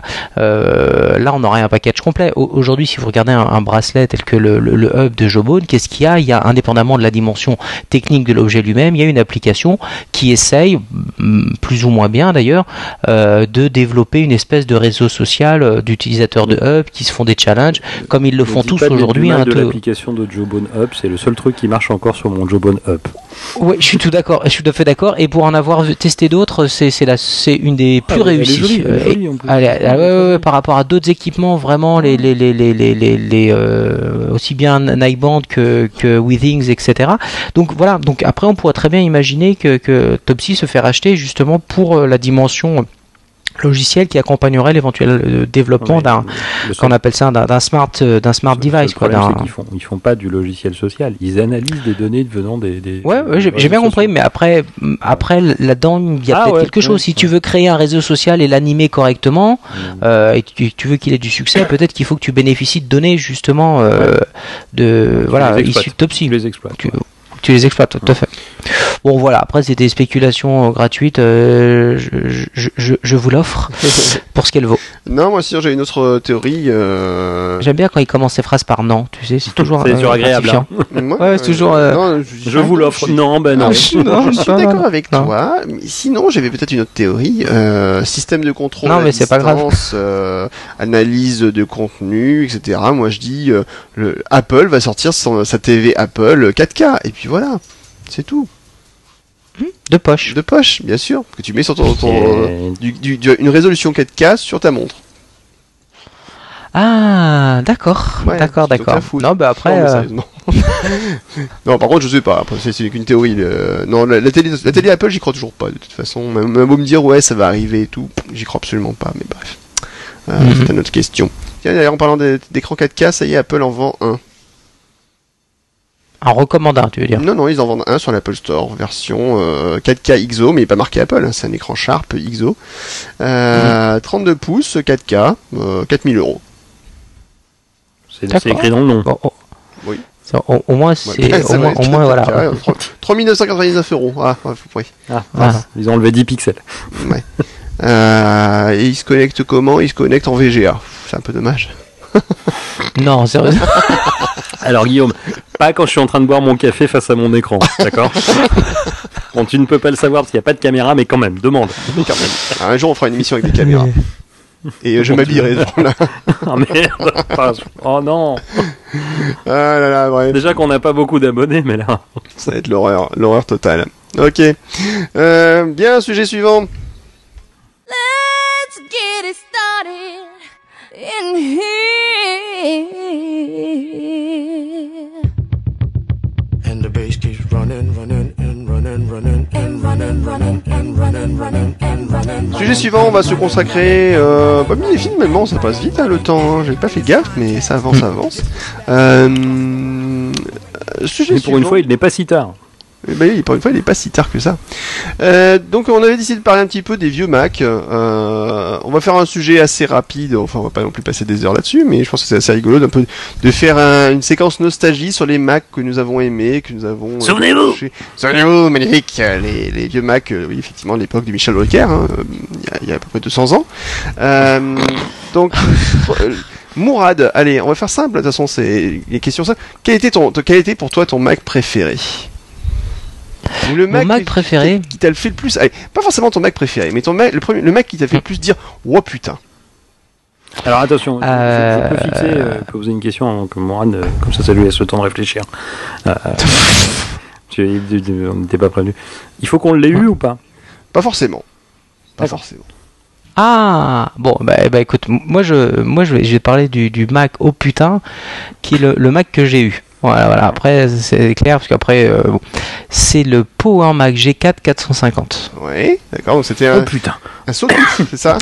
Euh, là, on aurait un package complet. Au, aujourd'hui, si vous regardez un, un bracelet tel que le, le, le Hub de Jawbone, qu'est-ce qu'il y a ? Il y a, indépendamment de la dimension technique de l'objet lui-même, il y a une application qui essaye, plus ou moins bien d'ailleurs, euh, de développer une espèce de réseau social euh, d'utilisateurs de Hub qui se font des challenges, comme ils le font tous aujourd'hui. Hein, de tout... l'application de Jawbone Hub, c'est le seul truc qui marche encore sur mon Jawbone Hub. Oui, je suis tout d'accord. Je suis tout à fait d'accord. Et pour en avoir testé d'autres, c'est c'est la c'est une des plus ah, réussies. Elle est jolie, elle est jolie, en plus. Elle, elle, elle, ouais, ouais, par rapport à d'autres équipements, vraiment les les les les les les, les euh, aussi bien Nightband que que Withings, et cetera. Donc voilà. Donc après, on pourrait très bien imaginer que que Topsy se fait racheter justement pour la dimension logiciel qui accompagnerait l'éventuel euh, développement ouais, d'un, qu'on appelle ça, d'un, d'un smart, euh, d'un smart le, device. Le problème, quoi, d'un... c'est qu'ils font, ils font pas du logiciel social. Ils analysent des données venant des. des ouais, ouais, j'ai, j'ai bien sociaux. compris, mais après, après là-dedans, il y a ah, peut-être ouais, quelque ouais, chose. Si ouais. tu veux créer un réseau social et l'animer correctement, mmh. euh, et tu, tu veux qu'il ait du succès, peut-être qu'il faut que tu bénéficies de données justement euh, ouais. de tu voilà issues de Topsy. Tu les exploites. Tu, ouais. tu les exploites, tout à fait. Bon voilà, après c'était des spéculations euh, gratuites, euh, je, je, je, je vous l'offre pour ce qu'elle vaut. Non, moi sinon j'ai une autre théorie. Euh... J'aime bien quand il commence ses phrases par non, tu sais, c'est toujours c'est euh, agréable. Hein. Moi, ouais, c'est toujours. Euh... Non, je, je vous l'offre. Je... Non, ben non. Ah, je, non, je suis d'accord non. avec non. toi. Mais sinon, j'avais peut-être une autre théorie. Euh, système de contrôle. Non, mais c'est distance, pas grave. Euh, analyse de contenu, et cetera. Moi, je dis, euh, le Apple va sortir son, sa T V Apple quatre K, et puis voilà, c'est tout. De poche. De poche, bien sûr. Que tu mets sur ton, ton euh, du, du, du, une résolution quatre K sur ta montre. Ah, d'accord, ouais, d'accord, d'accord. Non, bah après. Non, euh... non, par contre, je sais pas. Après, c'est, c'est qu'une théorie. Le... Non, la, la, télé, la télé Apple, j'y crois toujours pas. De toute façon, même, même beau me dire ouais, ça va arriver et tout, j'y crois absolument pas. Mais bref, euh, mm-hmm. c'est une autre question. Tiens, d'ailleurs, en parlant d'écran quatre K, ça y est, Apple en vend un. Un recommandant, tu veux dire ? Non, non, ils en vendent un sur l'Apple Store, version euh, quatre K X O, mais il n'est pas marqué Apple, hein, c'est un écran Sharp X O. Euh, mmh. trente-deux pouces, quatre K, euh, quatre mille euros. C'est, c'est écrit dans le nom. Bon, oh. Oui. Ça, au, au moins, c'est, ouais, au, moins, au moins, voilà. trois mille neuf cent quatre-vingt-dix-neuf euros. Ah, oui. Ah, ah. Ils ont enlevé dix pixels. Ouais. euh, et ils se connectent comment ? Ils se connectent en V G A. C'est un peu dommage. Non, sérieusement. Alors Guillaume, pas quand je suis en train de boire mon café face à mon écran, d'accord ? Bon, tu ne peux pas le savoir parce qu'il n'y a pas de caméra, mais quand même, demande. Quand même. Alors, un jour, on fera une émission avec des caméras. Et euh, je m'habillerai ce jour-là. Oh merde. Oh non. Ah là là, bref. Déjà qu'on n'a pas beaucoup d'abonnés, mais là... Ça va être l'horreur, l'horreur totale. Ok. Euh, bien, sujet suivant. Let's get it started in here. And the bass keeps running, running, and running, running, and running, running, and running, running, and running. Sujet suivant, on va se consacrer. Euh, bah, mais finalement, ça passe vite hein, le temps. Hein. J'ai pas fait gaffe, mais ça avance, ça avance. Euh, sujet mais pour suivant. une fois, il n'est pas si tard. Bah oui, pour une fois, il n'est pas si tard que ça. Euh, donc, on avait décidé de parler un petit peu des vieux Mac. Euh, on va faire un sujet assez rapide. Enfin, on va pas non plus passer des heures là-dessus, mais je pense que c'est assez rigolo d'un peu de faire un, une séquence nostalgie sur les Mac que nous avons aimés, que nous avons. Souvenez-vous. Euh, Souvenez-vous, magnifique. Les, les vieux Mac, euh, oui, effectivement, à l'époque de Michel Drucker, hein, il y a, il y a à peu près deux cents ans. Euh, donc. Mourad, allez, on va faire simple. De toute façon, c'est les questions simples. Quel était ton, quel était pour toi ton Mac préféré? Ou le Mac, Mon Mac qui, préféré qui, qui t'a le fait le plus, allez, pas forcément ton Mac préféré, mais ton Mac, le premier, le Mac qui t'a fait le plus dire oh putain. Alors attention, euh... je, je peux fixer, euh, poser une question avant que Mourad, euh, comme ça, ça lui laisse le temps de réfléchir. Euh, tu, tu, tu, on n'était pas prévenu. Il faut qu'on l'ait eu ou pas? Pas forcément. Pas D'accord. forcément. Ah bon bah, bah écoute, moi je moi je vais, je vais parler du, du Mac oh putain, qui est le, le Mac que j'ai eu. Voilà, voilà. Après c'est clair parce qu'après euh, bon. C'est le Power Mac G quatre quatre cent cinquante. Oui, d'accord. Donc c'était un. Oh putain. Un sautouf, c'est ça?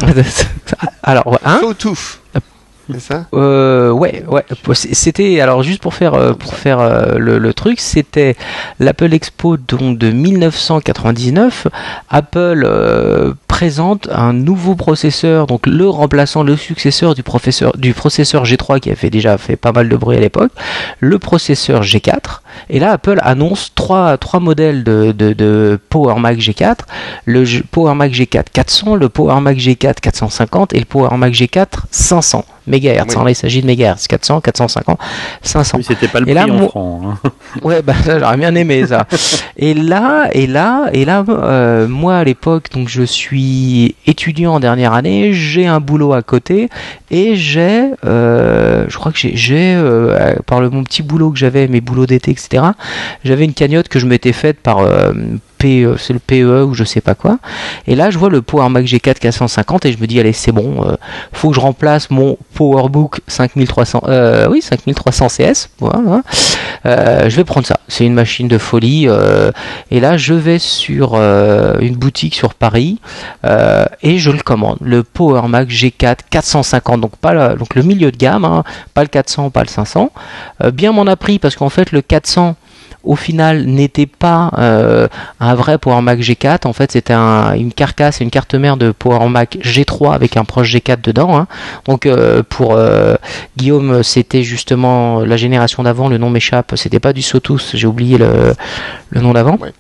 Alors ouais, hein Sautouf. C'est ça? Euh, ouais, ouais. C'était alors juste pour faire euh, pour faire euh, le, le truc, c'était l'Apple Expo donc de mille neuf cent quatre-vingt-dix-neuf. Apple euh, présente un nouveau processeur, donc le remplaçant, le successeur du professeur du processeur G trois qui avait déjà fait pas mal de bruit à l'époque, le processeur G quatre. Et là, Apple annonce trois trois modèles de, de, de Power Mac G quatre, le G, Power Mac G quatre quatre cents, le Power Mac G quatre quatre cent cinquante et le Power Mac G quatre cinq cents mégahertz. Oui. Là, il s'agit de mégahertz, quatre cents, quatre cent cinquante, cinq cents. Oui, c'était pas le et prix là, en moi... francs. Hein. Ouais, bah ça, j'aurais bien aimé ça. et là, et là, et là, euh, moi à l'époque, donc je suis étudiant en dernière année, j'ai un boulot à côté et j'ai, euh, je crois que j'ai, j'ai euh, par le mon petit boulot que j'avais, mes boulots d'été, et cetera. J'avais une cagnotte que je m'étais faite par euh, P E, c'est le P E E ou je sais pas quoi. Et là, je vois le Power Mac G quatre quatre cent cinquante et je me dis allez, c'est bon, euh, faut que je remplace mon PowerBook cinq mille trois cents, euh, oui cinq mille trois cents C S. Voilà. Euh, je vais prendre ça. C'est une machine de folie. Euh, et là, je vais sur euh, une boutique sur Paris euh, et je le commande. Le Power Mac G quatre quatre cent cinquante, donc pas la, donc le milieu de gamme, hein, pas le quatre cents, pas le cinq cents. Euh, bien m'en a pris parce qu'en fait le quatre cents au final n'était pas euh, un vrai Power Mac G quatre. En fait, c'était un, une carcasse, une carte mère de Power Mac G trois avec un proche G quatre dedans. Hein. Donc euh, pour euh, Guillaume, c'était justement la génération d'avant. Le nom m'échappe. C'était pas du Sotus. J'ai oublié le, le nom d'avant. Ouais.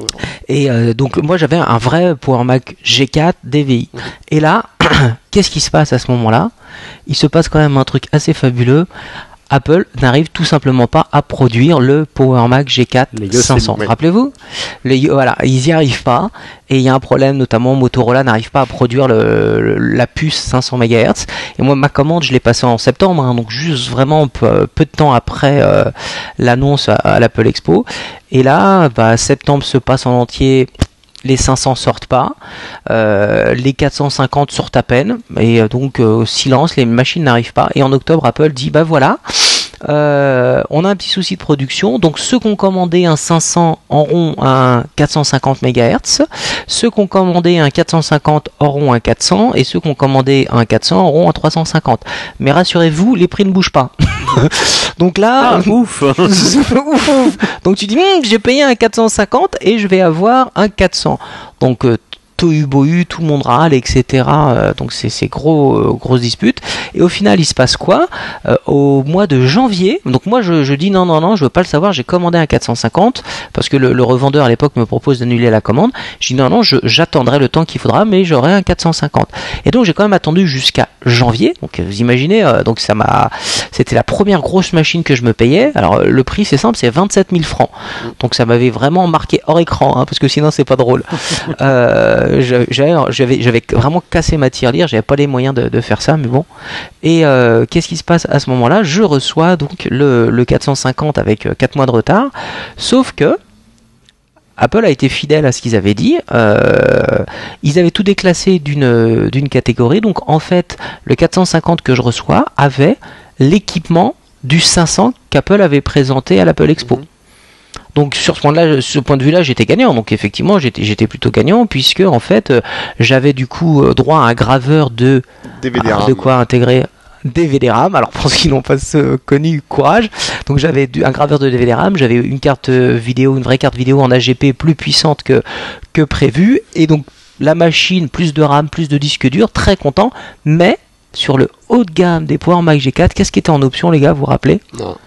Et euh, donc moi j'avais un vrai Power Mac G quatre D V I. Et là, qu'est-ce qui se passe à ce moment-là? Il se passe quand même un truc assez fabuleux. Apple n'arrive tout simplement pas à produire le Power Mac G quatre cinq cents. Oui. Rappelez-vous, les, voilà, ils n'y arrivent pas et il y a un problème, notamment Motorola n'arrive pas à produire le, le, la puce cinq cents mégahertz. Et moi, ma commande, je l'ai passée en septembre, hein, donc juste vraiment peu, peu de temps après euh, l'annonce à, à l'Apple Expo. Et là, bah, septembre se passe en entier. Les cinq cents sortent pas, euh, les quatre cent cinquante sortent à peine, et donc euh, silence, les machines n'arrivent pas. Et en octobre, Apple dit bah voilà, euh, on a un petit souci de production. Donc ceux qui ont commandé un cinq cents auront un quatre cent cinquante mégahertz, ceux qui ont commandé un quatre cent cinquante auront un quatre cents, et ceux qui ont commandé un quatre cents auront un trois cent cinquante. Mais rassurez-vous, les prix ne bougent pas. Donc là, ah, ouf. ouf, ouf. Donc tu dis, hm, j'ai payé un quatre cent cinquante et je vais avoir un quatre cents. Donc euh, tohu bohu, tout le monde râle, et cetera. Euh, donc c'est c'est gros euh, grosse dispute. Et au final, il se passe quoi euh, au mois de janvier? Donc moi, je, je dis non, non, non, je veux pas le savoir. J'ai commandé un quatre cent cinquante parce que le, le revendeur à l'époque me propose d'annuler la commande. Je dis non, non, je, j'attendrai le temps qu'il faudra, mais j'aurai un quatre cent cinquante. Et donc j'ai quand même attendu jusqu'à janvier. Donc vous imaginez, euh, donc ça m'a, c'était la première grosse machine que je me payais. Alors le prix, c'est simple, c'est vingt-sept mille francs. Donc ça m'avait vraiment marqué hors écran, hein, parce que sinon c'est pas drôle. euh, J'avais, j'avais, j'avais vraiment cassé ma tirelire, j'avais pas les moyens de, de faire ça, mais bon. Et euh, qu'est-ce qui se passe à ce moment-là? Je reçois donc le, le quatre cent cinquante avec quatre mois de retard, sauf que Apple a été fidèle à ce qu'ils avaient dit. Euh, ils avaient tout déclassé d'une, d'une catégorie, donc en fait, le quatre cent cinquante que je reçois avait l'équipement du cinq cents qu'Apple avait présenté à l'Apple Expo. Mmh. Donc sur ce point-là, ce point de vue-là, j'étais gagnant. Donc effectivement, j'étais, j'étais plutôt gagnant puisque en fait, euh, j'avais du coup euh, droit à un graveur de D V D RAM. De quoi intégrer D V D RAM. Alors pour ceux qui n'ont pas ce connu, courage. Donc j'avais un graveur de D V D RAM, j'avais une carte vidéo, une vraie carte vidéo en A G P plus puissante que que prévu. Et donc la machine, plus de RAM, plus de disque dur, très content. Mais sur le haut de gamme des Power Mac G quatre, qu'est-ce qui était en option, les gars, vous vous rappelez? Non.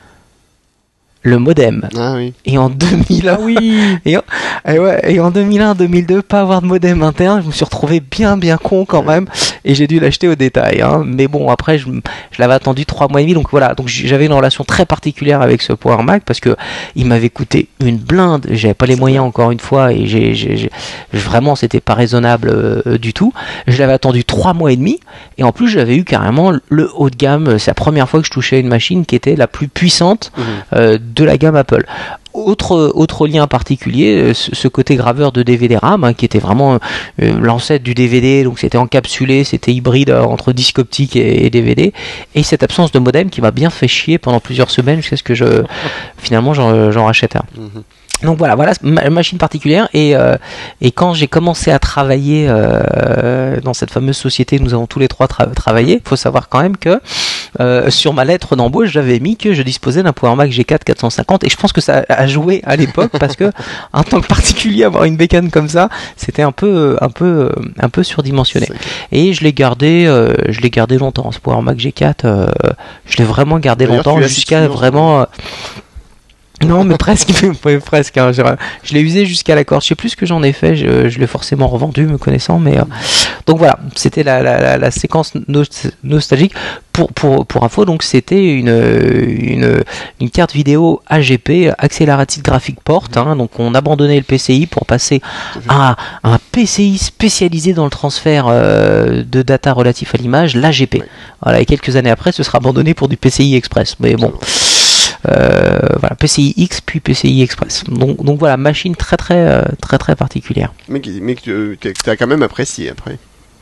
Le modem. Ah oui. Et en deux mille un, ah oui. et, en, et, ouais, et en deux mille un deux mille deux, pas avoir de modem interne, je me suis retrouvé bien bien con quand même, et j'ai dû l'acheter au détail. Hein. Mais bon, après, je, je l'avais attendu trois mois et demi, donc voilà. Donc j'avais une relation très particulière avec ce Power Mac parce que il m'avait coûté une blinde. J'avais pas les moyens encore une fois, et j'ai, j'ai, j'ai vraiment c'était pas raisonnable euh, du tout. Je l'avais attendu trois mois et demi, et en plus j'avais eu carrément le haut de gamme. C'est la première fois que je touchais une machine qui était la plus puissante. Mmh. Euh, de la gamme Apple. Autre, autre lien particulier, ce, ce côté graveur de D V D RAM, hein, qui était vraiment euh, l'ancêtre du D V D, donc c'était encapsulé, c'était hybride euh, entre disque optique et, et D V D, et cette absence de modem qui m'a bien fait chier pendant plusieurs semaines jusqu'à ce que je finalement j'en, j'en rachète un. Mmh. Donc voilà, voilà ma machine particulière et euh, et quand j'ai commencé à travailler euh, dans cette fameuse société, nous avons tous les trois tra- travaillé. Il faut savoir quand même que euh, sur ma lettre d'embauche, j'avais mis que je disposais d'un Power Mac G quatre quatre cent cinquante et je pense que ça a joué à l'époque parce que en tant que particulier, avoir une bécane comme ça, c'était un peu un peu un peu surdimensionné. Et je l'ai gardé, euh, je l'ai gardé longtemps. Ce Power Mac G quatre, euh, je l'ai vraiment gardé D'ailleurs, longtemps jusqu'à vraiment. Euh, Non, mais presque, presque. Hein. Je, je l'ai usé jusqu'à la corde. Je sais plus ce que j'en ai fait. Je, je l'ai forcément revendu, me connaissant. Mais euh, donc voilà, c'était la, la, la, la séquence no- nostalgique. Pour, pour, pour info, donc c'était une, une, une carte vidéo A G P, Accelerated Graphic Port. Hein, donc on abandonnait le P C I pour passer à un P C I spécialisé dans le transfert euh, de data relatif à l'image, l'A G P. Voilà, et quelques années après, ce sera abandonné pour du P C I Express. Mais bon. Euh, voilà, P C I X puis P C I Express. Donc, donc voilà, machine très très très très particulière. Mais, mais que tu as quand même apprécié après.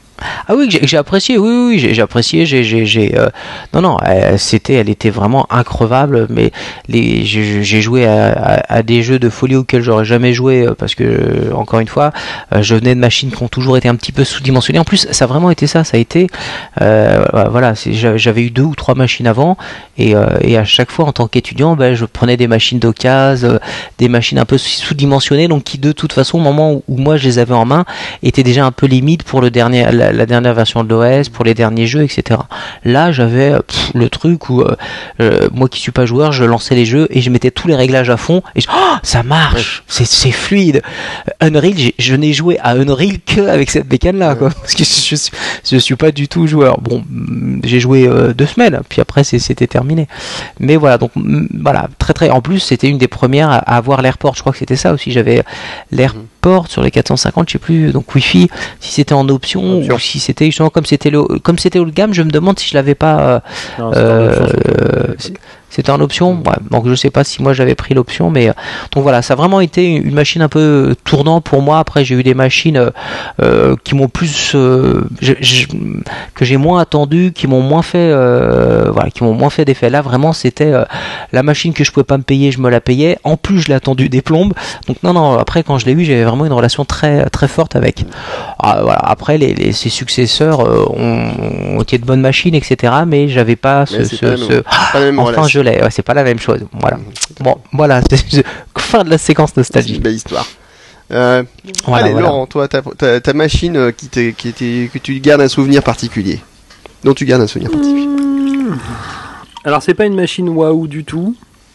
Ah oui, que j'ai, que j'ai apprécié, oui, oui, j'ai, j'ai apprécié, j'ai, j'ai, j'ai euh, non, non, elle, c'était, elle était vraiment increvable, mais les, j'ai, j'ai joué à, à, à des jeux de folie auxquels j'aurais jamais joué, parce que, encore une fois, je venais de machines qui ont toujours été un petit peu sous-dimensionnées. En plus, ça a vraiment été ça, ça a été, euh, voilà, c'est, j'avais eu deux ou trois machines avant, et, euh, et à chaque fois, en tant qu'étudiant, ben, je prenais des machines d'occasion, des machines un peu sous-dimensionnées, donc qui, de toute façon, au moment où, où moi je les avais en main, étaient déjà un peu limite pour le dernier, la, la dernière version de l'O S, pour les derniers jeux, et cetera. Là, j'avais pff, le truc où euh, euh, moi qui suis pas joueur, je lançais les jeux et je mettais tous les réglages à fond et je, oh, ça marche, ouais. c'est, c'est fluide. Unreal, je n'ai joué à Unreal que avec cette bécane là, ouais. quoi, parce que je, je, je suis pas du tout joueur. Bon, j'ai joué euh, deux semaines, puis après c'est, c'était terminé. Mais voilà, donc voilà, très très. En plus, c'était une des premières à avoir l'AirPort. Je crois que c'était ça aussi. J'avais l'AirPort sur les quatre cent cinquante, je sais plus. Donc Wi-Fi, si c'était en option, option. ou si c'était justement comme c'était le comme c'était haut de gamme, je me demande si je l'avais pas. Euh, non, euh, option, c'était en option, ouais, donc je sais pas si moi j'avais pris l'option, mais donc voilà, ça a vraiment été une machine un peu tournant pour moi. Après, j'ai eu des machines euh, qui m'ont plus, euh, je, je, que j'ai moins attendu, qui m'ont moins fait, euh, voilà, qui m'ont moins fait d'effet. Là, vraiment, c'était euh, la machine que je pouvais pas me payer, je me la payais. En plus, je l'ai attendu des plombes. Donc non, non. Après, quand je l'ai eu, j'avais vraiment une relation très, très forte avec. Ah, voilà. Après, les, les ses successeurs euh, ont, ont été de bonnes machines, et cetera. Mais j'avais pas ce, ce, pas ce... Pas la même enfin, relation. Je l'ai. Ouais, c'est pas la même chose. Voilà. Bon, voilà. Fin de la séquence nostalgie. C'est une belle histoire. Euh, voilà, allez, voilà. Laurent, toi, ta, ta, ta machine qui, t'est, qui était, que tu gardes un souvenir particulier, dont tu gardes un souvenir particulier. Mmh. Alors, c'est pas une machine waouh du tout.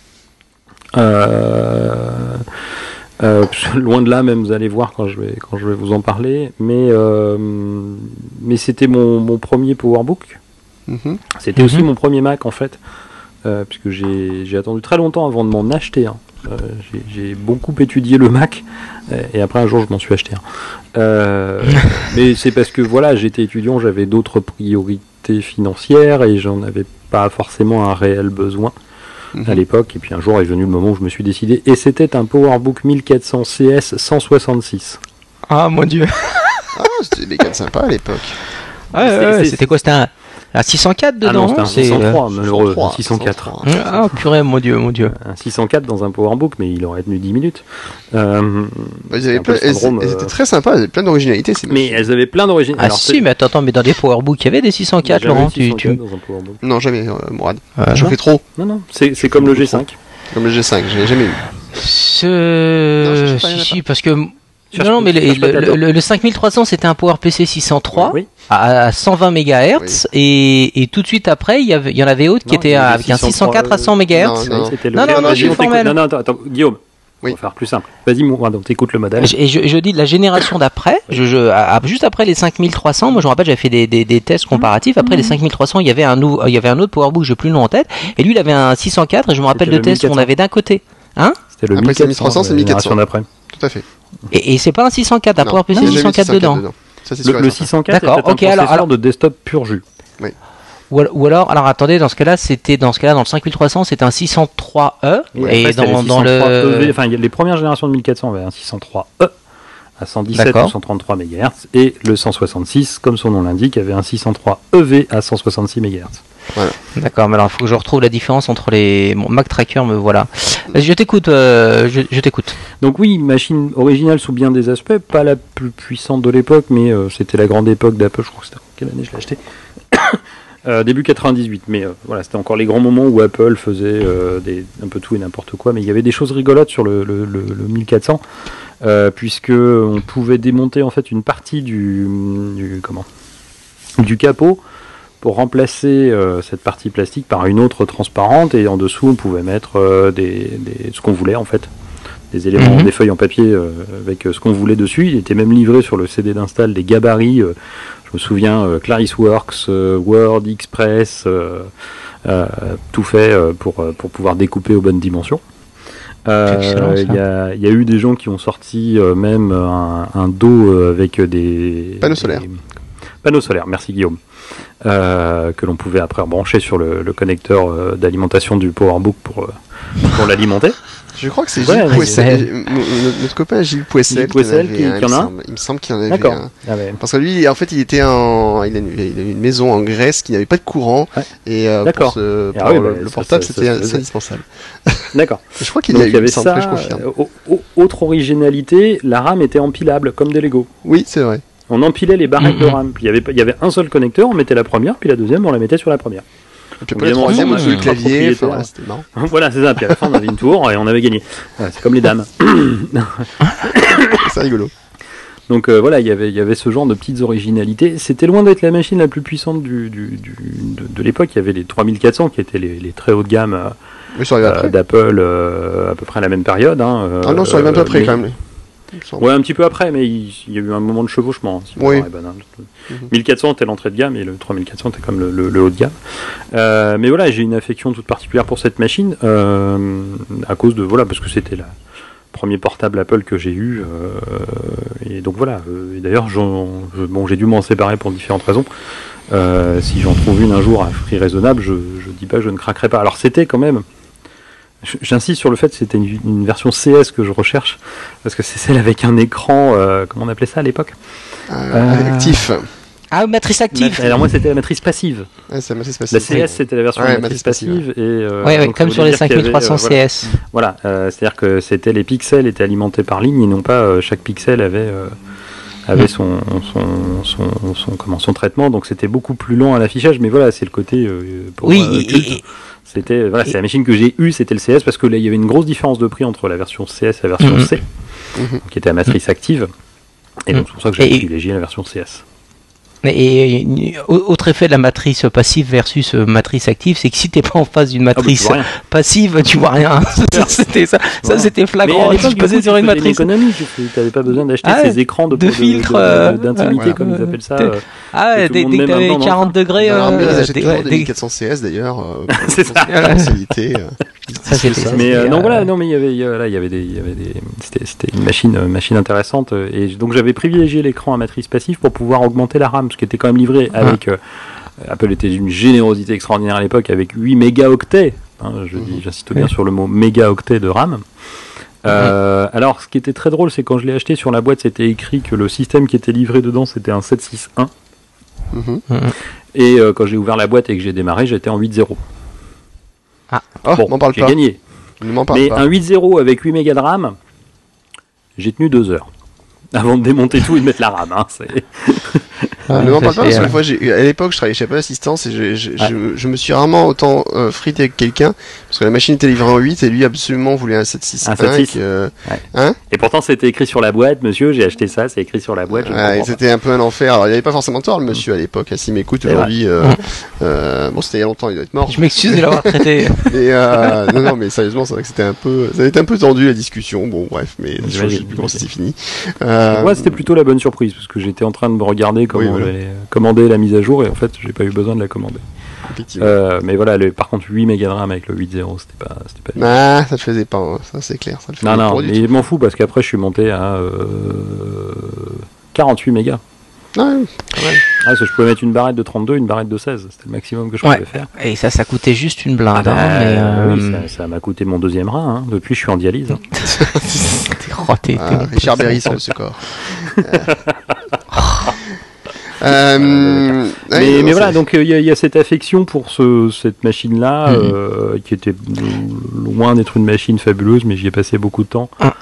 Euh, euh, loin de là, même, vous allez voir quand je vais, quand je vais vous en parler. Mais, euh, mais c'était mon, mon premier PowerBook. Mmh. C'était mmh. aussi mon premier Mac, en fait. Euh, puisque j'ai, j'ai attendu très longtemps avant de m'en acheter un. Euh, j'ai, j'ai beaucoup étudié le Mac euh, et après un jour je m'en suis acheté un. Euh, mais c'est parce que voilà, j'étais étudiant, j'avais d'autres priorités financières et j'en avais pas forcément un réel besoin mmh. à l'époque. Et puis un jour est venu le moment où je me suis décidé et c'était un PowerBook mille quatre cents C S cent soixante-six. Ah mon dieu. Ah, c'était des cas sympas à l'époque. Ouais, ouais, ouais, c'était quoi? C'était un un six cent quatre dedans? Ah non, c'était un six cent trois, euh, malheureux, un six cent quatre. Ah purée, mon dieu, mon dieu. Un six cent quatre dans un PowerBook, mais il aurait tenu dix minutes. Euh, bah, ils avaient plein, elles, elles étaient très sympas, elles avaient plein d'originalité. Ces mais elles avaient plein d'originalité. Ah Alors, si, c'est... mais attends, attends, mais dans des PowerBooks, il y avait des six cent quatre, Laurent, tu, tu... dans un PowerBook. Non, jamais, euh, Mourad. Euh, J'en fais trop. Non, non, c'est, c'est comme le G cinq. Trop. Comme le G cinq, je l'ai jamais eu. Ce... Non, si, si, parce que... Non, non, mais le, le, le, le cinq mille trois cents c'était un PowerPC six cent trois oui, oui. à cent vingt mégahertz oui. et, et tout de suite après il y, avait, il y en avait autre qui non, était avec un six cent quatre à cent mégahertz. Non, non, non, non, non, non je suis formel. Non, non, attends, attends Guillaume. Oui. On va faire plus simple. Vas-y, moi, donc t'écoutes le modèle. Et je, je dis de la génération d'après, je, je, à, juste après les cinq mille trois cents, moi je me rappelle, j'avais fait des, des, des tests comparatifs. Après mmh. les cinq mille trois cents, il y avait un nouveau, il y avait un autre PowerBook, je n'ai plus le nom en tête, et lui il avait un six cent quatre. Et je me rappelle de tests qu'on avait d'un côté, hein. C'était le mille trois cents, c'est mille quatre cents d'après. Tout à fait. Et, et c'est pas un six cent quatre, à PowerPC six cent quatre dedans. dedans. Ça, c'est le, le six cent quatre D'accord, est un okay, processeur alors, alors... de desktop pur jus. Oui. Ou, al- ou alors, alors attendez, dans ce cas-là, c'était dans ce cas-là dans le cinq mille trois cents, c'était un six cent trois E Et, et après, dans, le dans le E V, enfin, il y a les premières générations de mille quatre cents avaient un six cent trois E à cent dix-sept D'accord. ou cent trente-trois mégahertz et le cent soixante-six, comme son nom l'indique, avait un six cent trois E V à cent soixante-six mégahertz. D'accord, mais alors il faut que je retrouve la différence entre les. Bon, Mac Tracker, me voilà. Je t'écoute, euh, je, je t'écoute. Donc oui, machine originale sous bien des aspects, pas la plus puissante de l'époque, mais euh, c'était la grande époque d'Apple, je crois que c'était en quelle année je l'ai acheté euh, début quatre-vingt-dix-huit, mais euh, voilà, c'était encore les grands moments où Apple faisait euh, des, un peu tout et n'importe quoi, mais il y avait des choses rigolotes sur le, le, le, le mille quatre cents, euh, puisque on pouvait démonter en fait une partie du, du comment du capot pour remplacer euh, cette partie plastique par une autre transparente, et en dessous on pouvait mettre euh, des, des, ce qu'on voulait en fait, des éléments, Mhm. des feuilles en papier euh, avec euh, ce qu'on voulait dessus. Il était même livré sur le C D d'install des gabarits, euh, je me souviens, euh, ClarisWorks, euh, Word, Express, euh, euh, tout fait euh, pour, euh, pour pouvoir découper aux bonnes dimensions. Euh, Excellent, ça. Il y, a, il y a eu des gens qui ont sorti euh, même un, un dos euh, avec des Panneaux solaires. des- panneaux solaires, merci Guillaume. Euh, que l'on pouvait après brancher sur le, le connecteur euh, d'alimentation du PowerBook pour, euh, pour l'alimenter. Je crois que c'est Ouais, Gilles mais Poissel, c'est- euh, notre notre copain Gilles Poissel, Gilles Poissel qui, qui- en avait qui un, en a il me un semble. Il me semble qu'il en avait D'accord. un. Ah ouais. Parce que lui, en fait, il était en, il a une, il a une maison en Grèce qui n'avait pas de courant, Ouais. et euh, D'accord. pour, ce, pour Ah oui, le, bah, le ça, portable, ça, ça, c'était ça c'est faisait. indispensable. D'accord. Et je crois qu'il Donc a il eu, y avait il me semble, ça. après, je confirme. euh, au- au- autre originalité, la RAM était empilable comme des Lego. Oui, c'est vrai. On empilait les barrettes de Mhm. RAM. Puis il y avait pas- il y avait un seul connecteur, on mettait la première, puis la deuxième, on la mettait sur la première. Et puis après, la Évidemment, troisième, bon, on dessus le euh, clavier, enfin, propriétaire. voilà, c'était marrant. Voilà, c'est ça. Puis à la fin, on avait une tour et on avait gagné. Voilà, c'est comme les dames. C'est rigolo. Donc euh, voilà, il y avait il y avait ce genre de petites originalités. C'était loin d'être la machine la plus puissante du, du, du- de, de l'époque. Il y avait les trois mille quatre cents qui étaient les, les très haut de gamme euh, Mais ça arrive après. d'Apple euh, à peu près à la même période. Hein, euh, Ah non, ça arrive un peu après mais- quand même. il me semble. Ouais, un petit peu après, mais il, il y a eu un moment de chevauchement. Si ma Oui. mémoire est bonne, hein. Mhm. mille quatre cents était l'entrée de gamme et le trois mille quatre cents était comme le, le- le haut de gamme. Euh, mais voilà, j'ai une affection toute particulière pour cette machine euh, à cause de voilà parce que c'était la premier portable Apple que j'ai eu euh, et donc voilà. euh, et d'ailleurs, j'en- je- bon, j'ai dû m'en séparer pour différentes raisons. Euh, si j'en trouve une un jour à prix raisonnable, je, je dis pas que je ne craquerai pas. Alors c'était quand même. je- J'insiste sur le fait que c'était une, une version C S que je recherche parce que c'est celle avec un écran. Euh, comment on appelait ça à l'époque? Euh, Actif. Ah, matrice active. Alors moi c'était la matrice passive. Ouais, c'est la matrice La passive. C S c'était la version Ouais, de la matrice matrice passive et euh, Ouais, ouais, donc, comme ça sur voulait les dire qu'il y avait, cinq mille trois cents euh, voilà. C S. Voilà, euh, c'est-à-dire que c'était les pixels étaient alimentés par ligne et non pas euh, chaque pixel avait euh, avait son son, son son comment son traitement, donc c'était beaucoup plus lent à l'affichage. Mais voilà, c'est le côté euh, pour, Oui, euh, et- culte. et- C'était voilà, c'est et- la machine que j'ai eue, c'était le C S parce que là il y avait une grosse différence de prix entre la version C S et la version Mhm. C, Mhm. qui était à matrice active. Et donc c'est pour ça que j'ai Et- privilégié la version C S. Et, et, autre effet de la matrice passive versus euh, matrice active, c'est que si t'es pas en face d'une Ah, bah, tu matrice vois rien. passive, tu vois rien. Ça, c'était ça, ça Voilà. c'était Mais flagrant. à Tu l'époque, du posais coup, sur tu une faisais matrice. économie, tu n'avais pas besoin d'acheter Ah ouais, ces écrans de, de filtres, euh, d'intimité, voilà. comme ils appellent ça. T'es- euh, Ah, que ouais, tout le dès, monde dès que met t'avais maintenant dans quarante degrés, Alors, mais ils euh, achètent dès- toujours ouais, des dès- mille quatre cents C S d'ailleurs. euh, pour- C'est pour- ça. pour la facilité. euh. ça, c'était- ça, Mais c'était, euh, non, euh, voilà, non, mais il y avait, il y avait- là, il y avait des, il y avait des, c'était, c'était une machine, euh, machine intéressante. euh, Et donc j'avais privilégié l'écran à matrice passive pour pouvoir augmenter la RAM, ce qui était quand même livré avec. euh, Apple était d'une générosité extraordinaire à l'époque avec huit mégaoctets. Hein, je dis, j'insiste bien Oui. sur le mot mégaoctet de RAM. Euh, alors, ce qui était très drôle, c'est quand je l'ai acheté sur la boîte, c'était écrit que le système qui était livré dedans, c'était un sept six un. Mhm. Et euh, quand j'ai ouvert la boîte et que j'ai démarré, j'étais en huit zéro. Oh, Bon, m'en parle j'ai pas. gagné. Ne m'en parle Mais pas. un huit zéro avec huit mégas de RAM, j'ai tenu deux heures. Avant de démonter tout et de mettre la RAM. Hein, c'est... Ne m'en ça, parle pas c'est, parce que euh, une fois, j'ai- à l'époque, je travaillais chez Apple Assistance et je, je, je, je me suis rarement autant euh, frité avec quelqu'un parce que la machine était livrée en huit et lui absolument voulait un sept six Un cinq. sept six. euh, Et pourtant, c'était écrit sur la boîte, monsieur, j'ai acheté ça, c'est écrit sur la boîte. Je ne ouais, comprends c'était un peu un enfer. Alors, il avait pas forcément tort, le monsieur, à l'époque. hein, S'il m'écoute C'est vrai. aujourd'hui, euh, Mm. euh, bon, c'était il y a longtemps, il doit être mort. Je m'excuse de l'avoir traité. Mais euh, non, non, mais sérieusement, c'est vrai que c'était un peu, ça a été un peu tendu la discussion. Bon, bref, mais je sais J'imagine. plus comment c'était fini. Euh, Moi, c'était plutôt la bonne surprise, parce que j'étais en train de me regarder comment Oui, voilà. j'allais commander la mise à jour, et en fait, j'ai pas eu besoin de la commander. effectivement. Euh, mais voilà, le, par contre, huit mégas de RAM avec le huit zéro, c'était pas... C'était pas... Ah, ça le faisait pas, hein, ça c'est clair. Ça le faisait non, pas non, du mais tout. je m'en fous, parce qu'après, je suis monté à euh, quarante-huit mégas. Ouais, quand même. Ah, parce que je pouvais mettre une barrette de trente-deux, une barrette de seize. C'était le maximum que je Ouais. pouvais faire. Et ça, ça coûtait juste une blinde. Ah, hein, mais, euh... oui, ça, ça m'a coûté mon deuxième rein. Hein. Depuis, je suis en dialyse. Hein. t'es, oh, t'es, Ah, t'es- Richard Berry sort de ce corps. Euh, mais ouais, non, mais voilà, c'est- donc il y, a- y a cette affection pour ce, cette machine-là, Mhm. euh, qui était loin d'être une machine fabuleuse, mais j'y ai passé beaucoup de temps. Ah.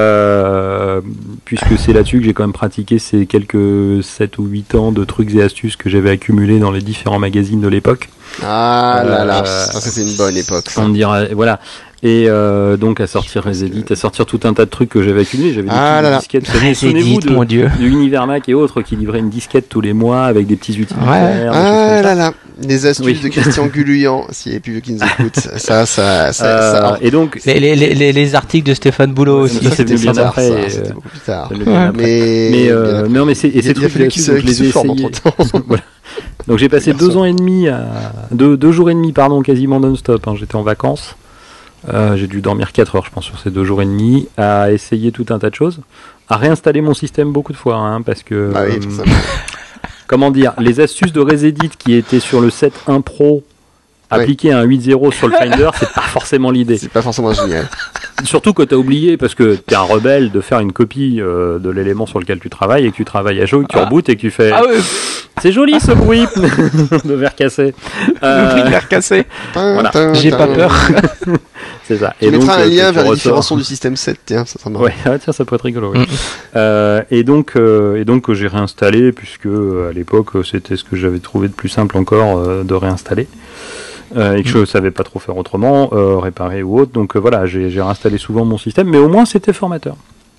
Euh, puisque c'est là-dessus que j'ai quand même pratiqué ces quelques sept ou huit ans de trucs et astuces que j'avais accumulés dans les différents magazines de l'époque. Ah là là, Euh, ça c'était une bonne époque. ça. On dirait, voilà. Et euh, donc à sortir Resedit, à sortir tout un tas de trucs que j'avais accumulés. J'avais des Ah petites là là. disquettes. Souvenez- Resedit, Souvenez-vous de, mon Dieu. de Univermac et autres qui livraient une disquette tous les mois avec des petits utilitaires. des choses Ah comme ça. là là, les astuces Oui. de Christian Gulluyan, s'il y a plus vieux qui nous écoute. Ça, ça, ça, Euh, ça. et donc, Les, les, les, les- les articles de Stéphane Boulot Ouais, aussi. ça, c'était bien tard, après, ça, et, C'était euh, beaucoup plus tard. ça le bien après. Mais, Mais, bien euh, après. non, mais c'est, et Il- ces il a trucs, fallu là, qu'il donc, se, je les qu'il ai se forme essayés. entre-temps. Voilà. Donc j'ai passé Garçon. deux ans et demi à deux, deux jours et demi pardon quasiment non-stop. Hein. J'étais en vacances. Euh, j'ai dû dormir quatre heures je pense sur ces deux jours et demi à essayer tout un tas de choses, à réinstaller mon système beaucoup de fois hein, parce que Ah oui, euh, forcément. comment dire, les astuces de Resedit qui étaient sur le sept un Pro appliquées à un huit zéro sur le Finder, c'est pas forcément l'idée. C'est pas forcément génial. Surtout que t'as oublié, parce que t'es un rebelle, de faire une copie euh, de l'élément sur lequel tu travailles et que tu travailles à chaud, et que tu Ah. rebootes et que tu fais Ah oui, c'est joli ce bruit de verre cassé. le prix de Euh, l'air cassé. Voilà. J'ai pas peur. c'est ça. Tu mettras un euh, lien tu vers les ressors- différents sons du système sept, tiens, ça sera marrant. Ouais, ah, tiens, ça peut être rigolo. Oui. Mm. Euh, et donc, euh, et donc, euh, j'ai réinstallé puisque euh, à l'époque, euh, c'était ce que j'avais trouvé de plus simple encore euh, de réinstaller. Euh, et que je savais pas trop faire autrement, euh, réparer ou autre. Donc euh, voilà, j'ai, j'ai réinstallé souvent mon système, mais au moins c'était formateur.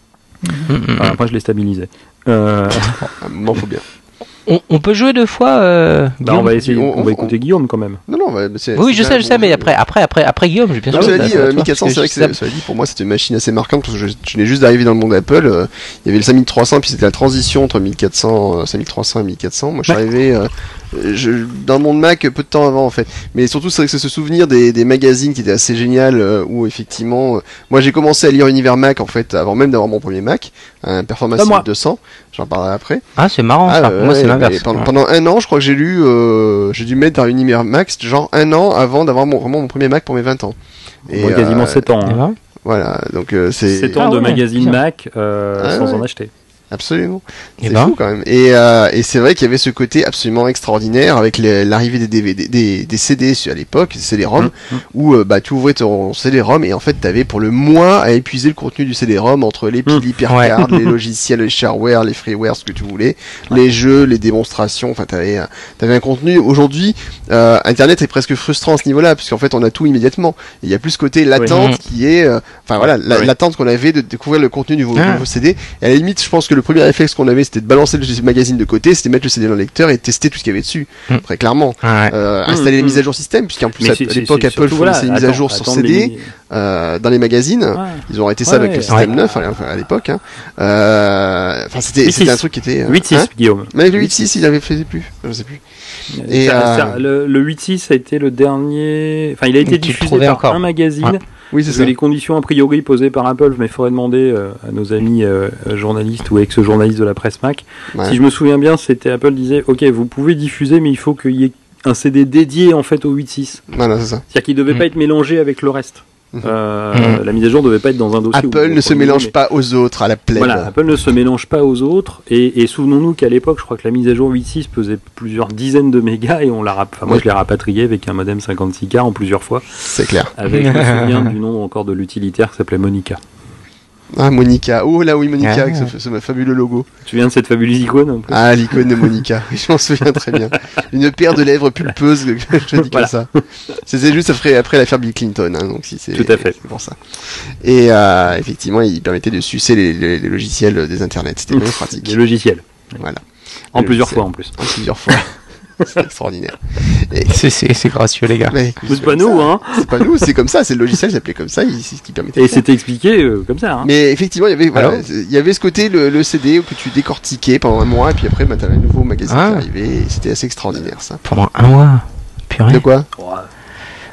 Enfin, après, je l'ai stabilisé. Euh, À un moment, faut bien. On, on peut jouer deux fois. Euh, bah, on Guillaume va essayer, on- on, va on- écouter Guillaume quand même. Non, non, bah, c'est. Oui, c'est je bien sais, un je sais, bon mais jeu. après, après, après, après Guillaume, j'ai bien Non, sûr. cela ça- dit, ça va euh, toi, mille quatre cents, parce c'est vrai que que c'est, cela dit, pour moi, c'était une machine assez marquante parce que je, je venais juste d'arriver dans le monde Apple. euh, il y avait le cinq mille trois cents, puis c'était la transition entre mille quatre cents, euh, cinq mille trois cents et mille quatre cents. Moi, je suis Ouais. arrivé euh, je, dans le monde Mac peu de temps avant, en fait. Mais surtout, c'est vrai que c'est ce souvenir des, des magazines qui était assez génial, euh, où effectivement, euh, moi, j'ai commencé à lire Univers Mac, en fait, avant même d'avoir mon premier Mac, un Performance Comme moi. mille deux cents. J'en parlerai après. Ah, c'est marrant ça. euh, Moi, c'est ouais, l'inverse. mais Pendant, pendant un an, je crois que j'ai lu, euh, j'ai dû mettre dans Univers Mac, genre un an avant d'avoir mon, vraiment mon premier Mac pour mes vingt ans. Et, Moi, quasiment euh, sept ans. Et Hein. voilà. Voilà, donc euh, c'est sept ans Ah de ouais, magazine bien. Mac euh, Ah sans ouais. en acheter. absolument. Eh C'est ben. fou quand même. Et, euh, et c'est vrai qu'il y avait ce côté absolument extraordinaire avec les- l'arrivée des D V D, des, des C D à l'époque, des C D-ROM, Mmh. où euh, bah tu ouvrais ton C D-ROM et en fait t'avais pour le mois à épuiser le contenu du C D-ROM entre les piles Mmh. hypercard, les logiciels, les shareware, les freeware, ce que tu voulais, les jeux, les démonstrations. Enfin t'avais un- t'avais un contenu. Aujourd'hui, euh, Internet est presque frustrant à ce niveau-là puisqu'en fait on a tout immédiatement. Il y a plus ce côté l'attente Oui. qui est, euh, enfin voilà, la- Oui. l'attente qu'on avait de découvrir le contenu du nouveau, Ah. nouveau C D. Et à la limite, je pense que le premier réflexe qu'on avait, c'était de balancer le magazine de côté, c'était mettre le C D dans le lecteur et tester tout ce qu'il y avait dessus, Mm. très clairement. Ouais. Euh, Mm, installer les mm. mises à jour système, puisqu'en plus Mais à, c'est- à c'est- l'époque c'est Apple surtout, voilà, fournissait les mises à attends- jour sur attendre C D les- euh, dans les magazines. Ouais. Ils ont arrêté ça Ouais, avec le ouais. système neuf à, à l'époque. Hein. Euh, Enfin, c'était huit c'était six. un truc qui était. euh, huit six, hein Guillaume. Mais avec le huit six, il avait fait plus. Je sais plus. Et, Ça- euh, ça- le, le huit six a été le dernier. Enfin, il a été Tu le diffusé trouvais par encore. un magazine. Ouais. Oui, c'est Parce ça. que les conditions a priori posées par Apple, mais il faudrait demander euh, à nos amis euh, journalistes ou ex-journalistes de la presse Mac. Ouais. Si je me souviens bien, c'était Apple disait ok, vous pouvez diffuser, mais il faut qu'il y ait un C D dédié en fait au huit six. Voilà, c'est ça. C'est-à-dire qu'il devait Mm. pas être mélangé avec le reste. Mhm. Euh, Mm. La mise à jour devait pas être dans un dossier. où Apple vous ne se reprenez, mélange mais- pas aux autres, à la plèbe. Voilà, Apple ne se mélange pas aux autres. Et, et souvenons-nous qu'à l'époque, je crois que la mise à jour huit six pesait plusieurs dizaines de mégas et on l'a, rap- enfin, moi Ouais. je l'ai rapatrié avec un modem cinquante-six K en plusieurs fois. C'est clair. Avec, je me souviens du nom encore de l'utilitaire qui s'appelait Monica. Ah, Monica. Oh là oui, Monica, Ah. avec ce, ce fabuleux logo. Tu te souviens de cette fabuleuse icône un peu Ah, l'icône de Monica. Oui, je m'en souviens très bien. Une paire de lèvres pulpeuses, que je dis Voilà. comme ça. C'était juste après, après l'affaire Bill Clinton, hein, donc si c'est. Tout à fait. C'est pour ça. Et, euh, effectivement, il permettait de sucer les, les, les logiciels des internets. C'était vraiment pratique. Des logiciels. Voilà. En Les plusieurs logiciels. fois en plus. En plusieurs fois. C'est extraordinaire. Et, C'est, c'est, c'est gracieux, les gars. mais, Mais c'est pas nous, hein c'est pas nous, c'est comme ça, c'est le logiciel qui s'appelait comme ça, il- c'est ce qui permettait de Et faire. c'était expliqué euh, comme ça. Hein. Mais effectivement, il y avait, voilà, Alors il y avait ce côté, le, le C D que tu décortiquais pendant un mois, et puis après, bah, t'avais un nouveau magazine Ah. qui arrivait, et c'était assez extraordinaire, ça. Pendant un mois. Purée. De quoi?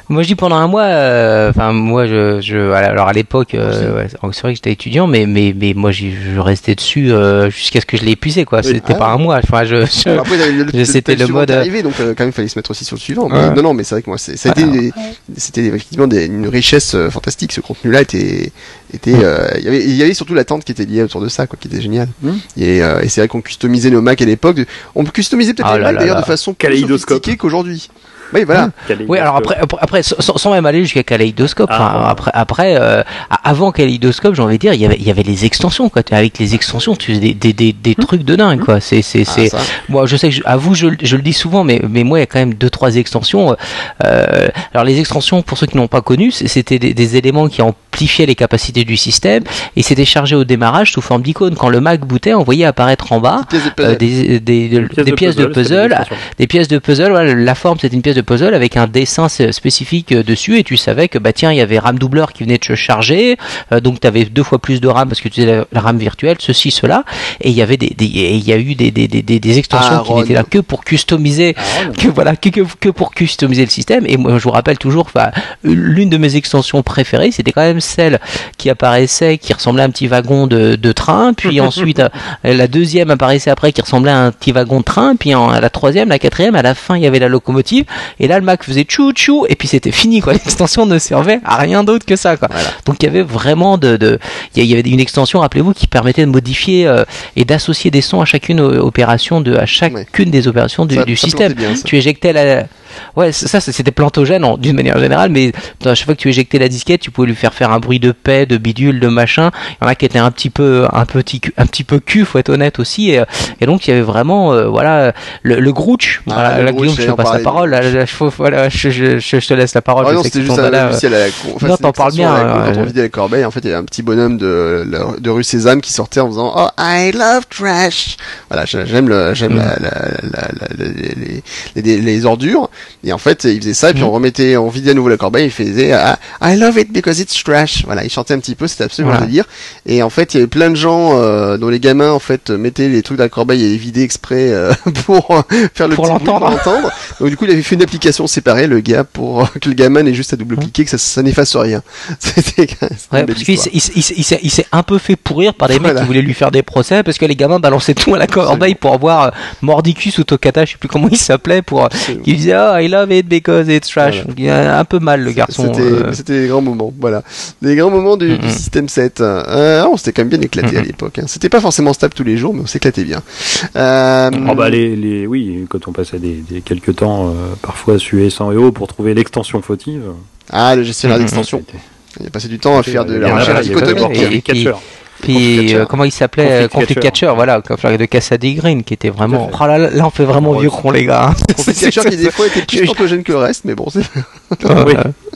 Moi, je dis pendant un mois. Enfin, euh, moi, je, je, alors à l'époque, euh, ouais, c'est vrai que j'étais étudiant, mais mais mais moi, j'y, je restais dessus euh, jusqu'à ce que je l'ai épuisé, quoi. Oui. C'était Ah. pas un mois. Enfin, je, je, Alors après, le, le, je c'était le, le mode arrivé, donc euh, quand même, il fallait se mettre aussi sur le suivant. Ouais. Mais, non, non, mais c'est vrai que moi, c'est, ça a voilà. été, c'était effectivement des, une richesse euh, fantastique. Ce contenu-là était, était, euh, il y avait, il y avait surtout l'attente qui était liée autour de ça, quoi, qui était génial. Mm. Et, euh, et c'est vrai qu'on customisait nos Macs à l'époque. On customisait peut-être Ah les là Macs là d'ailleurs là. de façon plus Kaléidoscope. sophistiquée qu'aujourd'hui. Oui, voilà. Oui, alors après, après, sans, sans même aller jusqu'à Kaléidoscope. Ah, enfin, ouais. après, après, euh, avant Kaléidoscope, j'ai envie de dire, il y avait, il y avait les extensions, quoi. Avec les extensions, tu faisais des, des, des, des mmh. trucs de dingue, quoi. C'est, c'est, Ah, c'est. ça. Moi, je sais que, je, à vous, je, je le dis souvent, mais, mais moi, il y a quand même deux, trois extensions. Euh, alors, les extensions, pour ceux qui n'ont pas connu, c'était des, des éléments qui amplifiaient les capacités du système et c'était chargé au démarrage sous forme d'icône. Quand le Mac bootait, on voyait apparaître en bas euh, des, des, des, des, des pièces de puzzle, des pièces de puzzle. Voilà, la forme, c'était une pièce de puzzle avec un dessin spécifique dessus et tu savais que bah tiens il y avait RAM doubleur qui venait de se charger, euh, donc tu avais deux fois plus de RAM parce que tu faisais la, la RAM virtuelle, ceci cela, et il y avait des, des et il y a eu des des des, des, des extensions Aaron. qui n'étaient là que pour customiser Aaron. que voilà que, que que pour customiser le système. Et moi je vous rappelle toujours, enfin l'une de mes extensions préférées c'était quand même celle qui apparaissait qui ressemblait à un petit wagon de, de train, puis ensuite la deuxième apparaissait après qui ressemblait à un petit wagon de train, puis en, la troisième, la quatrième, à la fin il y avait la locomotive et là le Mac faisait tchou tchou et puis c'était fini, quoi. L'extension ne servait à rien d'autre que ça, quoi. Voilà. Donc il y avait vraiment de, de, il y avait une extension, rappelez-vous, qui permettait de modifier euh, et d'associer des sons à chacune opération de, à chacune ouais. des opérations du, ça, du ça système. Bien, tu éjectais la, ouais, ça c'était plantogène en, d'une manière générale, mais à chaque fois que tu éjectais la disquette, tu pouvais lui faire faire un bruit de paix, de bidule, de machin. Il y en a qui étaient un petit peu, un petit, un petit peu cul, faut être honnête aussi. Et, et donc il y avait vraiment, euh, voilà, le, le Grouch. Ah, voilà, le là, Grouch, Guillaume, je te passe la parole. Là, là, faut, voilà, je, je, je, je te laisse la parole. Ah je non, sais c'était que juste un là, logiciel à la con. Enfin, non, t'en parles bien. La con, euh, quand on vidait la corbeille, en fait, il y avait un petit bonhomme de, de rue Sésame qui sortait en faisant Oh, I love trash. Voilà, j'aime le, j'aime mm. la, la, la, la, les, les, les, les ordures. Et en fait, il faisait ça, et puis mm. on remettait, on vidait à nouveau la corbeille, il faisait ah, I love it because it's trash. Voilà, il chantait un petit peu, c'était absolument voilà. délire. Et en fait, il y avait plein de gens euh, dont les gamins en fait mettaient les trucs dans la corbeille et les vidaient exprès euh, pour euh, faire le pour petit l'entendre. Bruit pour l'entendre. Donc du coup, il avait fait une application séparée, le gars, pour euh, que le gamin ait juste à double cliquer, que ça, ça n'efface rien. C'était ouais, parce qu'il s'est, il, il, il, s'est, il s'est un peu fait pourrir par des voilà. mecs qui voulaient lui faire des procès parce que les gamins balançaient tout à la corbeille pour avoir euh, Mordicus ou Toccata, je sais plus comment il s'appelait, pour euh, il disait oh I love it because it's trash. Voilà. Il a un peu mal le garçon. C'était, euh... c'était des grands moments, voilà, des grands moments du, mm-hmm. du système sept. Euh, on s'était quand même bien éclaté mm-hmm. à l'époque. Hein. C'était pas forcément stable tous les jours, mais on s'éclatait bien. Euh... Oh bah les, les, oui, quand on passait des, des quelques temps, euh, parfois suer sang et eau pour trouver l'extension fautive. Ah, le gestionnaire mm-hmm. d'extension. Il a passé du temps à faire de la recherche dichotomique. Et puis, puis euh, comment il s'appelait, Conflict Catcher, voilà, de Cassady Green, qui était vraiment. Oh là, là, là on fait vraiment vieux con les gars. Conflict Catcher qui des fois était plus pathogène que le reste, mais bon, c'est. Oui.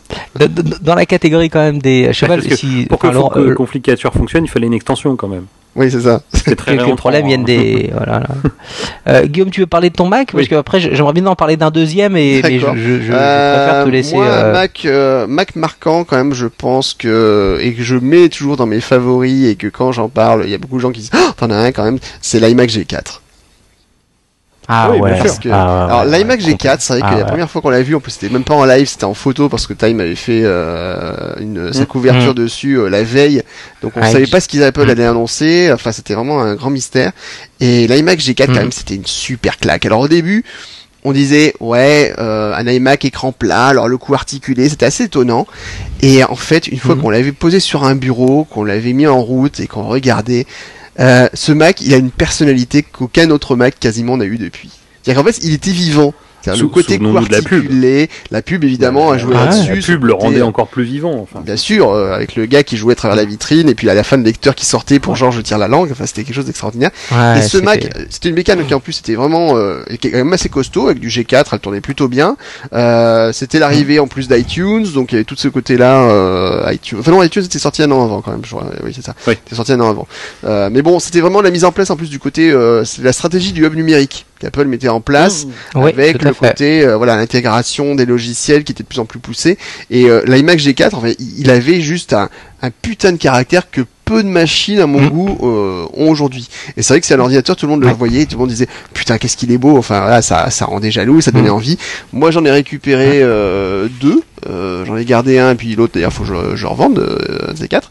Dans la catégorie quand même des. Je sais pas si. Pour que le Conflict Catcher fonctionne, il fallait une extension quand même. Oui, c'est ça. C'est très que les problèmes viennent des. Voilà. euh, Guillaume, tu veux parler de ton Mac parce oui. que après j'aimerais bien en parler d'un deuxième et mais je, je, je, euh, je préfère te laisser. Moi, euh... Mac, euh, Mac marquant quand même. Je pense que et que je mets toujours dans mes favoris et que quand j'en parle, il y a beaucoup de gens qui disent oh, t'en as un quand même. C'est l'iMac G quatre. Ah oui, ouais. Parce que, ah, alors ouais, l'iMac ouais, G quatre, c'est vrai que ah, la ouais. première fois qu'on l'a vu, en plus c'était même pas en live, c'était en photo parce que Time avait fait euh, une, mmh. sa couverture mmh. dessus euh, la veille, donc on ah, savait pas ce qu'ils Apple mmh. allait annoncer. Enfin, c'était vraiment un grand mystère. Et l'iMac G quatre, mmh. quand même, c'était une super claque. Alors au début, on disait ouais, euh, un iMac écran plat, alors le coup articulé, c'était assez étonnant. Et en fait, une fois mmh. qu'on l'avait posé sur un bureau, qu'on l'avait mis en route et qu'on regardait, euh, ce Mac, il a une personnalité qu'aucun autre Mac quasiment n'a eu depuis. C'est-à-dire qu'en fait, il était vivant. C'est-à-dire Sous, le côté coup articulé, la pub évidemment ouais, a joué ah, là-dessus. La pub le rendait encore plus vivant. Enfin. Bien sûr, euh, avec le gars qui jouait à travers la vitrine et puis à la fin le lecteur qui sortait pour ouais. genre je tire la langue. Enfin, c'était quelque chose d'extraordinaire. Ouais, et ce c'était... Mac, c'était une bécane qui en plus était vraiment, euh, qui est quand même assez costaud avec du G quatre. Elle tournait plutôt bien. Euh, c'était l'arrivée en plus d'iTunes, donc il y avait tout ce côté-là. Euh, iTunes. Enfin non, iTunes était sorti un an avant quand même. Je crois. Oui, c'est ça. Oui. C'était sorti un an avant. Euh, mais bon, c'était vraiment la mise en place en plus du côté, euh, c'est la stratégie du hub numérique qu'Apple mettait en place mmh. avec oui, le côté, euh, voilà, l'intégration des logiciels qui était de plus en plus poussée. Et euh, l'iMac G quatre, en fait, il avait juste un, un putain de caractère que peu de machines, à mon mmh. goût, euh, ont aujourd'hui. Et c'est vrai que c'est un ordinateur, tout le monde le ouais. voyait, tout le monde disait putain qu'est-ce qu'il est beau. Enfin voilà, ça, ça rendait jaloux, ça donnait mmh. envie. Moi, j'en ai récupéré euh, deux. Euh, j'en ai gardé un, puis l'autre d'ailleurs faut que je, je revende, euh, un de ces quatre.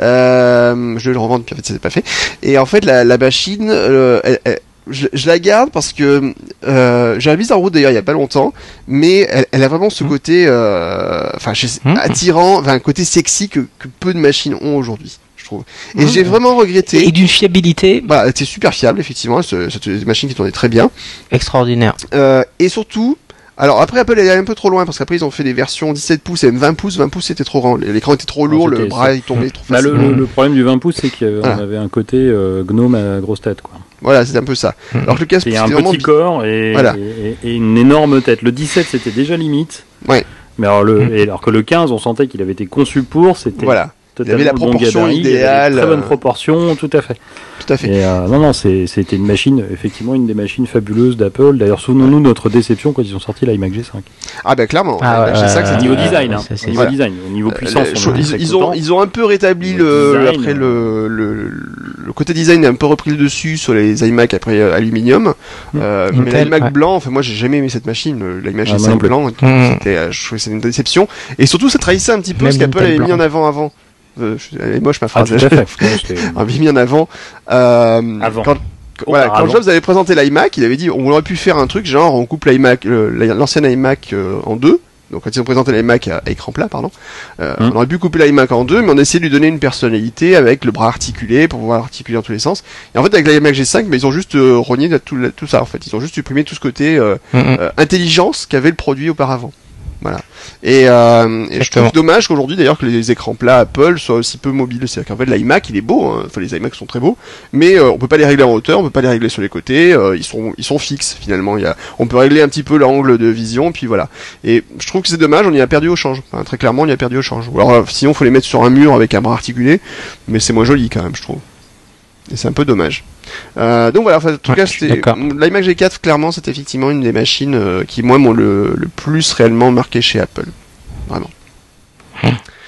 Euh, je vais le revendre, puis en fait c'était pas fait. Et en fait la, la machine, euh, elle, elle, je, je la garde parce que euh, j'ai la mise en route d'ailleurs il y a pas longtemps, mais elle, elle a vraiment ce côté, enfin euh, mmh. attirant, enfin un côté sexy que, que peu de machines ont aujourd'hui. Et mmh. j'ai vraiment regretté. Et d'une fiabilité. Bah, c'est super fiable, effectivement. C'est, c'est une machine qui tournait très bien. Extraordinaire. Euh, et surtout, alors après Apple elle est un peu trop loin parce qu'après ils ont fait des versions dix-sept pouces et même vingt pouces. vingt pouces c'était trop grand. L'écran était trop lourd, le bras il tombait trop bah, facilement. Le, le, le problème du vingt pouces c'est qu'on voilà. avait un côté euh, gnome à grosse tête, quoi. Voilà, c'est un peu ça. Mmh. Alors que le casque, c'est un petit corps et, voilà. et, et, et une énorme tête. Le dix-sept c'était déjà limite. Ouais. Mais alors, le, mmh. et alors que le quinze on sentait qu'il avait été conçu pour, c'était. Voilà. Il y avait la proportion bon gabarit, idéale. Il y avait très bonne proportion, tout à fait. Tout à fait. Et euh, non, non, c'est, c'était une machine, effectivement, une des machines fabuleuses d'Apple. D'ailleurs, souvenons-nous notre déception quand ils ont sorti l'iMac G cinq. Ah ben clairement. Ah, l'iMac G cinq, euh, c'est niveau design, hein. C'est, c'est, au niveau voilà. design, au niveau puissance. Euh, on ils, ils ont, ils ont un peu rétabli le, le design, après le, le, le côté design a un peu repris le dessus sur les iMac après euh, aluminium. Mmh. Euh, mais l'iMac ouais. blanc, enfin moi j'ai jamais aimé cette machine. L'iMac G cinq ah, blanc, mmh. c'était, euh, je trouvais que c'était une déception. Et surtout, ça trahissait un petit peu ce qu'Apple avait mis en avant avant. Euh, elle est moche ma phrase. Ah, tout à fait. avait mis en avant. Euh, avant. Quand, oh, voilà, quand Jobs avait présenté l'iMac, il avait dit on aurait pu faire un truc genre on coupe l'iMac, euh, l'ancien iMac euh, en deux. Donc quand ils ont présenté l'iMac à, à écran plat, pardon, euh, hum. on aurait pu couper l'iMac en deux, mais on essayait de lui donner une personnalité avec le bras articulé pour pouvoir articuler dans tous les sens. Et en fait avec l'iMac G cinq, mais ils ont juste euh, rogné tout, tout ça en fait. Ils ont juste supprimé tout ce côté euh, hum. euh, intelligence qu'avait le produit auparavant. Voilà. Et, euh, et je trouve dommage qu'aujourd'hui d'ailleurs que les écrans plats Apple soient aussi peu mobiles. C'est-à-dire qu'en fait l'iMac il est beau, hein. Enfin les iMac sont très beaux, mais euh, on peut pas les régler en hauteur, on peut pas les régler sur les côtés. Euh, ils sont ils sont fixes finalement. Il y a, on peut régler un petit peu l'angle de vision, puis voilà. Et je trouve que c'est dommage, on y a perdu au change. Enfin, très clairement on y a perdu au change. Ou alors euh, sinon faut les mettre sur un mur avec un bras articulé, mais c'est moins joli quand même je trouve. Et c'est un peu dommage. Euh, donc voilà, enfin, en tout ouais, cas, c'était l'iMac G quatre, clairement, c'était effectivement une des machines euh, qui, moi, m'ont le, le plus réellement marqué chez Apple. Vraiment. Hum.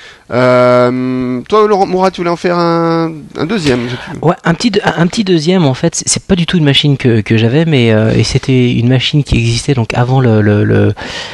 Euh, toi, Laurent Mourad, tu voulais en faire un, un deuxième? Ouais, un petit, un petit deuxième, en fait, c'est pas du tout une machine que, que j'avais, mais euh, et c'était une machine qui existait donc avant le, le, le,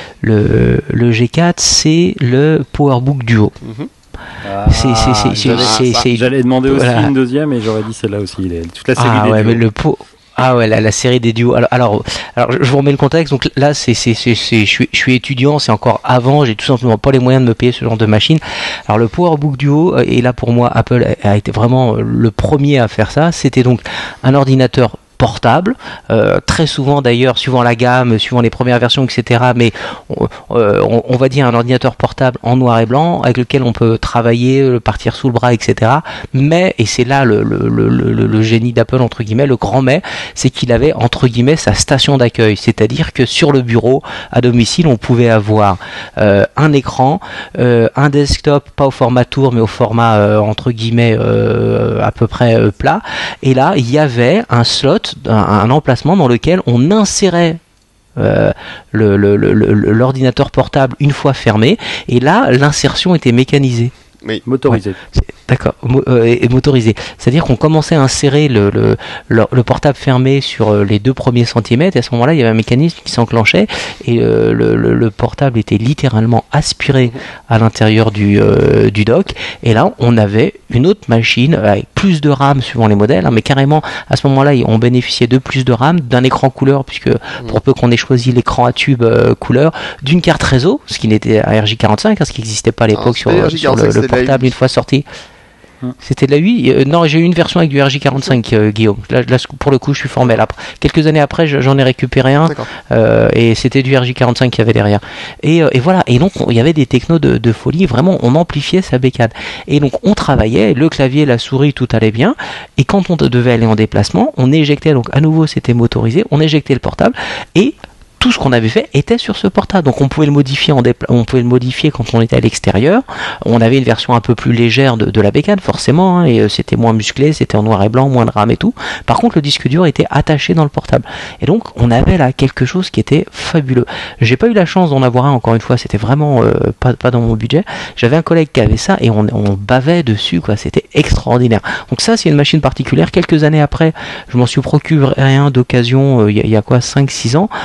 le, le G quatre, c'est le PowerBook Duo. Mm-hmm. Ah, c'est, c'est, c'est, j'allais, c'est, c'est, j'allais demander aussi voilà. une deuxième et j'aurais dit celle-là aussi. Les, toute la série ah, des ouais, duos. Mais le po- ah ouais, la, la série des duos. Alors, alors, alors, je vous remets le contexte. Donc là, c'est, c'est, c'est, c'est je suis, je suis étudiant, c'est encore avant. J'ai tout simplement pas les moyens de me payer ce genre de machine. Alors le PowerBook Duo, et là pour moi, Apple a été vraiment le premier à faire ça. C'était donc un ordinateur portable, euh, très souvent d'ailleurs, suivant la gamme, suivant les premières versions, et cetera. Mais on, euh, on, on va dire un ordinateur portable en noir et blanc, avec lequel on peut travailler, partir sous le bras, et cetera. Mais, et c'est là le, le, le, le, le génie d'Apple, entre guillemets, le grand mais, c'est qu'il avait, entre guillemets, sa station d'accueil. C'est-à-dire que sur le bureau, à domicile, on pouvait avoir euh, un écran, euh, un desktop, pas au format tour, mais au format, euh, entre guillemets, euh, à peu près euh, plat. Et là, il y avait un slot, Un, un emplacement dans lequel on insérait euh, le, le, le, le, l'ordinateur portable une fois fermé, et là l'insertion était mécanisée. Oui, motorisé. Ouais, d'accord, mo- euh, et, et motorisé. C'est-à-dire qu'on commençait à insérer le, le, le, le portable fermé sur les deux premiers centimètres, et à ce moment-là, il y avait un mécanisme qui s'enclenchait, et euh, le, le, le portable était littéralement aspiré à l'intérieur du, euh, du dock, et là, on avait une autre machine avec plus de RAM suivant les modèles, hein, mais carrément, à ce moment-là, on bénéficiait de plus de RAM, d'un écran couleur, puisque mmh. pour peu qu'on ait choisi l'écran à tube euh, couleur, d'une carte réseau, ce qui n'était à R J quarante-cinq, hein, ce qui n'existait pas à l'époque ah, sur, sur le, le portable une fois sorti. C'était de la huit euh, Non, j'ai eu une version avec du R J quarante-cinq, euh, Guillaume. Là, là, pour le coup, je suis formel. Après, quelques années après, j'en ai récupéré un. Euh, et c'était du R J quarante-cinq qu'il y avait derrière. Et, euh, et voilà. Et donc, il y avait des technos de, de folie. Vraiment, on amplifiait sa bécane. Et donc, on travaillait. Le clavier, la souris, tout allait bien. Et quand on devait aller en déplacement, on éjectait. Donc, à nouveau, c'était motorisé. On éjectait le portable. Et tout ce qu'on avait fait était sur ce portable, donc on pouvait le modifier en dépla- on pouvait le modifier quand on était à l'extérieur. On avait une version un peu plus légère de, de la bécane forcément, hein, et euh, c'était moins musclé, c'était en noir et blanc, moins de RAM et tout. Par contre, le disque dur était attaché dans le portable, et donc on avait là quelque chose qui était fabuleux. J'ai pas eu la chance d'en avoir un, encore une fois, c'était vraiment euh, pas, pas dans mon budget. J'avais un collègue qui avait ça et on, on bavait dessus, quoi. C'était extraordinaire. Donc ça, c'est une machine particulière. Quelques années après, je m'en suis procuré un d'occasion, il euh, y, y a quoi, cinq six ans, et voilà.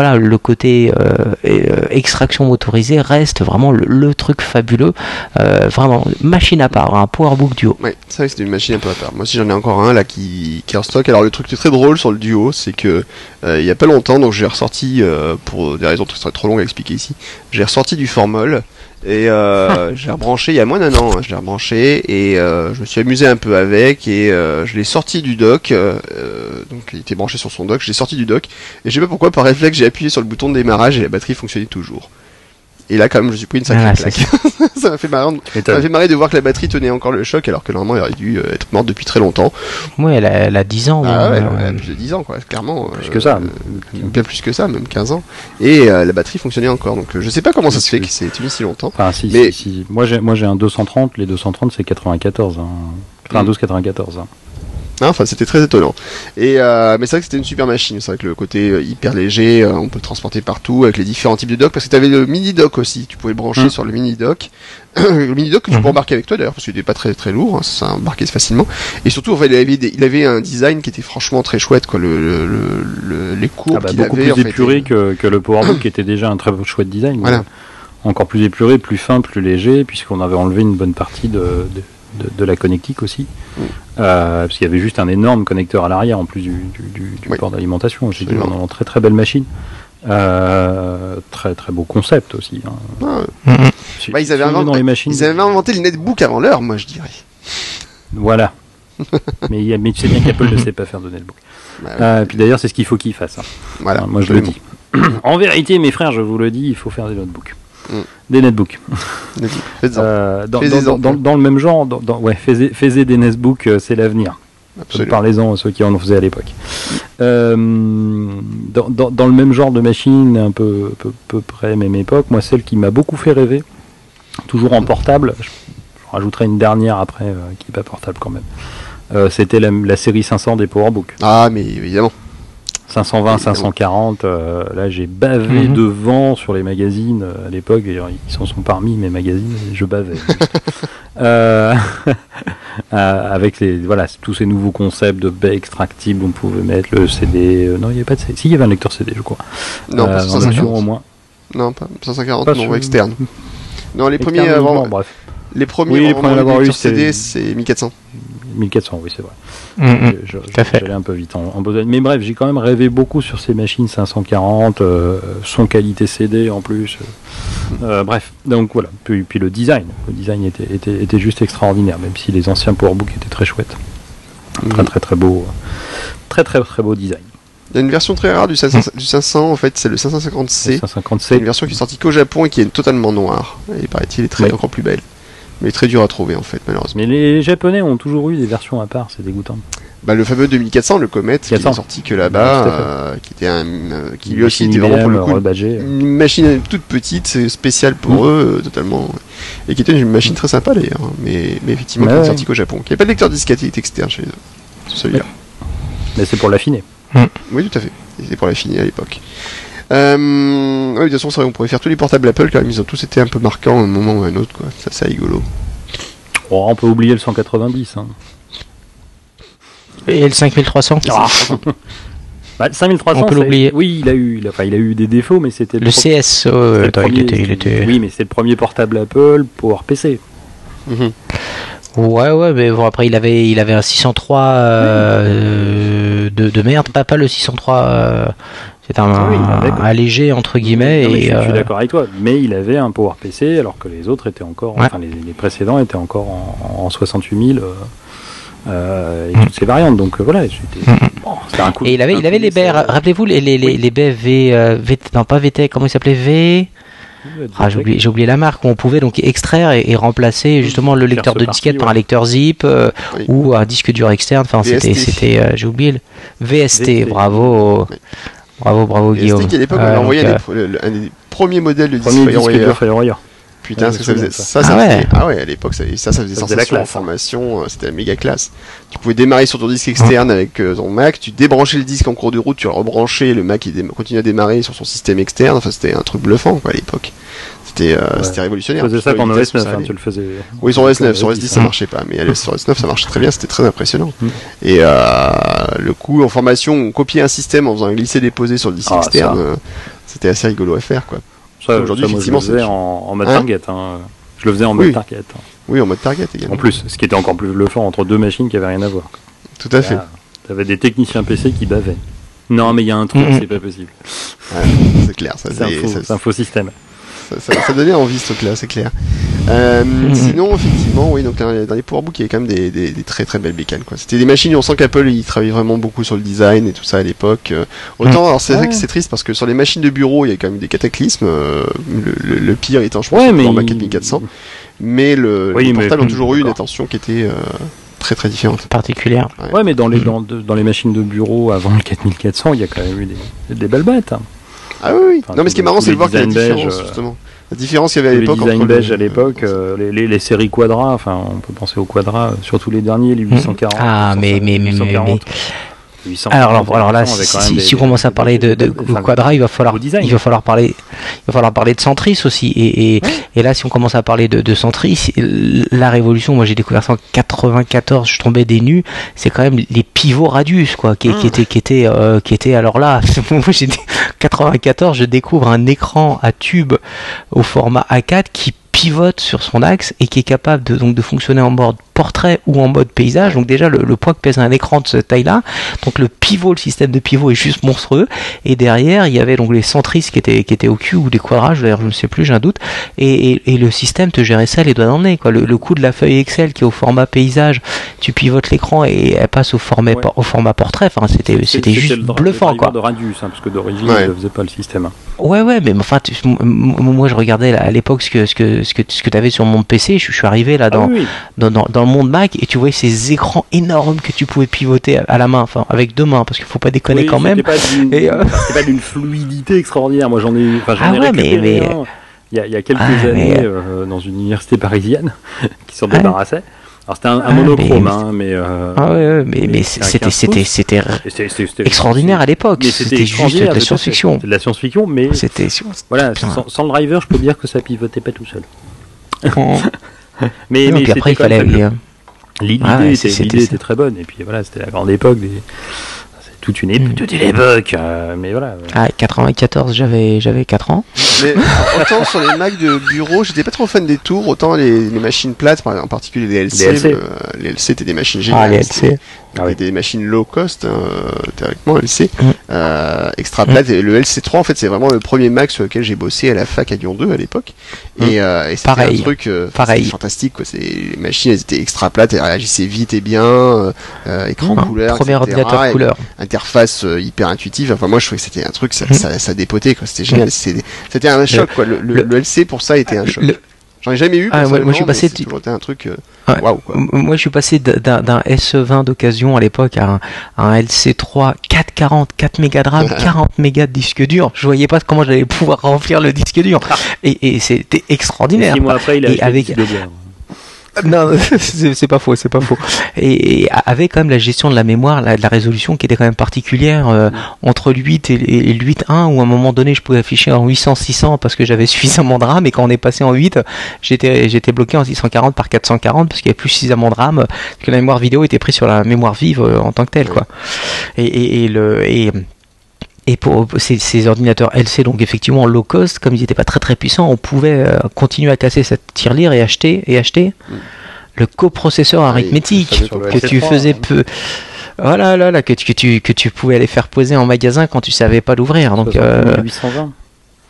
voilà, le côté euh, euh, extraction motorisée reste vraiment le, le truc fabuleux. Euh, vraiment, machine à part, un PowerBook Duo. Ouais, c'est vrai que c'était une machine un peu à part. Moi aussi j'en ai encore un là qui, qui est en stock. Alors le truc très drôle sur le Duo, c'est que euh, il y a pas longtemps, donc j'ai ressorti euh, pour des raisons qui seraient trop longues à expliquer ici, j'ai ressorti du formol et euh, j'ai rebranché il y a moins d'un an. Hein, je l'ai rebranché et euh, je me suis amusé un peu avec et euh, je l'ai sorti du dock. Euh, donc il était branché sur son dock. Je l'ai sorti du dock et je sais pas pourquoi par réflexe j'ai appuyé sur le bouton de démarrage et la batterie fonctionnait toujours. Et là, quand même, je me suis pris une sacrée Ah, claque. c'est Ça m'a fait marrer. Ça m'a fait marrer de voir que la batterie tenait encore le choc, alors que normalement, elle aurait dû euh, être morte depuis très longtemps. Oui, elle a, elle a dix ans. Ah ouais, euh, elle a plus de dix ans, quoi, clairement. Plus euh, que ça. euh, bien plus que ça, même quinze ans. Et euh, la batterie fonctionnait encore. Donc, euh, je sais pas comment ça se fait que c'est tenu si longtemps. Enfin, si, Mais- si, si. Moi, j'ai, moi, j'ai un deux cent trente. Les deux cent trente, c'est quatre-vingt-quatorze. Hein. quatre-vingt-douze quatre-vingt-quatorze. Hein. Hein, Enfin, c'était très étonnant. Et euh, mais c'est vrai que c'était une super machine. C'est vrai que le côté euh, hyper léger, euh, on peut le transporter partout avec les différents types de docks. Parce que t'avais le mini dock aussi. Tu pouvais le brancher Mmh. sur le mini dock. le mini dock que tu Mmh. peux embarquer avec toi d'ailleurs parce qu'il était pas très très lourd. Hein, ça embarquait facilement. Et surtout, en fait, il avait des- il avait un design qui était franchement très chouette. Quoi, le, le, le, le- les courbes Ah bah, qu'il beaucoup avait. plus en fait, épuré et- que, que le PowerBook, qui était déjà un très chouette design. Voilà. Encore plus épuré, plus fin, plus léger, puisqu'on avait enlevé une bonne partie de, de, de, de la connectique aussi. Mm. Euh, parce qu'il y avait juste un énorme connecteur à l'arrière en plus du, du, du, du Oui. port d'alimentation. J'ai dit, Absolument. on a une très très belle machine. Euh, très très beau concept aussi. Hein. Ah, Mhm. Si- bah, ils si avaient on est inventé, dans les machines. ils avaient inventé le netbook avant l'heure, moi je dirais. Voilà. mais, il y a- mais tu sais bien qu'Apple ne sait pas faire de netbook. Bah, ouais. Euh, et puis d'ailleurs, c'est ce qu'il faut qu'il fasse. Hein. Voilà. Moi je le absolument. dis. En vérité, mes frères, je vous le dis, il faut faire des notebooks. Mm. Des netbooks. Faites-en. Euh, dans, Fais-en. dans, dans, dans le même genre, dans, dans, ouais, faisez, faisez des netbooks, euh, c'est l'avenir. Absolument. Parlez-en à ceux qui en faisaient à l'époque. Euh, dans, dans, dans le même genre de machine, un peu, peu, peu près même époque, moi celle qui m'a beaucoup fait rêver, toujours en portable, je, je rajouterai une dernière après, euh, qui n'est pas portable quand même, euh, c'était la, la série cinq cents des PowerBook. Ah, mais évidemment. cinq cent vingt, cinq cent quarante, euh, là j'ai bavé Mhm. devant sur les magazines euh, à l'époque, d'ailleurs, ils s'en sont parmi mes magazines, et je bavais. euh, euh, avec les, voilà, tous ces nouveaux concepts de baies extractibles, on pouvait mettre le C D, euh, non il n'y avait pas de C D, si il y avait un lecteur C D je crois, Non, pas euh, sur en cinq cent option quarante. au moins. Non, pas cinq cent quarante, Pas non, sur- externe. Non, les premiers Externe, avant, non, bref, les premiers Oui, les avant premiers à le l'avoir eu, lecteur C D, c'est- c'est mille quatre cents. mille quatre cents, oui c'est vrai. Mhm. Je- je- Tout à fait. J'allais un peu vite en, en besogne. Mais bref, j'ai quand même rêvé beaucoup sur ces machines cinq cent quarante, euh, son qualité C D en plus. Euh, bref, donc voilà. Puis, puis le design. Le design était, était, était juste extraordinaire, même si les anciens PowerBook étaient très chouettes. Très très très beau. Très très très beau design. Il y a une version très rare du cinq cents, du cinq cents, en fait, c'est le cinq cent cinquante C. cinq cent cinquante C'est C. une version qui est sortie qu'au Japon et qui est totalement noire. Et paraît-il, est très Ouais. encore plus belle. Mais très dur à trouver, en fait, malheureusement. Mais les Japonais ont toujours eu des versions à part, c'est dégoûtant. Bah, le fameux deux mille quatre cents, le Comet, qui quatre cents. est sorti que là-bas, Tout à fait. euh, qui était un, euh, qui Une lui aussi machine était vraiment pour le I B M coup rebadgée. une machine toute petite, c'est spécial pour Mm. eux, euh, totalement, et qui était une machine très sympa d'ailleurs, hein, mais, mais effectivement Ouais, qui est ouais. sorti qu'au Japon. Qui avait pas de lecteur disquette, il était externe chez eux, sur celui-là. Mais c'est pour l'affiner. Oui, tout à fait. C'était pour la finie à l'époque. Euh, oui, de toute façon, c'est vrai, on pourrait faire tous les portables Apple, quand même, ils ont tous été un peu marquants à un moment ou à un autre, quoi. Ça, c'est rigolo. Oh, on peut oublier le cent quatre-vingt-dix. Hein. Et le cinq mille trois cents. Bah, le cinq mille trois cents, On peut ça a- l'oublier. Oui, il a eu, il a, enfin, il a eu des défauts, mais c'était Le pro- C S, oh, c'était le attends, il premier- était, il était... Oui, mais c'est le premier portable Apple pour P C. Mhm. Ouais, ouais, mais bon, après, il avait, il avait un six cent trois euh, de, de merde, pas, pas le six cent trois, euh, c'est un, Ah oui, avec- un allégé, entre guillemets, Non, mais et, je, suis- je suis euh, d'accord avec toi, mais il avait un Power P C alors que les autres étaient encore, Ouais. enfin les, les précédents étaient encore en, en soixante-huit mille euh, euh, et Mm. toutes ces variantes. Donc euh, voilà, c'était Mm. bon, c'était un coup. et il avait, un il avait coup les baies, d'essai. rappelez-vous, les, les, les, Oui. les baies V, euh, V, non, pas V T E C, comment il s'appelait, V, ah, j'ai oublié, j'ai oublié la marque, où on pouvait donc extraire et, et remplacer justement le Faire lecteur ce de parti, disquette par ouais. un lecteur zip, euh, Oui. ou un disque dur externe, enfin, V S T. c'était, c'était, euh, j'ai oublié le V S T, V S T. bravo, Oui. bravo, bravo, Et Guillaume. c'était qu'à l'époque, on Ouais, a envoyé donc, un, euh, des, pro- le- le- un des premiers modèles de disque Premier disque FireWire. dur FireWire. Putain, Ouais, ce que je ça me faisait, souviens de ça, ça. ça Ah faisait- ouais. ah ouais, à l'époque, ça, ça, ça faisait Ça faisait la sensation en classe, hein. formation, euh, c'était la méga classe. Tu pouvais démarrer sur ton disque externe avec euh, ton Mac, tu débranchais le disque en cours de route, tu le rebranchais, le Mac il dé- continuait à démarrer sur son système externe, enfin c'était un truc bluffant quoi à l'époque. C'était euh, Ouais. c'était révolutionnaire. Tu faisais Tu ça savais qu'en la O vitesse S où neuf, ça hein, allait. tu le faisais. Oui, sur O S neuf, sur O S dix ça hein. marchait pas, mais allez, sur O S neuf ça marchait très bien, c'était très impressionnant. Mm. Et euh, le coup en formation, on copiait un système en faisant un glisser-déposer sur le disque Ah, externe. ça. euh, c'était assez rigolo à faire, quoi. Ça, aujourd'hui, ça, moi, je le effectivement, faisais c'est- en, en mode Hein target. Hein. Je le faisais en mode Oui. target. hein. Oui, en mode target également. En plus, ce qui était encore plus bluffant entre deux machines qui avaient rien à voir. Tout à fait. Là, t'avais des techniciens P C qui bavaient. Non, mais il y a un truc, Mhm. c'est pas possible. Ouais, c'est clair, ça, C'est un, c'est- faux, ça- c'est un faux système. ça, ça, ça donnait envie ce truc-là, c'est clair. Euh, Mhm. Sinon, effectivement, oui, donc dans les, dans les PowerBook, il y avait quand même des, des, des très très belles bécanes, quoi. C'était des machines, on sent qu'Apple, il travaillait vraiment beaucoup sur le design et tout ça à l'époque. Euh, autant, alors c'est vrai que c'est triste parce que sur les machines de bureau, il y a quand même des cataclysmes. euh, le, le, le pire étant, je pense, Ouais, le mais format il- quatre mille quatre cents. Mais le, Oui, les mais- portables ont toujours eu une d'accord. attention qui était euh, très très différente. Particulière. Ouais. Ouais, mais dans les, Mhm. dans, de- dans les machines de bureau avant le quatre mille quatre cents, il y a quand même eu des, des belles bêtes. Hein. Ah oui, oui. Enfin, non, mais ce qui est tous marrant, les c'est de voir qu'il y a la designs différence, beige, euh, justement. La différence qu'il y avait à Les l'époque designs entre beige le- à l'époque, euh, les, les, les séries Quadra, enfin, on peut penser aux Quadra, euh, surtout les derniers, les huit cent quarante. Ah, mais, mais, mais, mais, mais- huit cent Alors, quarante, alors, alors là, avec quand si, même si, des- si on commence à des- parler de, de, des- de enfin, Quadra, il va falloir, beau design. il va falloir parler, il va falloir parler de Centris aussi. Et, et, et là, si on commence à parler de, de Centris, la révolution, moi j'ai découvert ça en quatre-vingt-quatorze, je tombais des nues, c'est quand même les pivots Radius, quoi, qui, qui étaient, qui étaient, euh, qui étaient, alors là, moi j'ai quatre-vingt-quatorze, je découvre un écran à tube au format A quatre qui pivote sur son axe et qui est capable de, donc, de fonctionner en mode portrait ou en mode paysage. Donc déjà le, le poids que pèse un écran de cette taille-là, donc le pivot, le système de pivot est juste monstrueux. Et derrière il y avait donc les centris qui étaient qui étaient au cul ou des quadrages, d'ailleurs je ne sais plus, j'ai un doute. Et, et, et le système te gérait ça les doigts dans le nez, quoi. Le, le coup de la feuille Excel qui est au format paysage, tu pivotes l'écran et elle passe au format Ouais. au format portrait. Enfin c'était c'était juste le dra- bluffant, le driver quoi. de Radius, hein, parce que d'origine, Ouais. il ne faisait pas le système. hein. Ouais ouais, mais enfin tu- m- m- moi je regardais là, à l'époque ce que ce que ce que ce que t'avais sur mon P C, je, je suis arrivé là dans Ah oui, oui. dans, dans, dans le monde Mac et tu voyais ces écrans énormes que tu pouvais pivoter à, à la main, enfin avec deux mains parce qu'il faut pas déconner Oui, quand même. c'était pas d'une- Et, euh, enfin, c'était pas d'une fluidité extraordinaire. Moi, j'en ai, enfin, j'en Ah ai ouais, mais- récupéré mais- un il y a, il y a quelques Ah, années mais- euh, dans une université parisienne qui s'en Ouais. débarrassait. Alors c'était un, un Ah, monochrome, mais- hein, mais, euh, Ah ouais, ouais, mais, mais mais c'était c'est un c'était quinze c'était pouces. c'était et c'était- c'était- extraordinaire à l'époque. mais C'était juste de extraordinaire, la tout à fait. science-fiction. C'était de la science-fiction, mais C'était voilà, Putain. sans, sans le driver, je peux dire que ça pivotait pas tout seul. Oh. Mais, Non, mais puis après il c'était quand fallait. même- euh, L'idée Ah ouais, était, c'était- l'idée c'était était très bonne, et puis voilà, c'était la grande époque. Des... C'est toute une, époque, Mm. toute une époque, euh, mais voilà. ouais. Ah, quatre-vingt-quatorze, j'avais j'avais quatre ans. Mais autant sur les Mac de bureau, j'étais pas trop fan des tours, autant les, les machines plates, par- en particulier les L C. Les L C. euh, les L C étaient des machines géniales. Ah, les L C'était- C. Ah oui. Des machines low cost, hein, théoriquement L C, Mm. euh, extra plate. Et le L C trois, en fait, c'est vraiment le premier Mac sur lequel j'ai bossé à la fac à Lyon deux à l'époque. Et, euh, et c'était Pareil. un truc euh, Pareil. c'était fantastique, quoi. C'est, les machines, elles étaient extra plates, elles réagissaient vite et bien, euh, euh, écran Hein, couleur, Premier et cetera. ordinateur Et couleur. interface euh, hyper intuitive. Enfin, moi, je trouvais que c'était un truc, ça, Mm. ça, ça dépotait, quoi. C'était génial. C'était, c'était un choc, quoi. Le, le, le- le L C pour ça était un choc. Le- J'en ai jamais eu. Ah, moi- moi, je suis personnellement, passé mais c'est du- toujours été un truc. euh, Ouais. Waouh, quoi. M- Moi, je suis passé d- d'un d'un S vingt d'occasion à l'époque à un, à un L C trois quatre cent quarante, quatre mégas de RAM, quarante mégas de disque dur. Je voyais pas comment j'allais pouvoir remplir le disque dur. Et, et c'était Et extraordinaire. six mois après, il a Et acheté avec- le disque de bière. Non, c'est c'est pas faux, c'est pas faux. Et, et avec quand même la gestion de la mémoire, la, de la résolution qui était quand même particulière euh, entre le huit et, et le huit point un, où à un moment donné je pouvais afficher en huit cents six cents parce que j'avais suffisamment de RAM, et quand on est passé en huit, j'étais j'étais bloqué en six cent quarante par quatre cent quarante parce qu'il y avait plus suffisamment de RAM, parce que la mémoire vidéo était prise sur la mémoire vive euh, en tant que telle, quoi. Et, et, et le et Et pour ces, ces ordinateurs L C, donc effectivement low cost, comme ils n'étaient pas très très puissants, on pouvait euh, continuer à casser cette tirelire et acheter et acheter Mm. le coprocesseur oui, arithmétique sur le que L C tu trois, faisais hein. peu. Voilà, là, là, que, tu- que tu que tu pouvais aller faire poser en magasin quand tu savais pas l'ouvrir. Donc euh, huit cent vingt.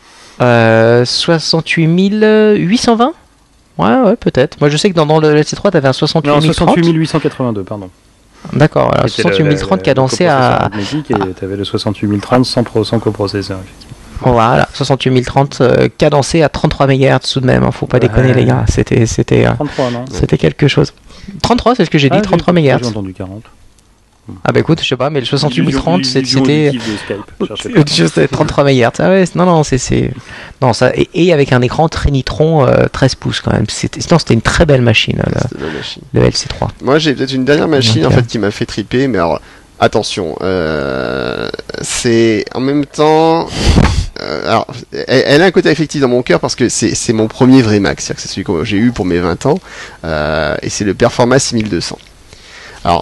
euh, soixante-huit mille huit cent vingt. Ouais, ouais, peut-être. Moi, je sais que dans, dans le L C trois, tu avais un soixante-huit Non, mille trente. soixante-huit mille huit cent quatre-vingt-deux, pardon. D'accord, alors C'était soixante-huit le- mille trente le- cadencé le à. coprocesseur arithmétique, et tu avais le soixante-huit mille trente sans, pro, sans coprocesseur, effectivement. Voilà, soixante-huit mille trente euh, cadencé à trente-trois mégahertz tout de même, hein, faut pas Ouais. déconner les gars, c'était c'était euh, trente-trois, non c'était quelque chose. trente-trois, c'est ce que j'ai dit, Ah, trente-trois j'ai- mégahertz. J'ai entendu quarante. Ah bah écoute, je sais pas, mais le soixante-huit mille trente, c'est- L'illusion c'était auditive de Skype, cherchez pas. juste trente-trois mégahertz. Ah ouais, non non, c'est c'est non ça et, et avec un écran Trinitron euh, treize pouces quand même. C'était non, c'était une très belle machine là, C'était la machine. le L C trois. Moi, j'ai peut-être une dernière machine Ok. en fait qui m'a fait triper, mais alors attention, euh, c'est en même temps, euh, alors elle, elle a un côté affectif dans mon cœur parce que c'est c'est mon premier vrai Mac, c'est-à-dire que c'est celui que j'ai eu pour mes vingt ans, euh, et c'est le Performa six mille deux cents. Alors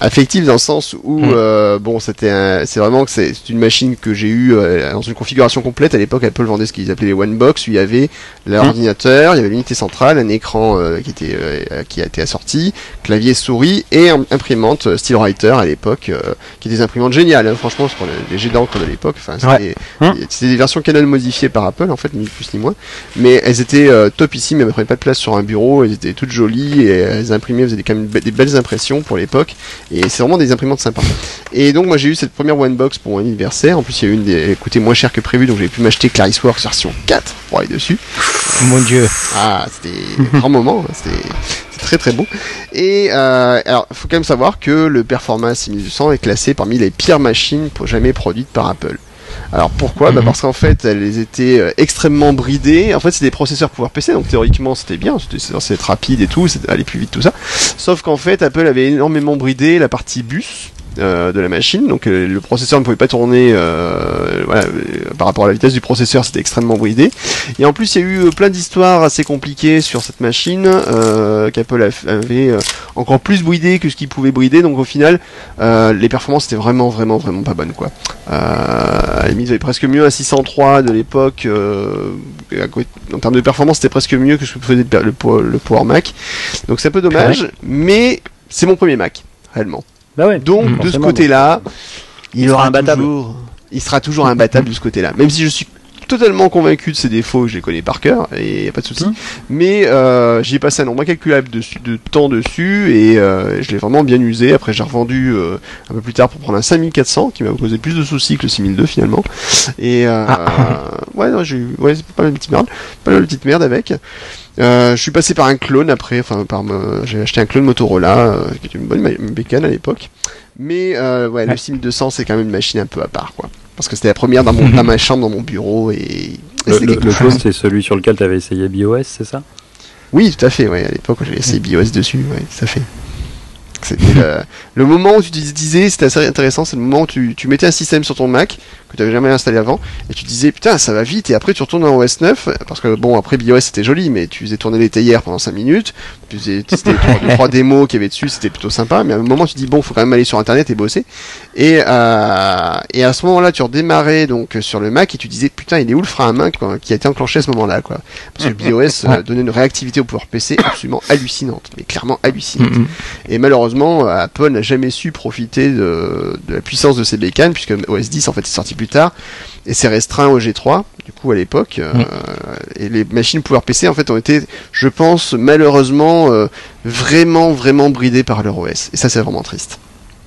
affective dans le sens où Mm. euh, bon c'était un- c'est vraiment que c'est c'est une machine que j'ai eue euh, dans une configuration complète. À l'époque, Apple vendait ce qu'ils appelaient les One Box, où il y avait l'ordinateur, il y avait l'unité centrale, un écran euh, qui était euh, qui a été assorti, clavier, souris et im- imprimante euh, SteelWriter à l'époque, euh, qui étaient des imprimantes géniales, hein, franchement, pour les, les jets d'encre de l'époque. Enfin, c'était Hein c'était des versions Canon modifiées par Apple en fait, ni plus ni moins, mais elles étaient euh, topissimes, elles ne prenaient pas de place sur un bureau, elles étaient toutes jolies et elles imprimaient, elles faisaient des, quand même be- des belles impressions pour l'époque, et c'est vraiment des imprimantes sympas. Et donc moi j'ai eu cette première One Box pour mon anniversaire. En plus il y a eu une des, elle coûtait moins cher que prévu, donc j'ai pu m'acheter Clarisworks version quatre pour aller dessus. Mon Dieu. Ah, c'était un grand moment, hein, c'était c'était très très beau. Et euh, alors, faut quand même savoir que le Performance six mille deux cents est classé parmi les pires machines pour jamais produites par Apple. Alors pourquoi ? Bah Mhm. parce qu'en fait, elles étaient euh, extrêmement bridées. En fait, c'est des processeurs PowerPC, donc théoriquement c'était bien, c'était c'est censé être rapide et tout, c'était aller plus vite tout ça. Sauf qu'en fait, Apple avait énormément bridé la partie bus. Euh, de la machine, donc euh, le processeur ne pouvait pas tourner euh, voilà, euh, par rapport à la vitesse du processeur, c'était extrêmement bridé. Et en plus il y a eu euh, plein d'histoires assez compliquées sur cette machine euh, qu'Apple a- avait euh, encore plus bridé que ce qu'il pouvait brider, donc au final euh, les performances étaient vraiment vraiment vraiment pas bonnes quoi. Euh, à la limite, il y avait presque mieux un six cent trois de l'époque, euh, à côté- en termes de performance c'était presque mieux que ce que faisait le, le, le Power Mac, donc c'est un peu dommage, mais c'est mon premier Mac réellement. Bah ouais. Donc, Mmh, de ce forcément, côté-là, donc, il, il sera aura imbattable. toujours, il sera toujours imbattable de ce côté-là. Même si je suis totalement convaincu de ses défauts, je les connais par cœur, et y a pas de souci. Mmh. Mais euh, j'y ai passé un nombre incalculable dessus, de temps dessus, et euh, je l'ai vraiment bien usé. Après, j'ai revendu euh, un peu plus tard pour prendre un cinq mille quatre cents, qui m'a causé plus de soucis que le six mille deux finalement. Et euh, ouais, non, j'ai eu, ouais, c'est pas mal de petite merde, pas mal de petite merde avec. Euh, je suis passé par un clone après, enfin par me... j'ai acheté un clone Motorola euh, qui était une bonne ma- bécane à l'époque. Mais euh, ouais, Ouais. le six mille deux cents c'est quand même une machine un peu à part quoi. Parce que c'était la première dans, mon, dans ma chambre, dans mon bureau et, et Le, c'était le, quelque le chose. clone, c'est celui sur lequel tu avais essayé BIOS, c'est ça? Oui, tout à fait. Ouais, à l'époque j'avais essayé BIOS dessus, ouais, tout à fait. C'était le, le moment où tu te disais, c'était assez intéressant, c'est le moment où tu, tu mettais un système sur ton Mac que tu n'avais jamais installé avant, et tu te disais putain ça va vite, et après tu retournes dans O S neuf, parce que bon après BIOS c'était joli, mais tu faisais tourner les théières pendant cinq minutes, tu faisais tester trois, trois démos qu'il y avait dessus, c'était plutôt sympa, mais à un moment tu te dis bon faut quand même aller sur internet et bosser, et, euh, et à ce moment là tu redémarrais donc sur le Mac et tu disais putain il est où le frein à main quoi, qui a été enclenché à ce moment là quoi, parce que BIOS euh, donnait une réactivité au PowerPC absolument hallucinante, mais clairement hallucinante. Mhm. Et malheureusement, Apple n'a jamais su profiter de, de la puissance de ces bécanes, puisque O S dix en fait est sorti plus tard, et c'est restreint au G trois, du coup à l'époque, euh, Mm. et les machines PowerPC en fait ont été, je pense, malheureusement, euh, vraiment, vraiment bridées par leur O S. Et ça c'est vraiment triste.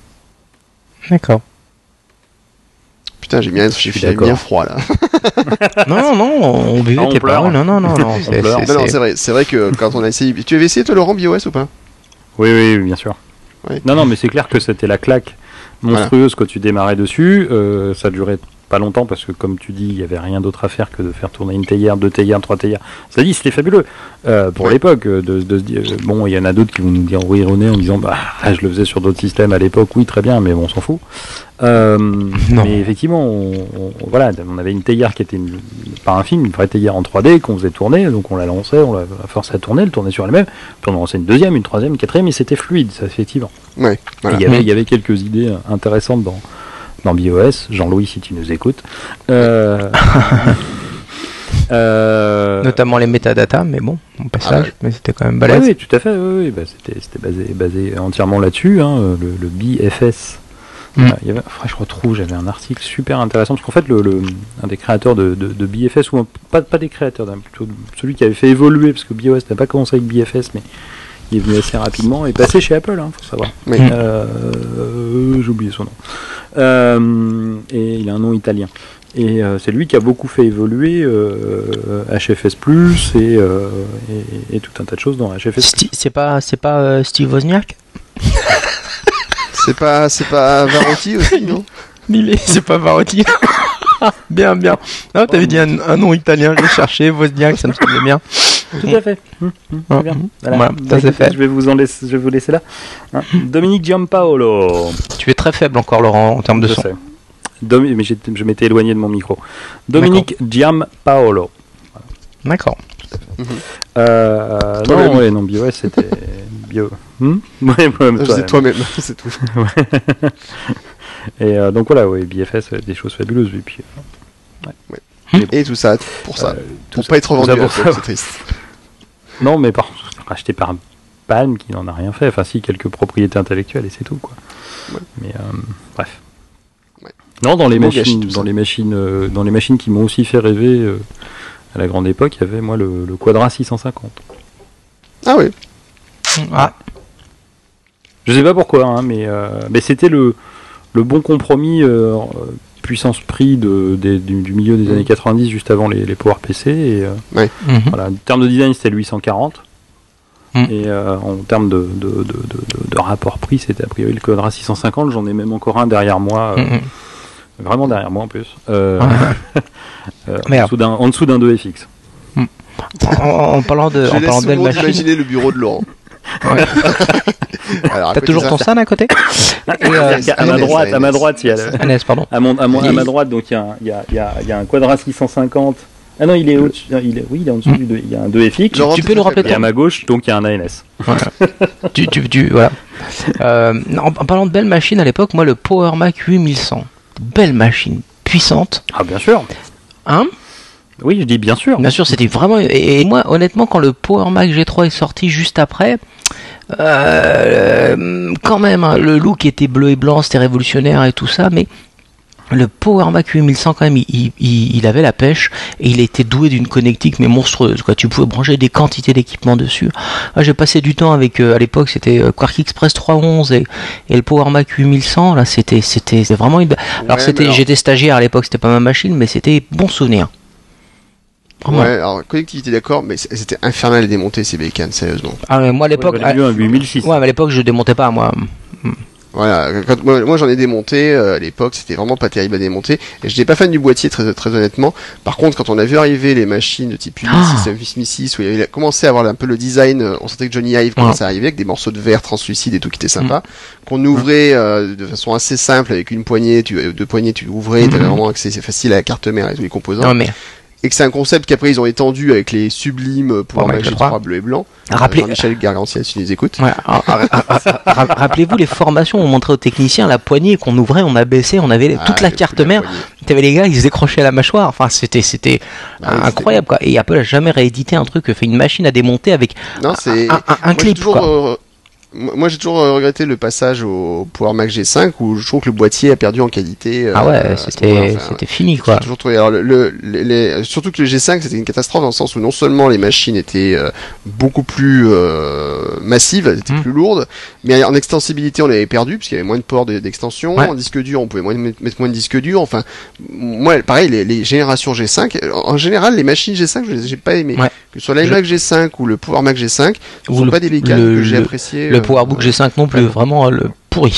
D'accord. Putain, j'ai bien, j'ai suis fait d'accord. bien froid là. Non, non, non, on buvait Ah, on tes pleure. paroles. Non, non, non, non. c'est- pleure. c'est- Non, non, c'est- c'est vrai, c'est vrai que quand on a essayé, tu avais essayé toi Laurent BIOS ou pas? Oui, oui, bien sûr. Ouais. Non, non, mais c'est clair que c'était la claque monstrueuse quand tu démarrais dessus. Euh, ça durait pas longtemps parce que, comme tu dis, il y avait rien d'autre à faire que de faire tourner une théière, deux théières, trois théières. Ça dit, c'était fabuleux euh, pour Ouais. l'époque. euh, De, de se dire, euh, bon, il y en a d'autres qui vont nous dire oui, René, en disant, bah, ah, je le faisais sur d'autres systèmes à l'époque. Oui, très bien, mais bon, on s'en fout. Euh, Non. mais effectivement, on, on- voilà, on avait une théière qui était une, pas un film, une vraie théière en trois D qu'on faisait tourner, donc on la lançait, on la, la forçait à tourner, elle tournait sur elle-même, puis on en lançait une deuxième, une troisième, une quatrième, et c'était fluide, ça effectivement. Ouais, Et voilà. Il y avait, Mm. il y avait quelques idées euh, intéressantes dans, dans BIOS. Jean-Louis, si tu nous écoutes. Euh, euh, Notamment les métadatas, mais bon, au passage, Ah ouais. mais c'était quand même oui, balèze. oui, tout à fait. Oui, oui, bah, c'était, c'était basé, basé entièrement là-dessus, hein, le, le B F S. Mm. Euh, il y avait, faudrait que je retrouve, j'avais un article super intéressant, parce qu'en fait, le, le- un des créateurs de, de, de B F S, ou un- pas, pas des créateurs, d'un- plutôt celui qui avait fait évoluer, parce que BIOS n'a pas commencé avec B F S, mais il est venu assez rapidement, et passé chez Apple, hein, faut savoir. Oui. Mm. Euh, j'ai oublié son nom. Euh, et il a un nom italien. Et euh, c'est lui qui a beaucoup fait évoluer euh, H F S plus, et, euh, et, et tout un tas de choses dans H F S plus. Sti- C'est pas, c'est pas euh, Steve Wozniak? C'est pas, c'est pas Varotti aussi, non? Dis-le, c'est pas Varotti. Bien, bien. Non, t'avais dit un, un nom italien, je l'ai cherché, Wozniak, ça me semblait bien. Tout à fait. Hum, hum, Ah, très bien. hum. Voilà. Voilà, ça, Bah, c'est écoutez, fait. Je vais vous en laisser, je vais vous laisser là. Hein. Dominique Giampaolo. Tu es très faible encore, Laurent, en termes de Je son. sais. Domi- mais j'ai- je m'étais éloigné de mon micro. Dominique Giampaolo. D'accord. Euh, Toi, non, l'ami. ouais, non, BIOS c'était vieux. Hmm ouais, moi-même, C'est toi-même, c'est tout. Et euh, donc voilà, ouais, B F S, des choses fabuleuses. Et puis, euh, ouais. Ouais. Et tout ça pour ça, euh, pour ça, pas être vendu, pour ça, c'est triste. Non, mais par racheté par Palm qui n'en a rien fait. Enfin, si, quelques propriétés intellectuelles et c'est tout, quoi. Ouais. Mais euh, bref. Ouais. Non, dans les machines, dans les machines, euh, dans les machines qui m'ont aussi fait rêver euh, à la grande époque, il y avait moi le, le Quadra six cent cinquante. Ah oui. Ah. Je sais pas pourquoi, hein, mais euh, mais c'était le le bon compromis. Euh, puissance prix de, de, du, du milieu des mmh. années quatre-vingt-dix, juste avant les, les Power P C. Et, euh, ouais. mmh. voilà, en termes de design, c'était le huit cent quarante. Mmh. Et euh, en termes de, de, de, de, de, de rapport prix, c'était a priori le Quadra six cent cinquante. J'en ai même encore un derrière moi. Euh, mmh. Vraiment derrière moi en plus. Euh, euh, en, dessous d'un, en dessous d'un deux F X. Mmh. En, en parlant de, en parlant de belle machine. Imaginer le bureau de Laurent. Ouais. Alors, t'as toujours ton SAN à côté? Et euh, à ma droite, à ma droite, il y a le... N S, pardon. À, mon, à, mon, à ma droite, donc il y a, il y a, il y a, il y a un Quadra six cent cinquante. Ah non, il est au, il est, oui, il est en dessous mmh. du deux, il y a un deux F X. Genre, tu peux nous rappeler? Et à ma gauche, donc il y a un A N S. Voilà. tu, tu, tu, voilà. Euh, en, en parlant de belles machines à l'époque, moi le Power Mac huit mille cent, belle machine, puissante. Ah bien sûr. Hein? Oui, je dis bien sûr. Bien sûr, c'était vraiment. Et, et moi, honnêtement, quand le Power Mac G trois est sorti juste après. Euh, quand même, hein, le look était bleu et blanc, c'était révolutionnaire et tout ça, mais le Power Mac huit mille cent quand même, il, il, il avait la pêche et il était doué d'une connectique mais monstrueuse, quoi. Tu pouvais brancher des quantités d'équipements dessus. Ah, j'ai passé du temps avec, euh, à l'époque, c'était euh, Quark Express trois cent onze et, et le Power Mac huit mille cent. Là, c'était, c'était, c'était vraiment une. Alors, ouais, c'était, alors... j'étais stagiaire à l'époque, c'était pas ma machine, mais c'était bon souvenir. Vraiment. Ouais, alors connectivité d'accord, mais c'était infernal à démonter ces bécanes, sérieusement. Ah mais moi à l'époque, ouais, bah, à... huit mille six. Ouais, mais à l'époque je démontais pas moi. Voilà, quand moi, moi j'en ai démonté euh, à l'époque, c'était vraiment pas terrible à démonter. Et je n'étais pas fan du boîtier très très honnêtement. Par contre, quand on a vu arriver les machines de type Unix, ah. System six, où il avait commencé à avoir un peu le design, on sentait que Johnny Ive commençait à arriver avec des morceaux de verre translucides et tout qui était sympa, mm. qu'on ouvrait euh, de façon assez simple avec une poignée, tu, deux poignées, tu ouvrais, mm. t'avais vraiment accès, c'est facile à la carte mère et tous les composants. Non mais et que c'est un concept qu'après ils ont étendu avec les sublimes pour Mac G trois bleu et blanc. Rappelez... Euh, Michel Garganciel, si tu les écoutes. Ouais, rappelez-vous les formations où on montrait aux techniciens la poignée qu'on ouvrait, on abaissait, on avait ah, toute la carte mère. T'avais les gars, ils se décrochaient à la mâchoire. Enfin, c'était c'était ah, oui, incroyable c'était... quoi. Et Apple a jamais réédité un truc, fait une machine à démonter avec non, c'est... un, un, un clip toujours, quoi. Euh... Moi j'ai toujours euh, regretté le passage au Power Mac G cinq où je trouve que le boîtier a perdu en qualité. Euh, ah ouais, c'était enfin, c'était fini quoi. J'ai toujours trouvé. Alors le, le les, les, surtout que le G cinq c'était une catastrophe dans le sens où non seulement les machines étaient euh, beaucoup plus euh, massives, elles étaient mmh. plus lourdes, mais en extensibilité on l'avait perdu parce qu'il y avait moins de ports d'extension. Ouais. En disque dur on pouvait moins, mettre moins de disque dur. Enfin moi pareil les, les générations G cinq, en général les machines G cinq je les ai pas aimées. Ouais. Que ce soit l'iMac je... G cinq ou le Power Mac G cinq, ce sont le, pas des bécanes que j'ai apprécié. Le PowerBook G cinq non plus, ouais. Vraiment le pourri.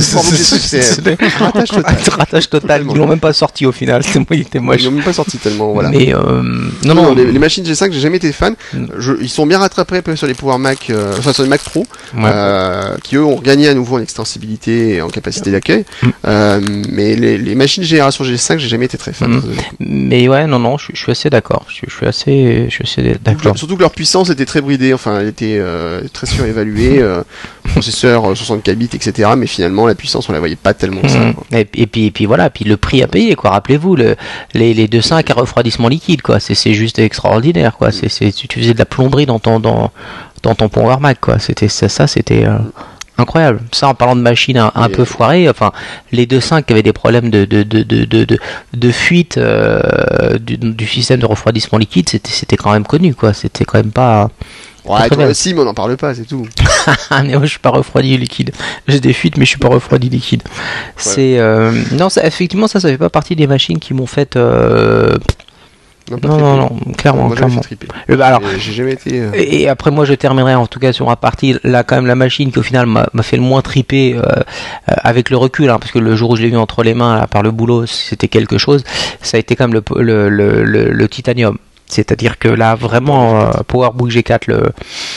C'est ratage total. Ratage total. Ils l'ont même pas sorti au final. Il était moche. Ils l'ont même pas sorti tellement, voilà. Mais euh, non, non, non les, les machines G cinq, j'ai jamais été fan. Je, ils sont bien rattrapés sur les Power Mac, euh, enfin sur les Mac Pro, ouais. euh, qui eux ont gagné à nouveau en extensibilité et en capacité d'accueil. Mm. Euh, mais les, les machines génération G cinq, j'ai jamais été très fan. Mm. Mais ouais, non, non, je, je suis assez d'accord. Je, je suis assez, je suis assez d'accord. Surtout que leur puissance était très bridée. Enfin, elle était euh, très surévaluée. euh, processeur soixante-quatre bits, et cetera. Mais finalement, la puissance, on la voyait pas tellement. Mmh. Ça, et, et puis, et puis voilà, puis le prix à payer, quoi. Rappelez-vous, le, les, les deux point cinq à refroidissement liquide, quoi. C'est, c'est juste extraordinaire, quoi. C'est, c'est, tu faisais de la plomberie dans ton, dans, dans ton Power Mac, quoi. C'était ça, ça c'était euh, incroyable. Ça, en parlant de machines un, un peu foirées, enfin, les deux point cinq avaient des problèmes de, de, de, de, de, de, de fuite euh, du, du système de refroidissement liquide. C'était, c'était quand même connu, quoi. C'était quand même pas. Ouais, toi aussi, mais on n'en parle pas, c'est tout. Mais moi, je suis pas refroidi liquide. J'ai des fuites, mais je suis pas refroidi liquide. Ouais. C'est euh... non, ça, effectivement, ça, ça fait pas partie des machines qui m'ont fait. Euh... Non, non, non, non, clairement, moi, clairement. Euh, bah, alors, j'ai jamais été. Euh... Et après, moi, je terminerai en tout cas sur la partie là, quand même, la machine qui au final m'a, m'a fait le moins triper euh, avec le recul, hein, parce que le jour où je l'ai vu entre les mains là, par le boulot, c'était quelque chose. Ça a été quand même le le le, le, le titanium. C'est-à-dire que là, vraiment, euh, PowerBook G quatre, le,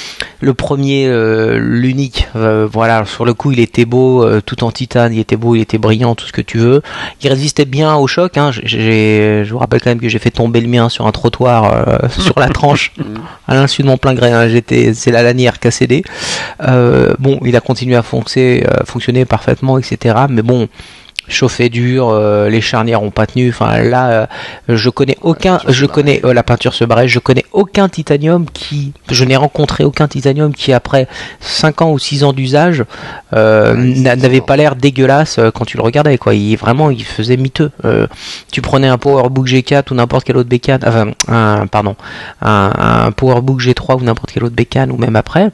le premier, euh, l'unique. Euh, voilà, sur le coup, il était beau, euh, tout en titane, il était beau, il était brillant, tout ce que tu veux. Il résistait bien au choc. Hein. J'ai, je vous rappelle quand même que j'ai fait tomber le mien sur un trottoir, euh, sur la tranche, à l'insu de mon plein gré. Hein. J'étais, c'est la lanière qui a cédé. Euh, bon, il a continué à fonctionner, euh, fonctionner parfaitement, et cetera. Mais bon. Chauffé dur, euh, les charnières ont pas tenu. Enfin là, euh, je connais aucun, je connais euh, la peinture se barrait. Je connais aucun titanium qui, je n'ai rencontré aucun titanium qui après cinq ans ou six ans d'usage euh, ouais, n'avait pas l'air dégueulasse euh, quand tu le regardais. Quoi, il vraiment, il faisait miteux. Euh, tu prenais un PowerBook G quatre ou n'importe quel autre bécane, enfin un, pardon, un, un PowerBook G trois ou n'importe quel autre bécane ou même après.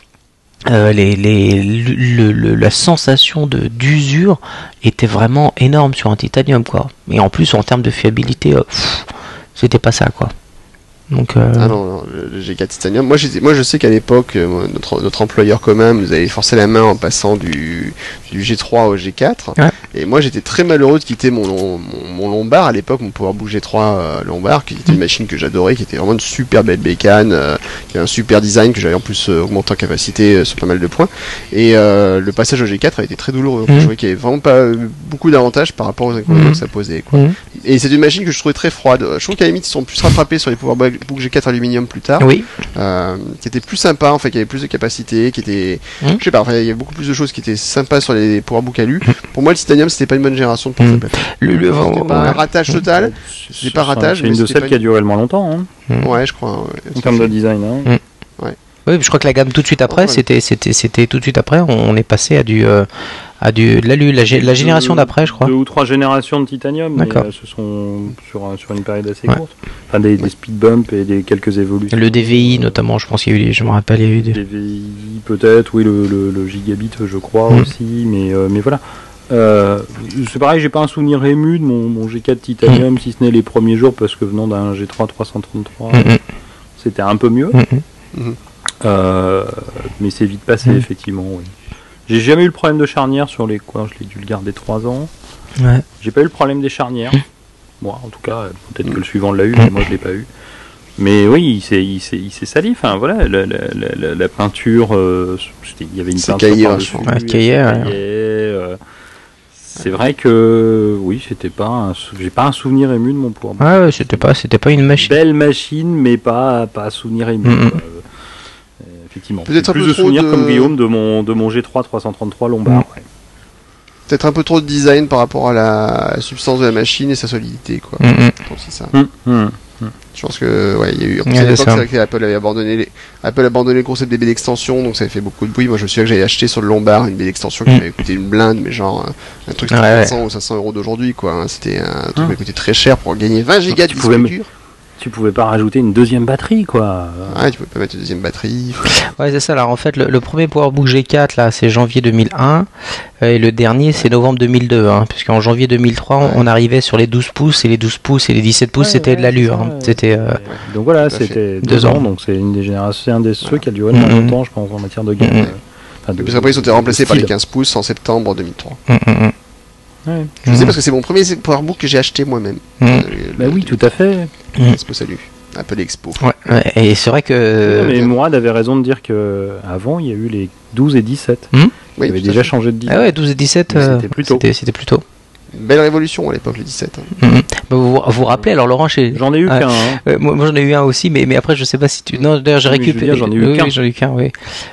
Euh, les, les, le, le, la sensation de d'usure était vraiment énorme sur un titanium quoi. Et en plus en termes de fiabilité, euh, pff, c'était pas ça quoi. Donc euh... ah non, non le, le G quatre Titanium. Moi, moi je sais qu'à l'époque euh, notre, notre employeur commun nous avait forcé la main en passant du, du G trois au G quatre. Ouais. Et moi j'étais très malheureux de quitter mon, mon, mon lombard à l'époque, mon PowerBook G trois euh, lombard, qui était une machine que j'adorais, qui était vraiment une super belle bécane, euh, qui avait un super design, que j'avais en plus euh, augmenté en capacité euh, sur pas mal de points. Et euh, le passage au G quatre a été très douloureux. Mmh. Je trouvais qu'il y avait vraiment pas euh, beaucoup d'avantages par rapport aux inconvénients mmh. que ça posait. Quoi. Mmh. Et c'est une machine que je trouvais très froide. Je trouve qu'à la limite ils sont plus rattrapés sur les PowerBook G quatre aluminium plus tard, oui. euh, qui était plus sympa en fait, qui avait plus de capacité, qui était, mmh. je sais pas, enfin, il y avait beaucoup plus de choses qui étaient sympas sur les PowerBook Alu. Mmh. Pour moi, le Titanium c'était pas une bonne génération de portable. Mmh. Le, le c'était pas ouais. un ratage total, c'est pas un ratage. C'est une de celles qui a duré le moins longtemps. Hein. Mmh. Ouais, je crois. Ouais, en termes de design. Hein. Mmh. Ouais. Oui, je crois que la gamme tout de suite après, oh, ouais. c'était, c'était, c'était tout de suite après, on est passé à du. Euh, à du, de l'alu, la, la génération deux, d'après, je crois. Deux ou trois générations de titanium, mais euh, ce sont sur, un, sur une période assez ouais. courte. Enfin, des, des speed bumps et des quelques évolutions. Le D V I, notamment, je pense qu'il y a eu, je me rappelle, il y a eu des. D V I, peut-être, oui, le, le, le gigabit, je crois mmh. aussi, mais, euh, mais voilà. Euh, c'est pareil, j'ai pas un souvenir ému de mon, mon G quatre Titanium, mmh. si ce n'est les premiers jours, parce que venant d'un G trois trois cent trente-trois, mmh. c'était un peu mieux. Mmh. Euh, mais c'est vite passé, mmh. effectivement, oui. J'ai jamais eu le problème de charnière sur les quoi, je l'ai dû le garder trois ans. Ouais. J'ai pas eu le problème des charnières. Mmh. Moi, en tout cas, peut-être mmh. que le suivant l'a eu, mais moi je l'ai pas eu. Mais oui, il s'est, il s'est, il s'est sali. Enfin voilà, la, la, la, la peinture, euh, il y avait une c'est peinture caillé, par-dessus. Ouais, caillé, ouais. euh, c'est vrai que oui, c'était pas, un, j'ai pas un souvenir ému de mon poids. Ouais, ouais, c'était pas, c'était pas une machine. Belle machine, mais pas, pas un souvenir ému. Mmh. Effectivement. Peut-être plus de souvenirs de... comme Guillaume de mon, de mon G trois trois cent trente-trois Lombard. Mmh. Ouais. Peut-être un peu trop de design par rapport à la substance de la machine et sa solidité, quoi. Mmh. Donc c'est ça. Mmh. Mmh. Je pense que ouais, il y a eu. Après, à l'époque, c'est vrai que Apple avait abandonné les... Apple a abandonné le concept des baies d'extension, donc ça avait fait beaucoup de bruit. Moi, je me souviens que j'avais acheté sur le Lombard une baie d'extension qui mmh. m'avait coûté une blinde, mais genre un truc de ouais, quatre cents ouais. ou cinq cents euros d'aujourd'hui, quoi. Hein. C'était un truc qui m'avait coûté très cher pour gagner vingt gigas de disque dur. Tu pouvais pas rajouter une deuxième batterie, quoi. Ouais, tu pouvais pas mettre une deuxième batterie. Ouais, c'est ça. Alors en fait, le, le premier PowerBook G quatre, là, c'est janvier deux mille un, euh, et le dernier, c'est novembre deux mille deux, hein, puisqu'en janvier deux mille trois, ouais. on, on arrivait sur les douze pouces, et les douze pouces et les dix-sept pouces, ouais, c'était ouais, de l'alu. Hein. Ouais. C'était. Euh, donc voilà, c'était deux ans. Donc c'est une des générations, c'est un des ceux qui a duré le moins longtemps, je pense, en matière de gamme. Mm-hmm. Enfin, de, parce qu'après, ils ont été remplacés par les quinze pouces en septembre deux mille trois. Mm-hmm. Ouais. Je mmh. sais parce que c'est mon premier PowerBook que j'ai acheté moi-même. Mmh. Euh, bah oui, tout à fait. Expo Salut, Apple Expo. Ouais, ouais, et c'est vrai que. Mais Mourad avait raison de dire que avant il y a eu les douze et dix-sept. Mmh. Il oui, avait déjà changé de design. Ah ouais, douze et dix-sept, euh, c'était plus tôt. C'était, c'était plus tôt. Belle révolution à l'époque, le dix-sept. Hein. Mmh. Vous vous rappelez, alors Laurent, chez... J'en ai eu ah, qu'un. Hein. Euh, moi, moi j'en ai eu un aussi, mais, mais après je sais pas si tu. Non, d'ailleurs j'ai récupéré. J'en ai eu oui, qu'un. Oui, j'en ai eu qu'un, oui.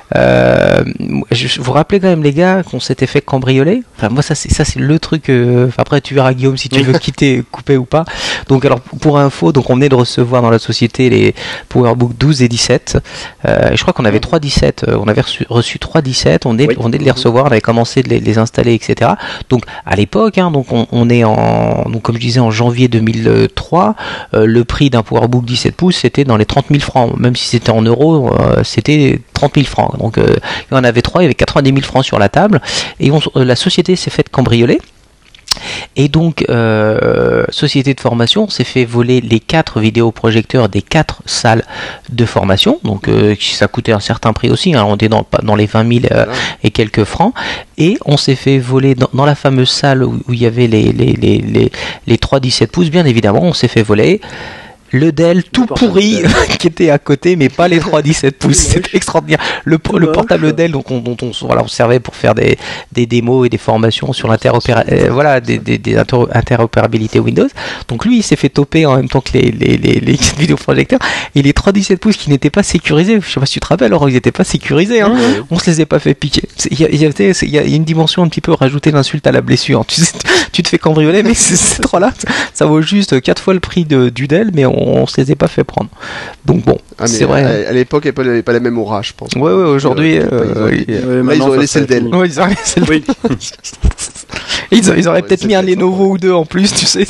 Euh, je, vous rappelez quand même les gars qu'on s'était fait cambrioler. Enfin moi ça c'est ça c'est le truc. Euh... Enfin, après tu verras Guillaume si tu veux quitter, couper ou pas. Donc alors pour info, donc on venait de recevoir dans la société les PowerBook douze et dix-sept. Euh, et je crois qu'on avait trois dix-sept. On avait reçu, reçu trois dix-sept. On est, oui. on venait de les recevoir. On avait commencé de les, les installer, et cetera. Donc à l'époque, hein, donc on, on est en donc comme je disais en janvier deux mille trois, euh, le prix d'un PowerBook dix-sept pouces c'était dans les trente mille francs, même si c'était en euros, euh, c'était trente mille francs. Donc euh, il y en avait trois, il y avait quatre-vingt-dix mille francs sur la table, et on, euh, la société s'est faite cambrioler. Et donc, euh, société de formation, on s'est fait voler les quatre vidéoprojecteurs des quatre salles de formation. Donc, euh, ça coûtait un certain prix aussi. Hein, on était dans, dans les vingt mille euh, et quelques francs. Et on s'est fait voler dans, dans la fameuse salle où, où il y avait les, les, les, les, les trois dix-sept pouces, bien évidemment. On s'est fait voler Le Dell tout portable pourri Dell. qui était à côté, mais pas les trois dix-sept pouces. Tout moche. C'était extraordinaire. Le, Tout le moche. portable Dell donc, on, dont on, voilà, on servait pour faire des, des démos et des formations sur l'interopérabilité, euh, voilà, des, des, des inter- interopérabilité Windows. Donc lui, il s'est fait toper en même temps que les, les, les, les vidéoprojecteurs. Et les trois dix-sept pouces qui n'étaient pas sécurisés, je sais pas si tu te rappelles, alors ils n'étaient pas sécurisés. Hein. Mmh. On se les a pas fait piquer. C'est- Il y, a- il y, avait- c'est- il y a une dimension un petit peu rajouter l'insulte à la blessure. Tu, sais, tu te fais cambrioler, mais ces, ces trois-là, ça vaut juste quatre fois le prix de, du Dell, mais on, on se les a pas fait prendre. Donc bon, Ah, mais c'est vrai. À, à l'époque, Apple n'avait pas la même aura, je pense. Ouais, ouais, aujourd'hui, Euh, euh, ils, ils- ont- Ouais, là, ils maintenant, ont ça laissé le serait Dell. fini. Ouais, ils auraient, c'est le- Oui. ils, auraient- ils auraient Ouais, peut-être c'est mis un peut-être Lenovo ou deux en plus, tu sais.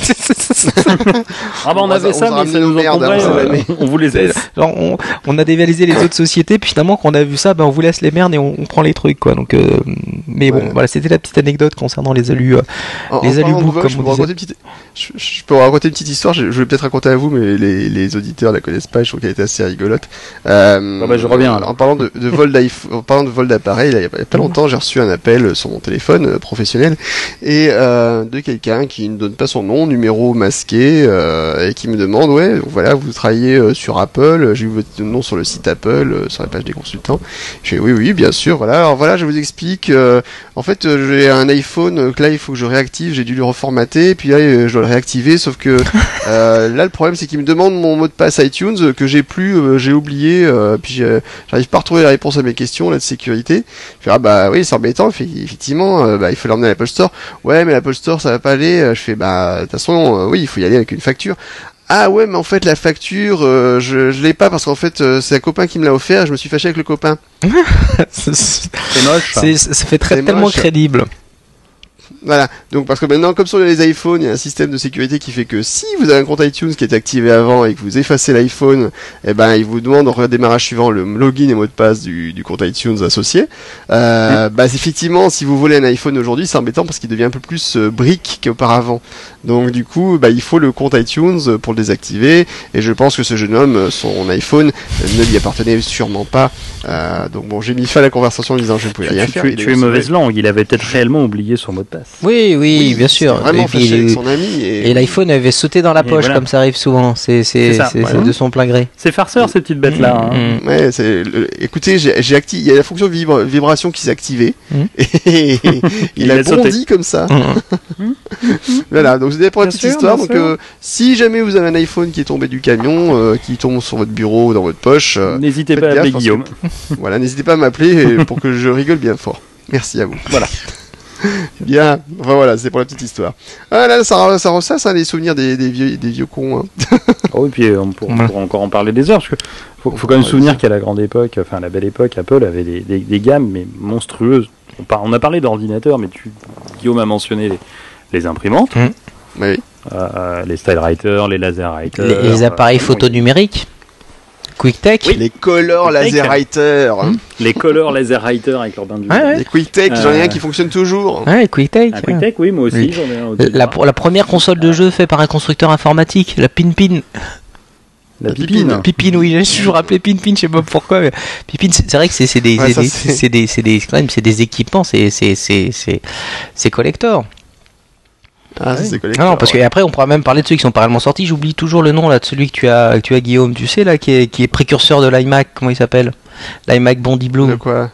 Ah bah on On avait va- ça, on va mais ça ramener nous nos merdes, encombrait, hein, on euh, savait. on vous les laisse. Genre, on, on a dévalisé les autres sociétés, puis finalement, quand on a vu ça, ben, on vous laisse les merdes et on, on prend les trucs, quoi. Donc, euh, mais bon, Ouais. voilà, c'était la petite anecdote concernant les alus. euh, En, Les en parlant de aluboucs, vol, comme je on peux, vous raconter une petite... je, je peux vous raconter une petite histoire. Je, je vais peut-être raconter à vous, mais les, les auditeurs la connaissent pas. Je trouve qu'elle était assez rigolote. Euh, Ah bah, je reviens, alors. En parlant de, de vol d'iPhone, en parlant de vol d'appareil, là, il y a pas il y a pas longtemps, j'ai reçu un appel sur mon téléphone euh, professionnel et euh, de quelqu'un qui ne donne pas son nom, numéro masqué, euh, et qui me demande, ouais, donc voilà, vous travaillez euh, sur Apple, j'ai vu votre nom sur le site Apple, euh, sur la page des consultants. Je fais oui, oui, bien sûr. Voilà. Alors voilà, je vous explique. euh, en fait, euh, j'ai un iPhone euh, que là, il faut que je réactive. J'ai dû le reformater, puis là, euh, je dois le réactiver. Sauf que euh, là, le problème, c'est qu'il me demande mon mot de passe iTunes euh, que j'ai plus, euh, j'ai oublié. Euh, puis j'ai- j'arrive pas à retrouver la réponse à mes questions là de sécurité. Je fais ah bah oui, c'est embêtant. Je fais, effectivement, euh, bah il faut l'emmener à l'Apple Store. Ouais, mais l'Apple Store, ça va pas aller. Euh, Je fais bah de toute façon, euh, oui, il faut y aller avec une facture. Ah ouais, mais en fait la facture, euh, je je l'ai pas parce qu'en fait euh, c'est un copain qui me l'a offert. Je me suis fâché avec le copain. c'est- C'est moche. ça. c'est- ça fait très, C'est tellement moche. crédible. Voilà, donc parce que maintenant, comme sur les iPhones, il y a un système de sécurité qui fait que si vous avez un compte iTunes qui est activé avant et que vous effacez l'iPhone, eh ben il vous demande au redémarrage suivant le login et mot de passe du, du compte iTunes associé. Euh, Bah c'est effectivement, si vous volez un iPhone aujourd'hui, c'est embêtant parce qu'il devient un peu plus euh, brique qu'auparavant. Donc du coup, bah il faut le compte iTunes pour le désactiver. Et je pense que ce jeune homme, son iPhone euh, ne lui appartenait sûrement pas. Euh, donc bon, j'ai mis fin à la conversation en disant je ne pouvais Tu, rien tu- faire. tu- Il tu est es aussi- mauvaise langue, il avait peut-être réellement oublié son mot de passe. Oui, oui, bien sûr. c'était Vraiment Et puis, fâché avec le- son ami. Et, Et l'iPhone avait sauté dans la Et poche, voilà. comme ça arrive souvent. C'est c'est- C'est ça, c'est- voilà. c'est de son plein gré. C'est farceur ces petites bêtes là. Hein. Mm. Ouais, c'est. le- Écoutez, j'ai j'ai activé. Il y a la fonction vibre- vibration qui s'est activée. Mm. Et il, Il a a sauté. bondi comme ça. Mm. Voilà. Donc c'était pour la Bien petite sûr, histoire. bien Donc sûr. euh, si jamais vous avez un iPhone qui est tombé du camion, euh, qui tombe sur votre bureau ou dans votre poche, euh, N'hésitez faites pas à gaffe appeler parce Guillaume. voilà, n'hésitez pas à m'appeler euh, pour que je rigole bien fort. Merci à vous. Voilà. Bien. Enfin voilà, c'est pour la petite histoire. Ah là, ça, ça ressasse hein, les souvenirs des, des vieux, des vieux cons. Hein. Oh, et puis euh, on pourra, on Voilà. pourra encore en parler des heures, parce que faut, faut quand même se souvenir qu'à la grande époque, enfin la belle époque, Apple avait des, des, des gammes mais monstrueuses. On, par- on a parlé d'ordinateurs, mais tu, Guillaume a mentionné les, les imprimantes, Oui. euh, les StyleWriter, les LaserWriter, Les, les appareils euh, photo numériques, QuickTech. Les Color Quick Take. Laserwriter. hein. les Color LaserWriter avec leur bain du Ouais, ouais. Les QuickTech, j'en ai Euh, un qui fonctionne toujours. Ouais, QuickTech. Un QuickTech, oui, moi aussi, Oui. j'en ai un au La, la première console de jeu faite par un constructeur informatique, la Pinpin. La La pipine. Pipine, oui, j'ai toujours appelé Pinpin, je sais pas pourquoi. Mais Pipine, c'est c'est vrai que c'est c'est des, Ouais, c'est ça, des, c'est- c'est des, c'est des, quand même, c'est des équipements, c'est, c'est, c'est, c'est, c'est collector. Ah, ça, c'est Ah collector. non, parce ouais. qu'après on pourra même parler de ceux qui sont pas réellement sortis. J'oublie toujours le nom là de celui que tu as, que tu as Guillaume, tu sais là, qui est, qui est précurseur de l'iMac. Comment il s'appelle? L'iMac Bondi Blue. De quoi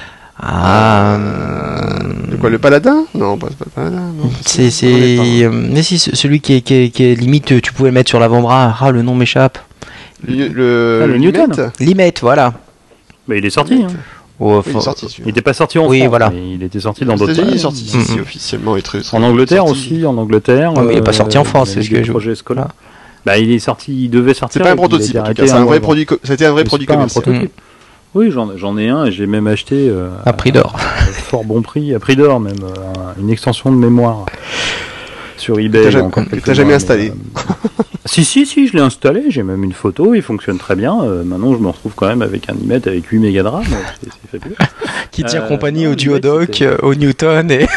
Ah. De quoi, le paladin? Non, pas, pas le paladin. non. C'est, c'est, On est pas, hein. euh, mais si ce- celui qui est, qui est, qui est limite, tu pouvais le mettre sur l'avant-bras. Ah, le nom m'échappe. Le, le, Ah, le Newton. Lumette Limette, voilà. Mais il est sorti. Hein. Oh, Oui, il est faut- sorti Il celui-là. n'était pas sorti en Oui, France, voilà. mais il était sorti dans Aux d'autres États-Unis, il est pays. sorti ici, Mhm. officiellement. Et très, En Angleterre sorti. aussi, en Angleterre. Ouais, mais il est pas sorti en France, il a c'est eu ce que des je- projets scolaires. Voilà. Bah, il est sorti, il devait sortir. C'est pas un et puis il a prototype été en tout arrêté cas, c'est un mois vrai avant. produit, co- c'était un vrai Mais produit c'est pas un commercial. prototype. Oui, j'en j'en ai un et j'ai même acheté euh, à prix d'or. à fort bon prix, à prix d'or même, euh, une extension de mémoire sur eBay. T'as il y a jamais- encore que quelques t'as jamais mois, installé. mais, euh, Si, si, si, je l'ai installé, j'ai même une photo, il fonctionne très bien. Euh, maintenant, je me retrouve quand même avec un iMac avec huit mégas de RAM, donc c'est c'est fabuleux. Qui tient Euh, compagnie non, au le mec, Duodoc, c'était- euh, au Newton et.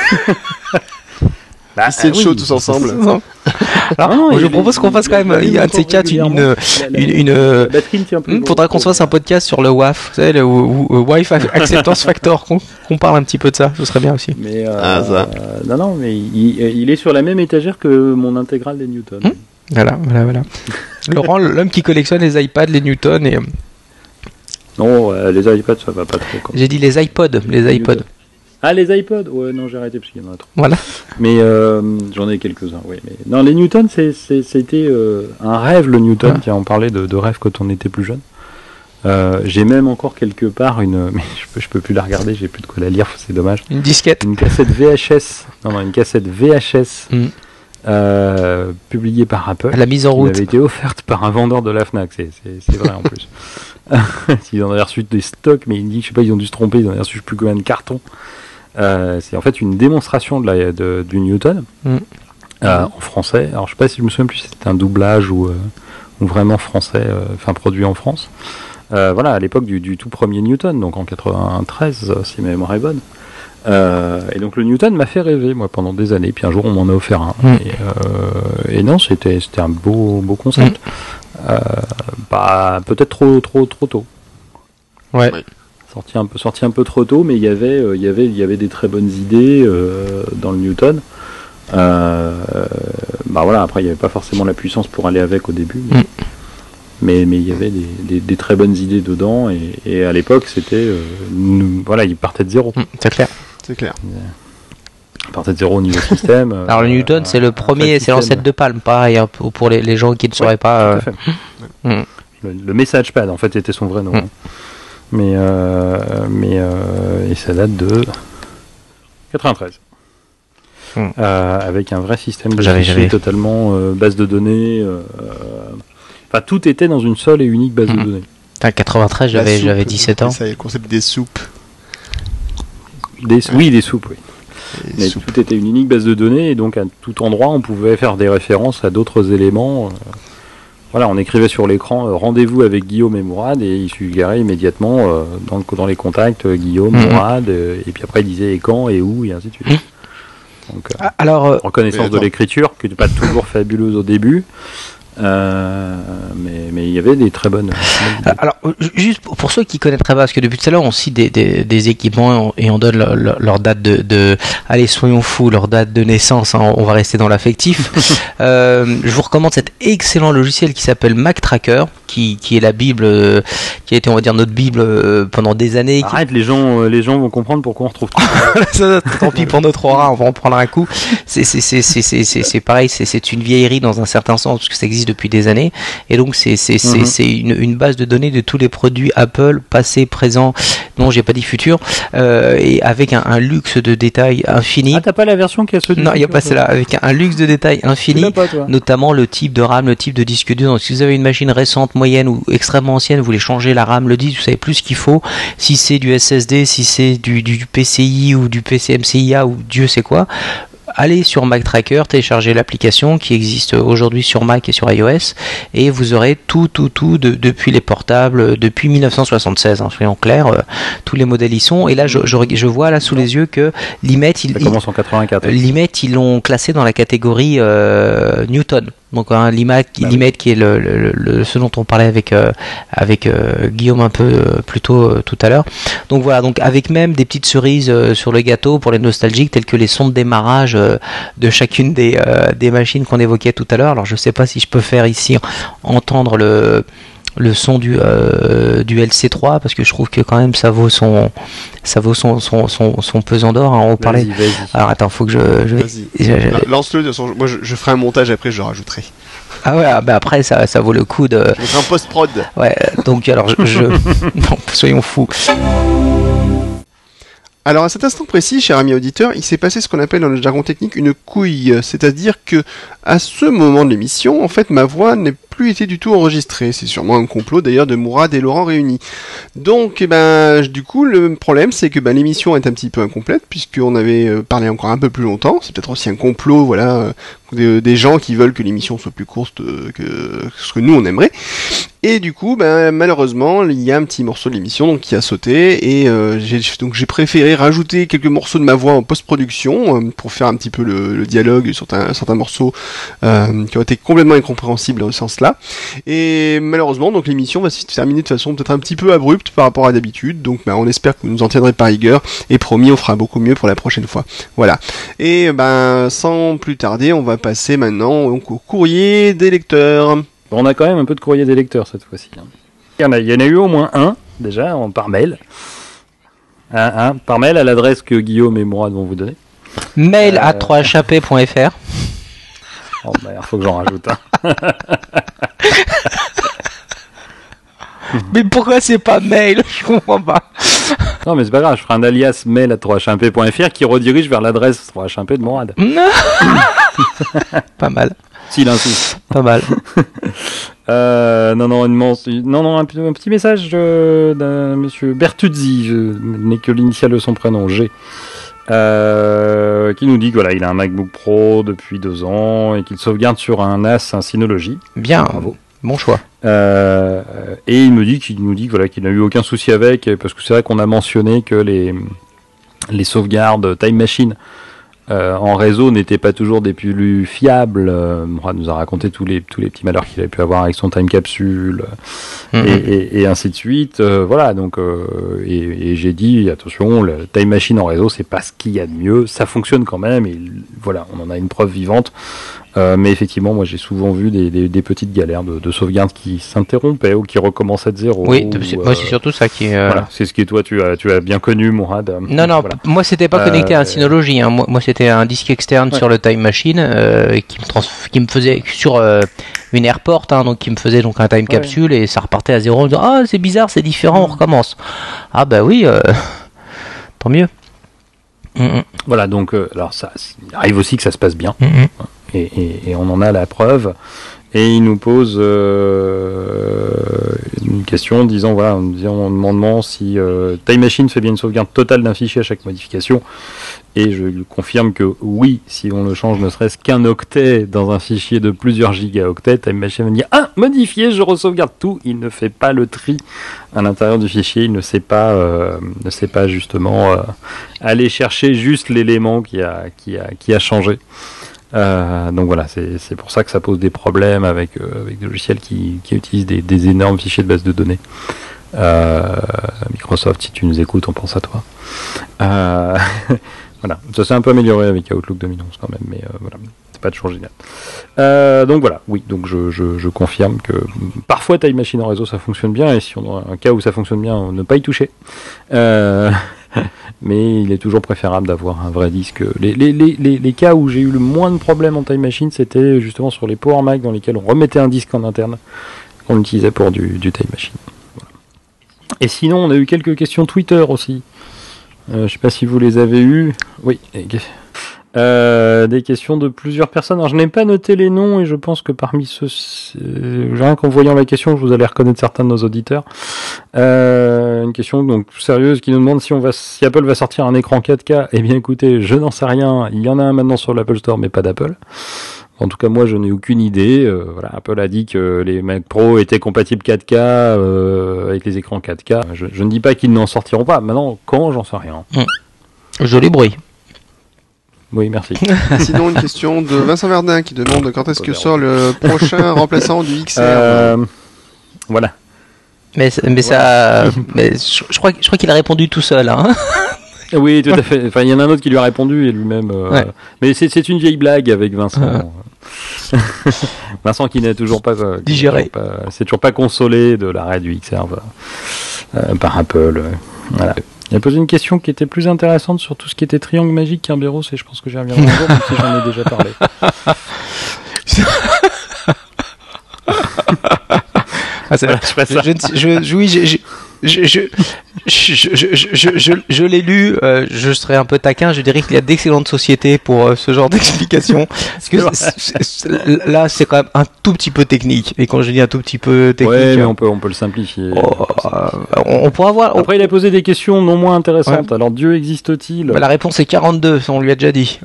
Bah, C'est oui, chaud tous ensemble. Alors, Ah non, je il- propose qu'on fasse il- quand même, il- il y a un de ces il- quatre, une, une, régulièrement. La- une, la- une, la batterie ne tient plus. Hmm, faudra qu'on se fasse un podcast sur le W A F, vous savez, le w- w- Wi-Fi Acceptance Factor, qu'on qu'on parle un petit peu de ça, ce serait bien aussi. Mais euh, Ah, ça. euh, non, non, mais il, il est sur la même étagère que mon intégrale des Newton. Hmm. Voilà, voilà, voilà. Laurent, l'homme qui collectionne les iPads, les Newton et... Non, euh, les iPads, ça va pas trop. Quoi. J'ai dit les iPods, les iPods. Ah, les iPods. Ouais, non, j'ai arrêté parce qu'il y en a trop. Voilà. Mais euh, j'en ai quelques-uns, oui. Mais... Non, les Newton, c'est, c'est, c'était euh, un rêve, le Newton. Ah. Tiens, on parlait de, de rêve quand on était plus jeune. Euh, j'ai même encore quelque part une... Mais je peux, je peux plus la regarder, j'ai plus de quoi la lire, c'est dommage. Une disquette. Une cassette V H S. Non, non, une cassette V H S. Mm. Euh, publiée par Apple. La mise en route. Elle avait été offerte par un vendeur de la Fnac, c'est, c'est, c'est vrai en plus. Ils en avaient reçu des stocks, mais il dit, je sais pas, ils ont dû se tromper, ils en avaient reçu je sais plus combien de cartons. Euh, c'est en fait une démonstration de la, de, du Newton mm. euh, en français. Alors je sais pas si je me souviens plus si c'était un doublage ou, euh, ou vraiment français, enfin euh, produit en France. Euh, voilà, à l'époque du, du tout premier Newton, donc en quatre-vingt-treize, si ma mémoire est bonne. Euh, et donc le Newton m'a fait rêver, moi, pendant des années. Puis un jour, on m'en a offert un. Mm. Et, euh, et non, c'était, c'était un beau, beau concept. Mm. Euh, bah, peut-être trop, trop, trop tôt. Ouais. Sorti un peu, sorti un peu trop tôt, mais il y avait, euh, il y avait, il y avait des très bonnes idées euh, dans le Newton. Euh, bah voilà. Après, il n'y avait pas forcément la puissance pour aller avec au début. Mais... Mm. Mais, mais il y avait des, des, des très bonnes idées dedans et, et à l'époque c'était euh, nous, voilà, il partait de zéro. Mmh, c'est clair, c'est clair. Il partait de zéro au niveau système. Alors le Newton euh, c'est le premier, c'est l'ancêtre de Palm, pareil hein, pour les, les gens qui ne sauraient ouais, pas. Euh... Mmh. Le, le Message Pad en fait était son vrai nom. Mmh. Hein. Mais euh, mais euh, et ça date de quatre-vingt-treize. Mmh. Euh, avec un vrai système de fichiers totalement euh, base de données. Euh, Enfin, tout était dans une seule et unique base mmh. de données. En quatre-vingt-treize, j'avais, soupe, j'avais dix-sept ans. Ça, il y a le concept des soupes. Des, ouais. Oui, des soupes, oui. Des Mais soupes. Tout était une unique base de données, et donc à tout endroit, on pouvait faire des références à d'autres éléments. Voilà, on écrivait sur l'écran euh, rendez-vous avec Guillaume et Mourad, et il suggérait immédiatement euh, dans, le, dans les contacts euh, Guillaume, mmh. Mourad, euh, et puis après il disait et quand, et où, et ainsi de suite. Mmh. Donc, euh, Alors, euh, reconnaissance de l'écriture, qui n'était pas toujours fabuleuse au début. Euh, mais mais il y avait des très bonnes. Alors juste pour ceux qui connaîtraient pas, parce que depuis tout à l'heure on cite des, des, des équipements et on donne leur, leur, leur date de, de allez soyons fous, leur date de naissance, hein, on va rester dans l'affectif. euh, je vous recommande cet excellent logiciel qui s'appelle Mac Tracker, qui qui est la bible, euh, qui a été on va dire notre bible euh, pendant des années. Arrête, qui... les gens euh, les gens vont comprendre pourquoi on retrouve tout ça. Tant pis pour notre aura, on va en prendre un coup. C'est c'est c'est c'est c'est c'est, c'est pareil, c'est c'est une vieillerie dans un certain sens parce que ça existe depuis des années et donc c'est c'est c'est, mm-hmm. c'est une, une base de données de tous les produits Apple passés, présents, non j'ai pas dit futur, euh, et avec un, un luxe de détails infini. Ah t'as pas la version qui a ce non il y a pas celle-là, avec un, un luxe de détails infini, pas, notamment le type de RAM, le type de disque dur. Donc si vous avez une machine récente, moyenne ou extrêmement ancienne, vous voulez changer la RAM, le disque, vous savez plus ce qu'il faut, si c'est du S S D, si c'est du, du P C I ou du P C M C I A ou Dieu sait quoi. Allez sur Mac Tracker, téléchargez l'application qui existe aujourd'hui sur Mac et sur iOS et vous aurez tout, tout, tout de, depuis les portables, depuis dix-neuf cent soixante-seize, hein, soyons clairs, euh, tous les modèles y sont. Et là, je, je, je vois là sous les yeux que l'Imet, ils, ça commence en quatre-vingt-quatre. L'Imet, ils l'ont classé dans la catégorie euh, Newton. Donc hein, l'Imet, bah l'Imet oui. qui est le, le, le, ce dont on parlait avec euh, avec euh, Guillaume un peu euh, plus tôt euh, tout à l'heure. Donc voilà, donc avec même des petites cerises euh, sur le gâteau pour les nostalgiques, telles que les sons de démarrage euh, de chacune des euh, des machines qu'on évoquait tout à l'heure. Alors je sais pas si je peux faire ici entendre le le son du euh, du L C trois parce que je trouve que quand même ça vaut son ça vaut son son son, son pesant d'or, hein, on vas-y, parlait vas-y. Alors attends, faut que je, je... Vas-y. Je, je... lance-le de son... moi je, je ferai un montage après, je le rajouterai. Ah ouais, bah après ça ça vaut le coup de je ferai un post-prod. Ouais, donc alors je, je... non, soyons fous. Alors à cet instant précis, cher ami auditeur, il s'est passé ce qu'on appelle dans le jargon technique une couille, c'est-à-dire que à ce moment de l'émission, en fait, ma voix n'est plus été du tout enregistrée. C'est sûrement un complot d'ailleurs de Mourad et Laurent réunis. Donc, eh ben, du coup, le problème, c'est que ben, l'émission est un petit peu incomplète puisqu'on avait parlé encore un peu plus longtemps. C'est peut-être aussi un complot, voilà, des, des gens qui veulent que l'émission soit plus courte que ce que nous on aimerait. Et du coup, ben malheureusement, il y a un petit morceau de l'émission donc qui a sauté et euh, j'ai donc j'ai préféré rajouter quelques morceaux de ma voix en post-production euh, pour faire un petit peu le, le dialogue sur certains, certains morceaux euh, qui ont été complètement incompréhensibles dans ce sens-là. Et malheureusement, donc l'émission va se terminer de façon peut-être un petit peu abrupte par rapport à d'habitude. Donc, ben on espère que vous nous en tiendrez par rigueur et promis, on fera beaucoup mieux pour la prochaine fois. Voilà. Et ben sans plus tarder, on va passer maintenant donc au courrier des lecteurs. Bon, on a quand même un peu de courrier des lecteurs cette fois-ci. Hein. Il y en a, il y en a eu au moins un déjà en, par mail. Un, un par mail à l'adresse que Guillaume et Mourad vont vous donner. Mail Euh, à trois h p point f r. Oh merde, faut que j'en rajoute un. Mais pourquoi c'est pas mail? Je comprends pas. Non, mais c'est pas grave, je ferai un alias mail à trois h un p point f r qui redirige vers l'adresse trois h un p de Mourad. Non. Pas mal. S'il insiste. Pas mal. Euh, non, non, une mens- non, non, un, un petit message euh, d'un monsieur Bertuzzi, je n'ai que l'initiale de son prénom, G, euh, qui nous dit que voilà, il a un MacBook Pro depuis deux ans et qu'il sauvegarde sur un N A S, un Synology. Bien. Bravo. Bon choix. Euh, et il me dit qu'il nous dit que, voilà, qu'il n'a eu aucun souci avec, parce que c'est vrai qu'on a mentionné que les les sauvegardes Time Machine Euh, en réseau n'était pas toujours des plus fiables. Euh, Mourad nous a raconté tous les tous les petits malheurs qu'il avait pu avoir avec son time capsule euh, Mmh. et, et, et ainsi de suite. Euh, voilà, donc euh, et, et j'ai dit attention, le time machine en réseau c'est pas ce qu'il y a de mieux. Ça fonctionne quand même et voilà, on en a une preuve vivante. Euh, mais effectivement, moi j'ai souvent vu des, des, des petites galères de, de sauvegarde qui s'interrompaient ou qui recommençaient de zéro. Oui, ou, c'est- euh, moi c'est surtout ça qui. euh, Voilà, c'est ce que toi tu as tu as bien connu, Mourad. Non, non, Voilà. moi c'était pas connecté à un Euh, Synology, hein. moi, moi c'était un disque externe Ouais. sur le Time Machine euh, qui, me trans- qui me faisait sur euh, une Airport, hein, donc qui me faisait donc un time capsule et ça repartait à zéro en me disant ah c'est bizarre, c'est différent, on recommence. Ah bah oui, euh, tant mieux. Mm, mm, Voilà, donc euh, alors ça il arrive aussi que ça se passe bien. mm, mm. Et, et, et on en a la preuve. Et il nous pose euh, une question disant voilà, en disant, en demandant si euh, Time Machine fait bien une sauvegarde totale d'un fichier à chaque modification. Et je lui confirme que oui, si on le change ne serait-ce qu'un octet dans un fichier de plusieurs gigaoctets, Time Machine va me dire ah modifié, je resauvegarde tout. Il ne fait pas le tri à l'intérieur du fichier, il ne sait pas, euh, ne sait pas justement euh, aller chercher juste l'élément qui a, qui a, qui a changé. Euh, donc voilà, c'est, c'est pour ça que ça pose des problèmes avec, euh, avec des logiciels qui, qui utilisent des, des énormes fichiers de base de données. Euh, Microsoft, si tu nous écoutes, on pense à toi. Euh, voilà, ça s'est un peu amélioré avec Outlook deux mille onze quand même, mais euh, voilà, c'est pas toujours génial. Euh, donc voilà, oui, donc je, je, je confirme que parfois Time Machine en réseau ça fonctionne bien, et si on a un cas où ça fonctionne bien, ne pas y toucher. Euh, mais il est toujours préférable d'avoir un vrai disque. Les, les, les, les, les cas où j'ai eu le moins de problèmes en Time Machine, c'était justement sur les Power Mac dans lesquels on remettait un disque en interne qu'on utilisait pour du, du Time Machine. Voilà. Et sinon, on a eu quelques questions Twitter aussi. Euh, je sais pas si vous les avez eues. Oui. Euh, des questions de plusieurs personnes. Alors je n'ai pas noté les noms et je pense que parmi ceux, euh, rien qu'en voyant la question, vous allez reconnaître certains de nos auditeurs. Euh, une question donc sérieuse qui nous demande si on va, si Apple va sortir un écran quatre K. Eh bien écoutez, je n'en sais rien. Il y en a un maintenant sur l'Apple Store, mais pas d'Apple. En tout cas, moi, je n'ai aucune idée. Euh, voilà, Apple a dit que les Mac Pro étaient compatibles quatre K euh, avec les écrans quatre K. Je, je ne dis pas qu'ils n'en sortiront pas. Maintenant, quand, j'en sais rien. Mmh. Joli bruit. Oui, merci. Sinon, une question de Vincent Verdun qui demande quand est-ce que sort le prochain remplaçant du X R. Euh, voilà. Mais, mais ça, mais je, je crois, je crois qu'il a répondu tout seul. Hein. Oui, tout à fait. Enfin, il y en a un autre qui lui a répondu et lui-même. Euh, Ouais. Mais c'est, c'est une vieille blague avec Vincent. Vincent qui n'a toujours pas euh, qui Digéré. n'a toujours pas- c'est toujours pas consolé de l'arrêt du X R euh, par Apple. euh, voilà. Il a posé une question qui était plus intéressante sur tout ce qui était triangle magique Kerberos et je pense que j'y reviendrai un jour, même si j'en ai déjà parlé. Ah, c'est- Voilà, je ferai ça. je, je, je, oui, je, je, je, je, je, je, je, je, je l'ai lu, euh, je serais un peu taquin, je dirais qu'il y a d'excellentes sociétés pour euh, ce genre d'explication. Parce que c'est- c'est- c'est- là, c'est quand même un tout petit peu technique. Et quand je dis un tout petit peu technique, Ouais, mais euh, on peut, on peut le simplifier. oh, euh, on, on pourra voir. Après, il a posé des questions non moins intéressantes. Alors, Dieu existe-t-il? Bah, la réponse est quarante-deux, ça on lui a déjà dit.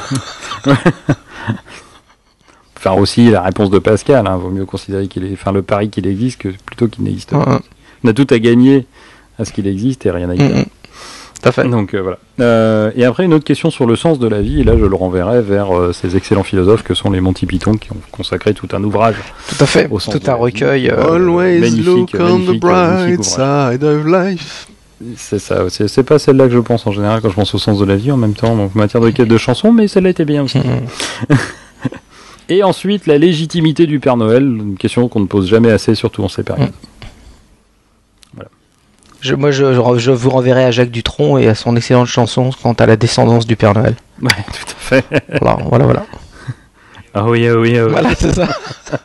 Enfin, aussi, la réponse de Pascal, hein, vaut mieux considérer qu'il est, enfin, le pari qu'il existe que plutôt qu'il n'existe pas. Ouais. On a tout à gagner à ce qu'il existe et rien à y perdre. Mm, mm. Tout à fait. Donc euh, voilà. Euh, et après une autre question sur le sens de la vie, et là je le renverrai vers euh, ces excellents philosophes que sont les Monty Python qui ont consacré tout un ouvrage. Tout à fait. Au sens Tout de un la vie. recueil. euh, Always magnifique, look on the magnifique, magnifique bright side of life. C'est ça, c'est, c'est pas celle-là que je pense en général quand je pense au sens de la vie en même temps, donc en matière de, de chansons, mais celle-là était bien aussi. mm, Et ensuite, la légitimité du Père Noël, une question qu'on ne pose jamais assez, surtout en ces périodes. Mmh. Voilà. Je, moi, je, je, je vous renverrai à Jacques Dutronc et à son excellente chanson quant à la descendance du Père Noël. Ouais, tout à fait. Voilà, voilà, voilà. Ah oui, ah oui, ah oui. Voilà, c'est ça.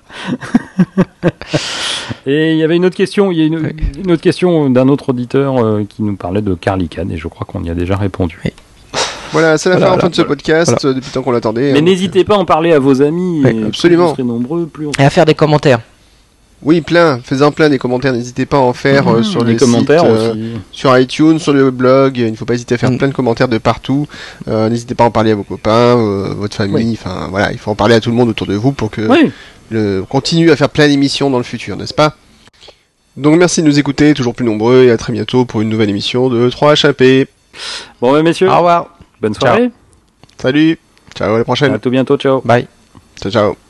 Et il y avait une autre question, il y a une, oui. une autre question d'un autre auditeur euh, qui nous parlait de Karl Khan, et je crois qu'on y a déjà répondu. Oui. Voilà, c'est la Voilà, fin, voilà, fin de ce voilà. podcast, Voilà. depuis le temps qu'on l'attendait. Mais hein, n'hésitez pas à en parler à vos amis, Oui, et absolument. plus vous serez nombreux, plus on Et à faire des commentaires. Oui, plein, faites-en plein des commentaires, n'hésitez pas à en faire euh, Mmh, sur des les commentaires sites, euh, aussi. sur iTunes, sur le blog, il ne faut pas hésiter à faire Mmh. plein de commentaires de partout. Euh, n'hésitez pas à en parler à vos copains, euh, votre famille, enfin voilà, il faut en parler à tout le monde autour de vous pour que Oui. le continue à faire plein d'émissions dans le futur, n'est-ce pas? Donc merci de nous écouter, toujours plus nombreux, et à très bientôt pour une nouvelle émission de trois H A P. Bon, bah, messieurs, Au revoir. bonne soirée. Salut, ciao, à la prochaine. À tout bientôt, ciao. Bye. Ciao, ciao.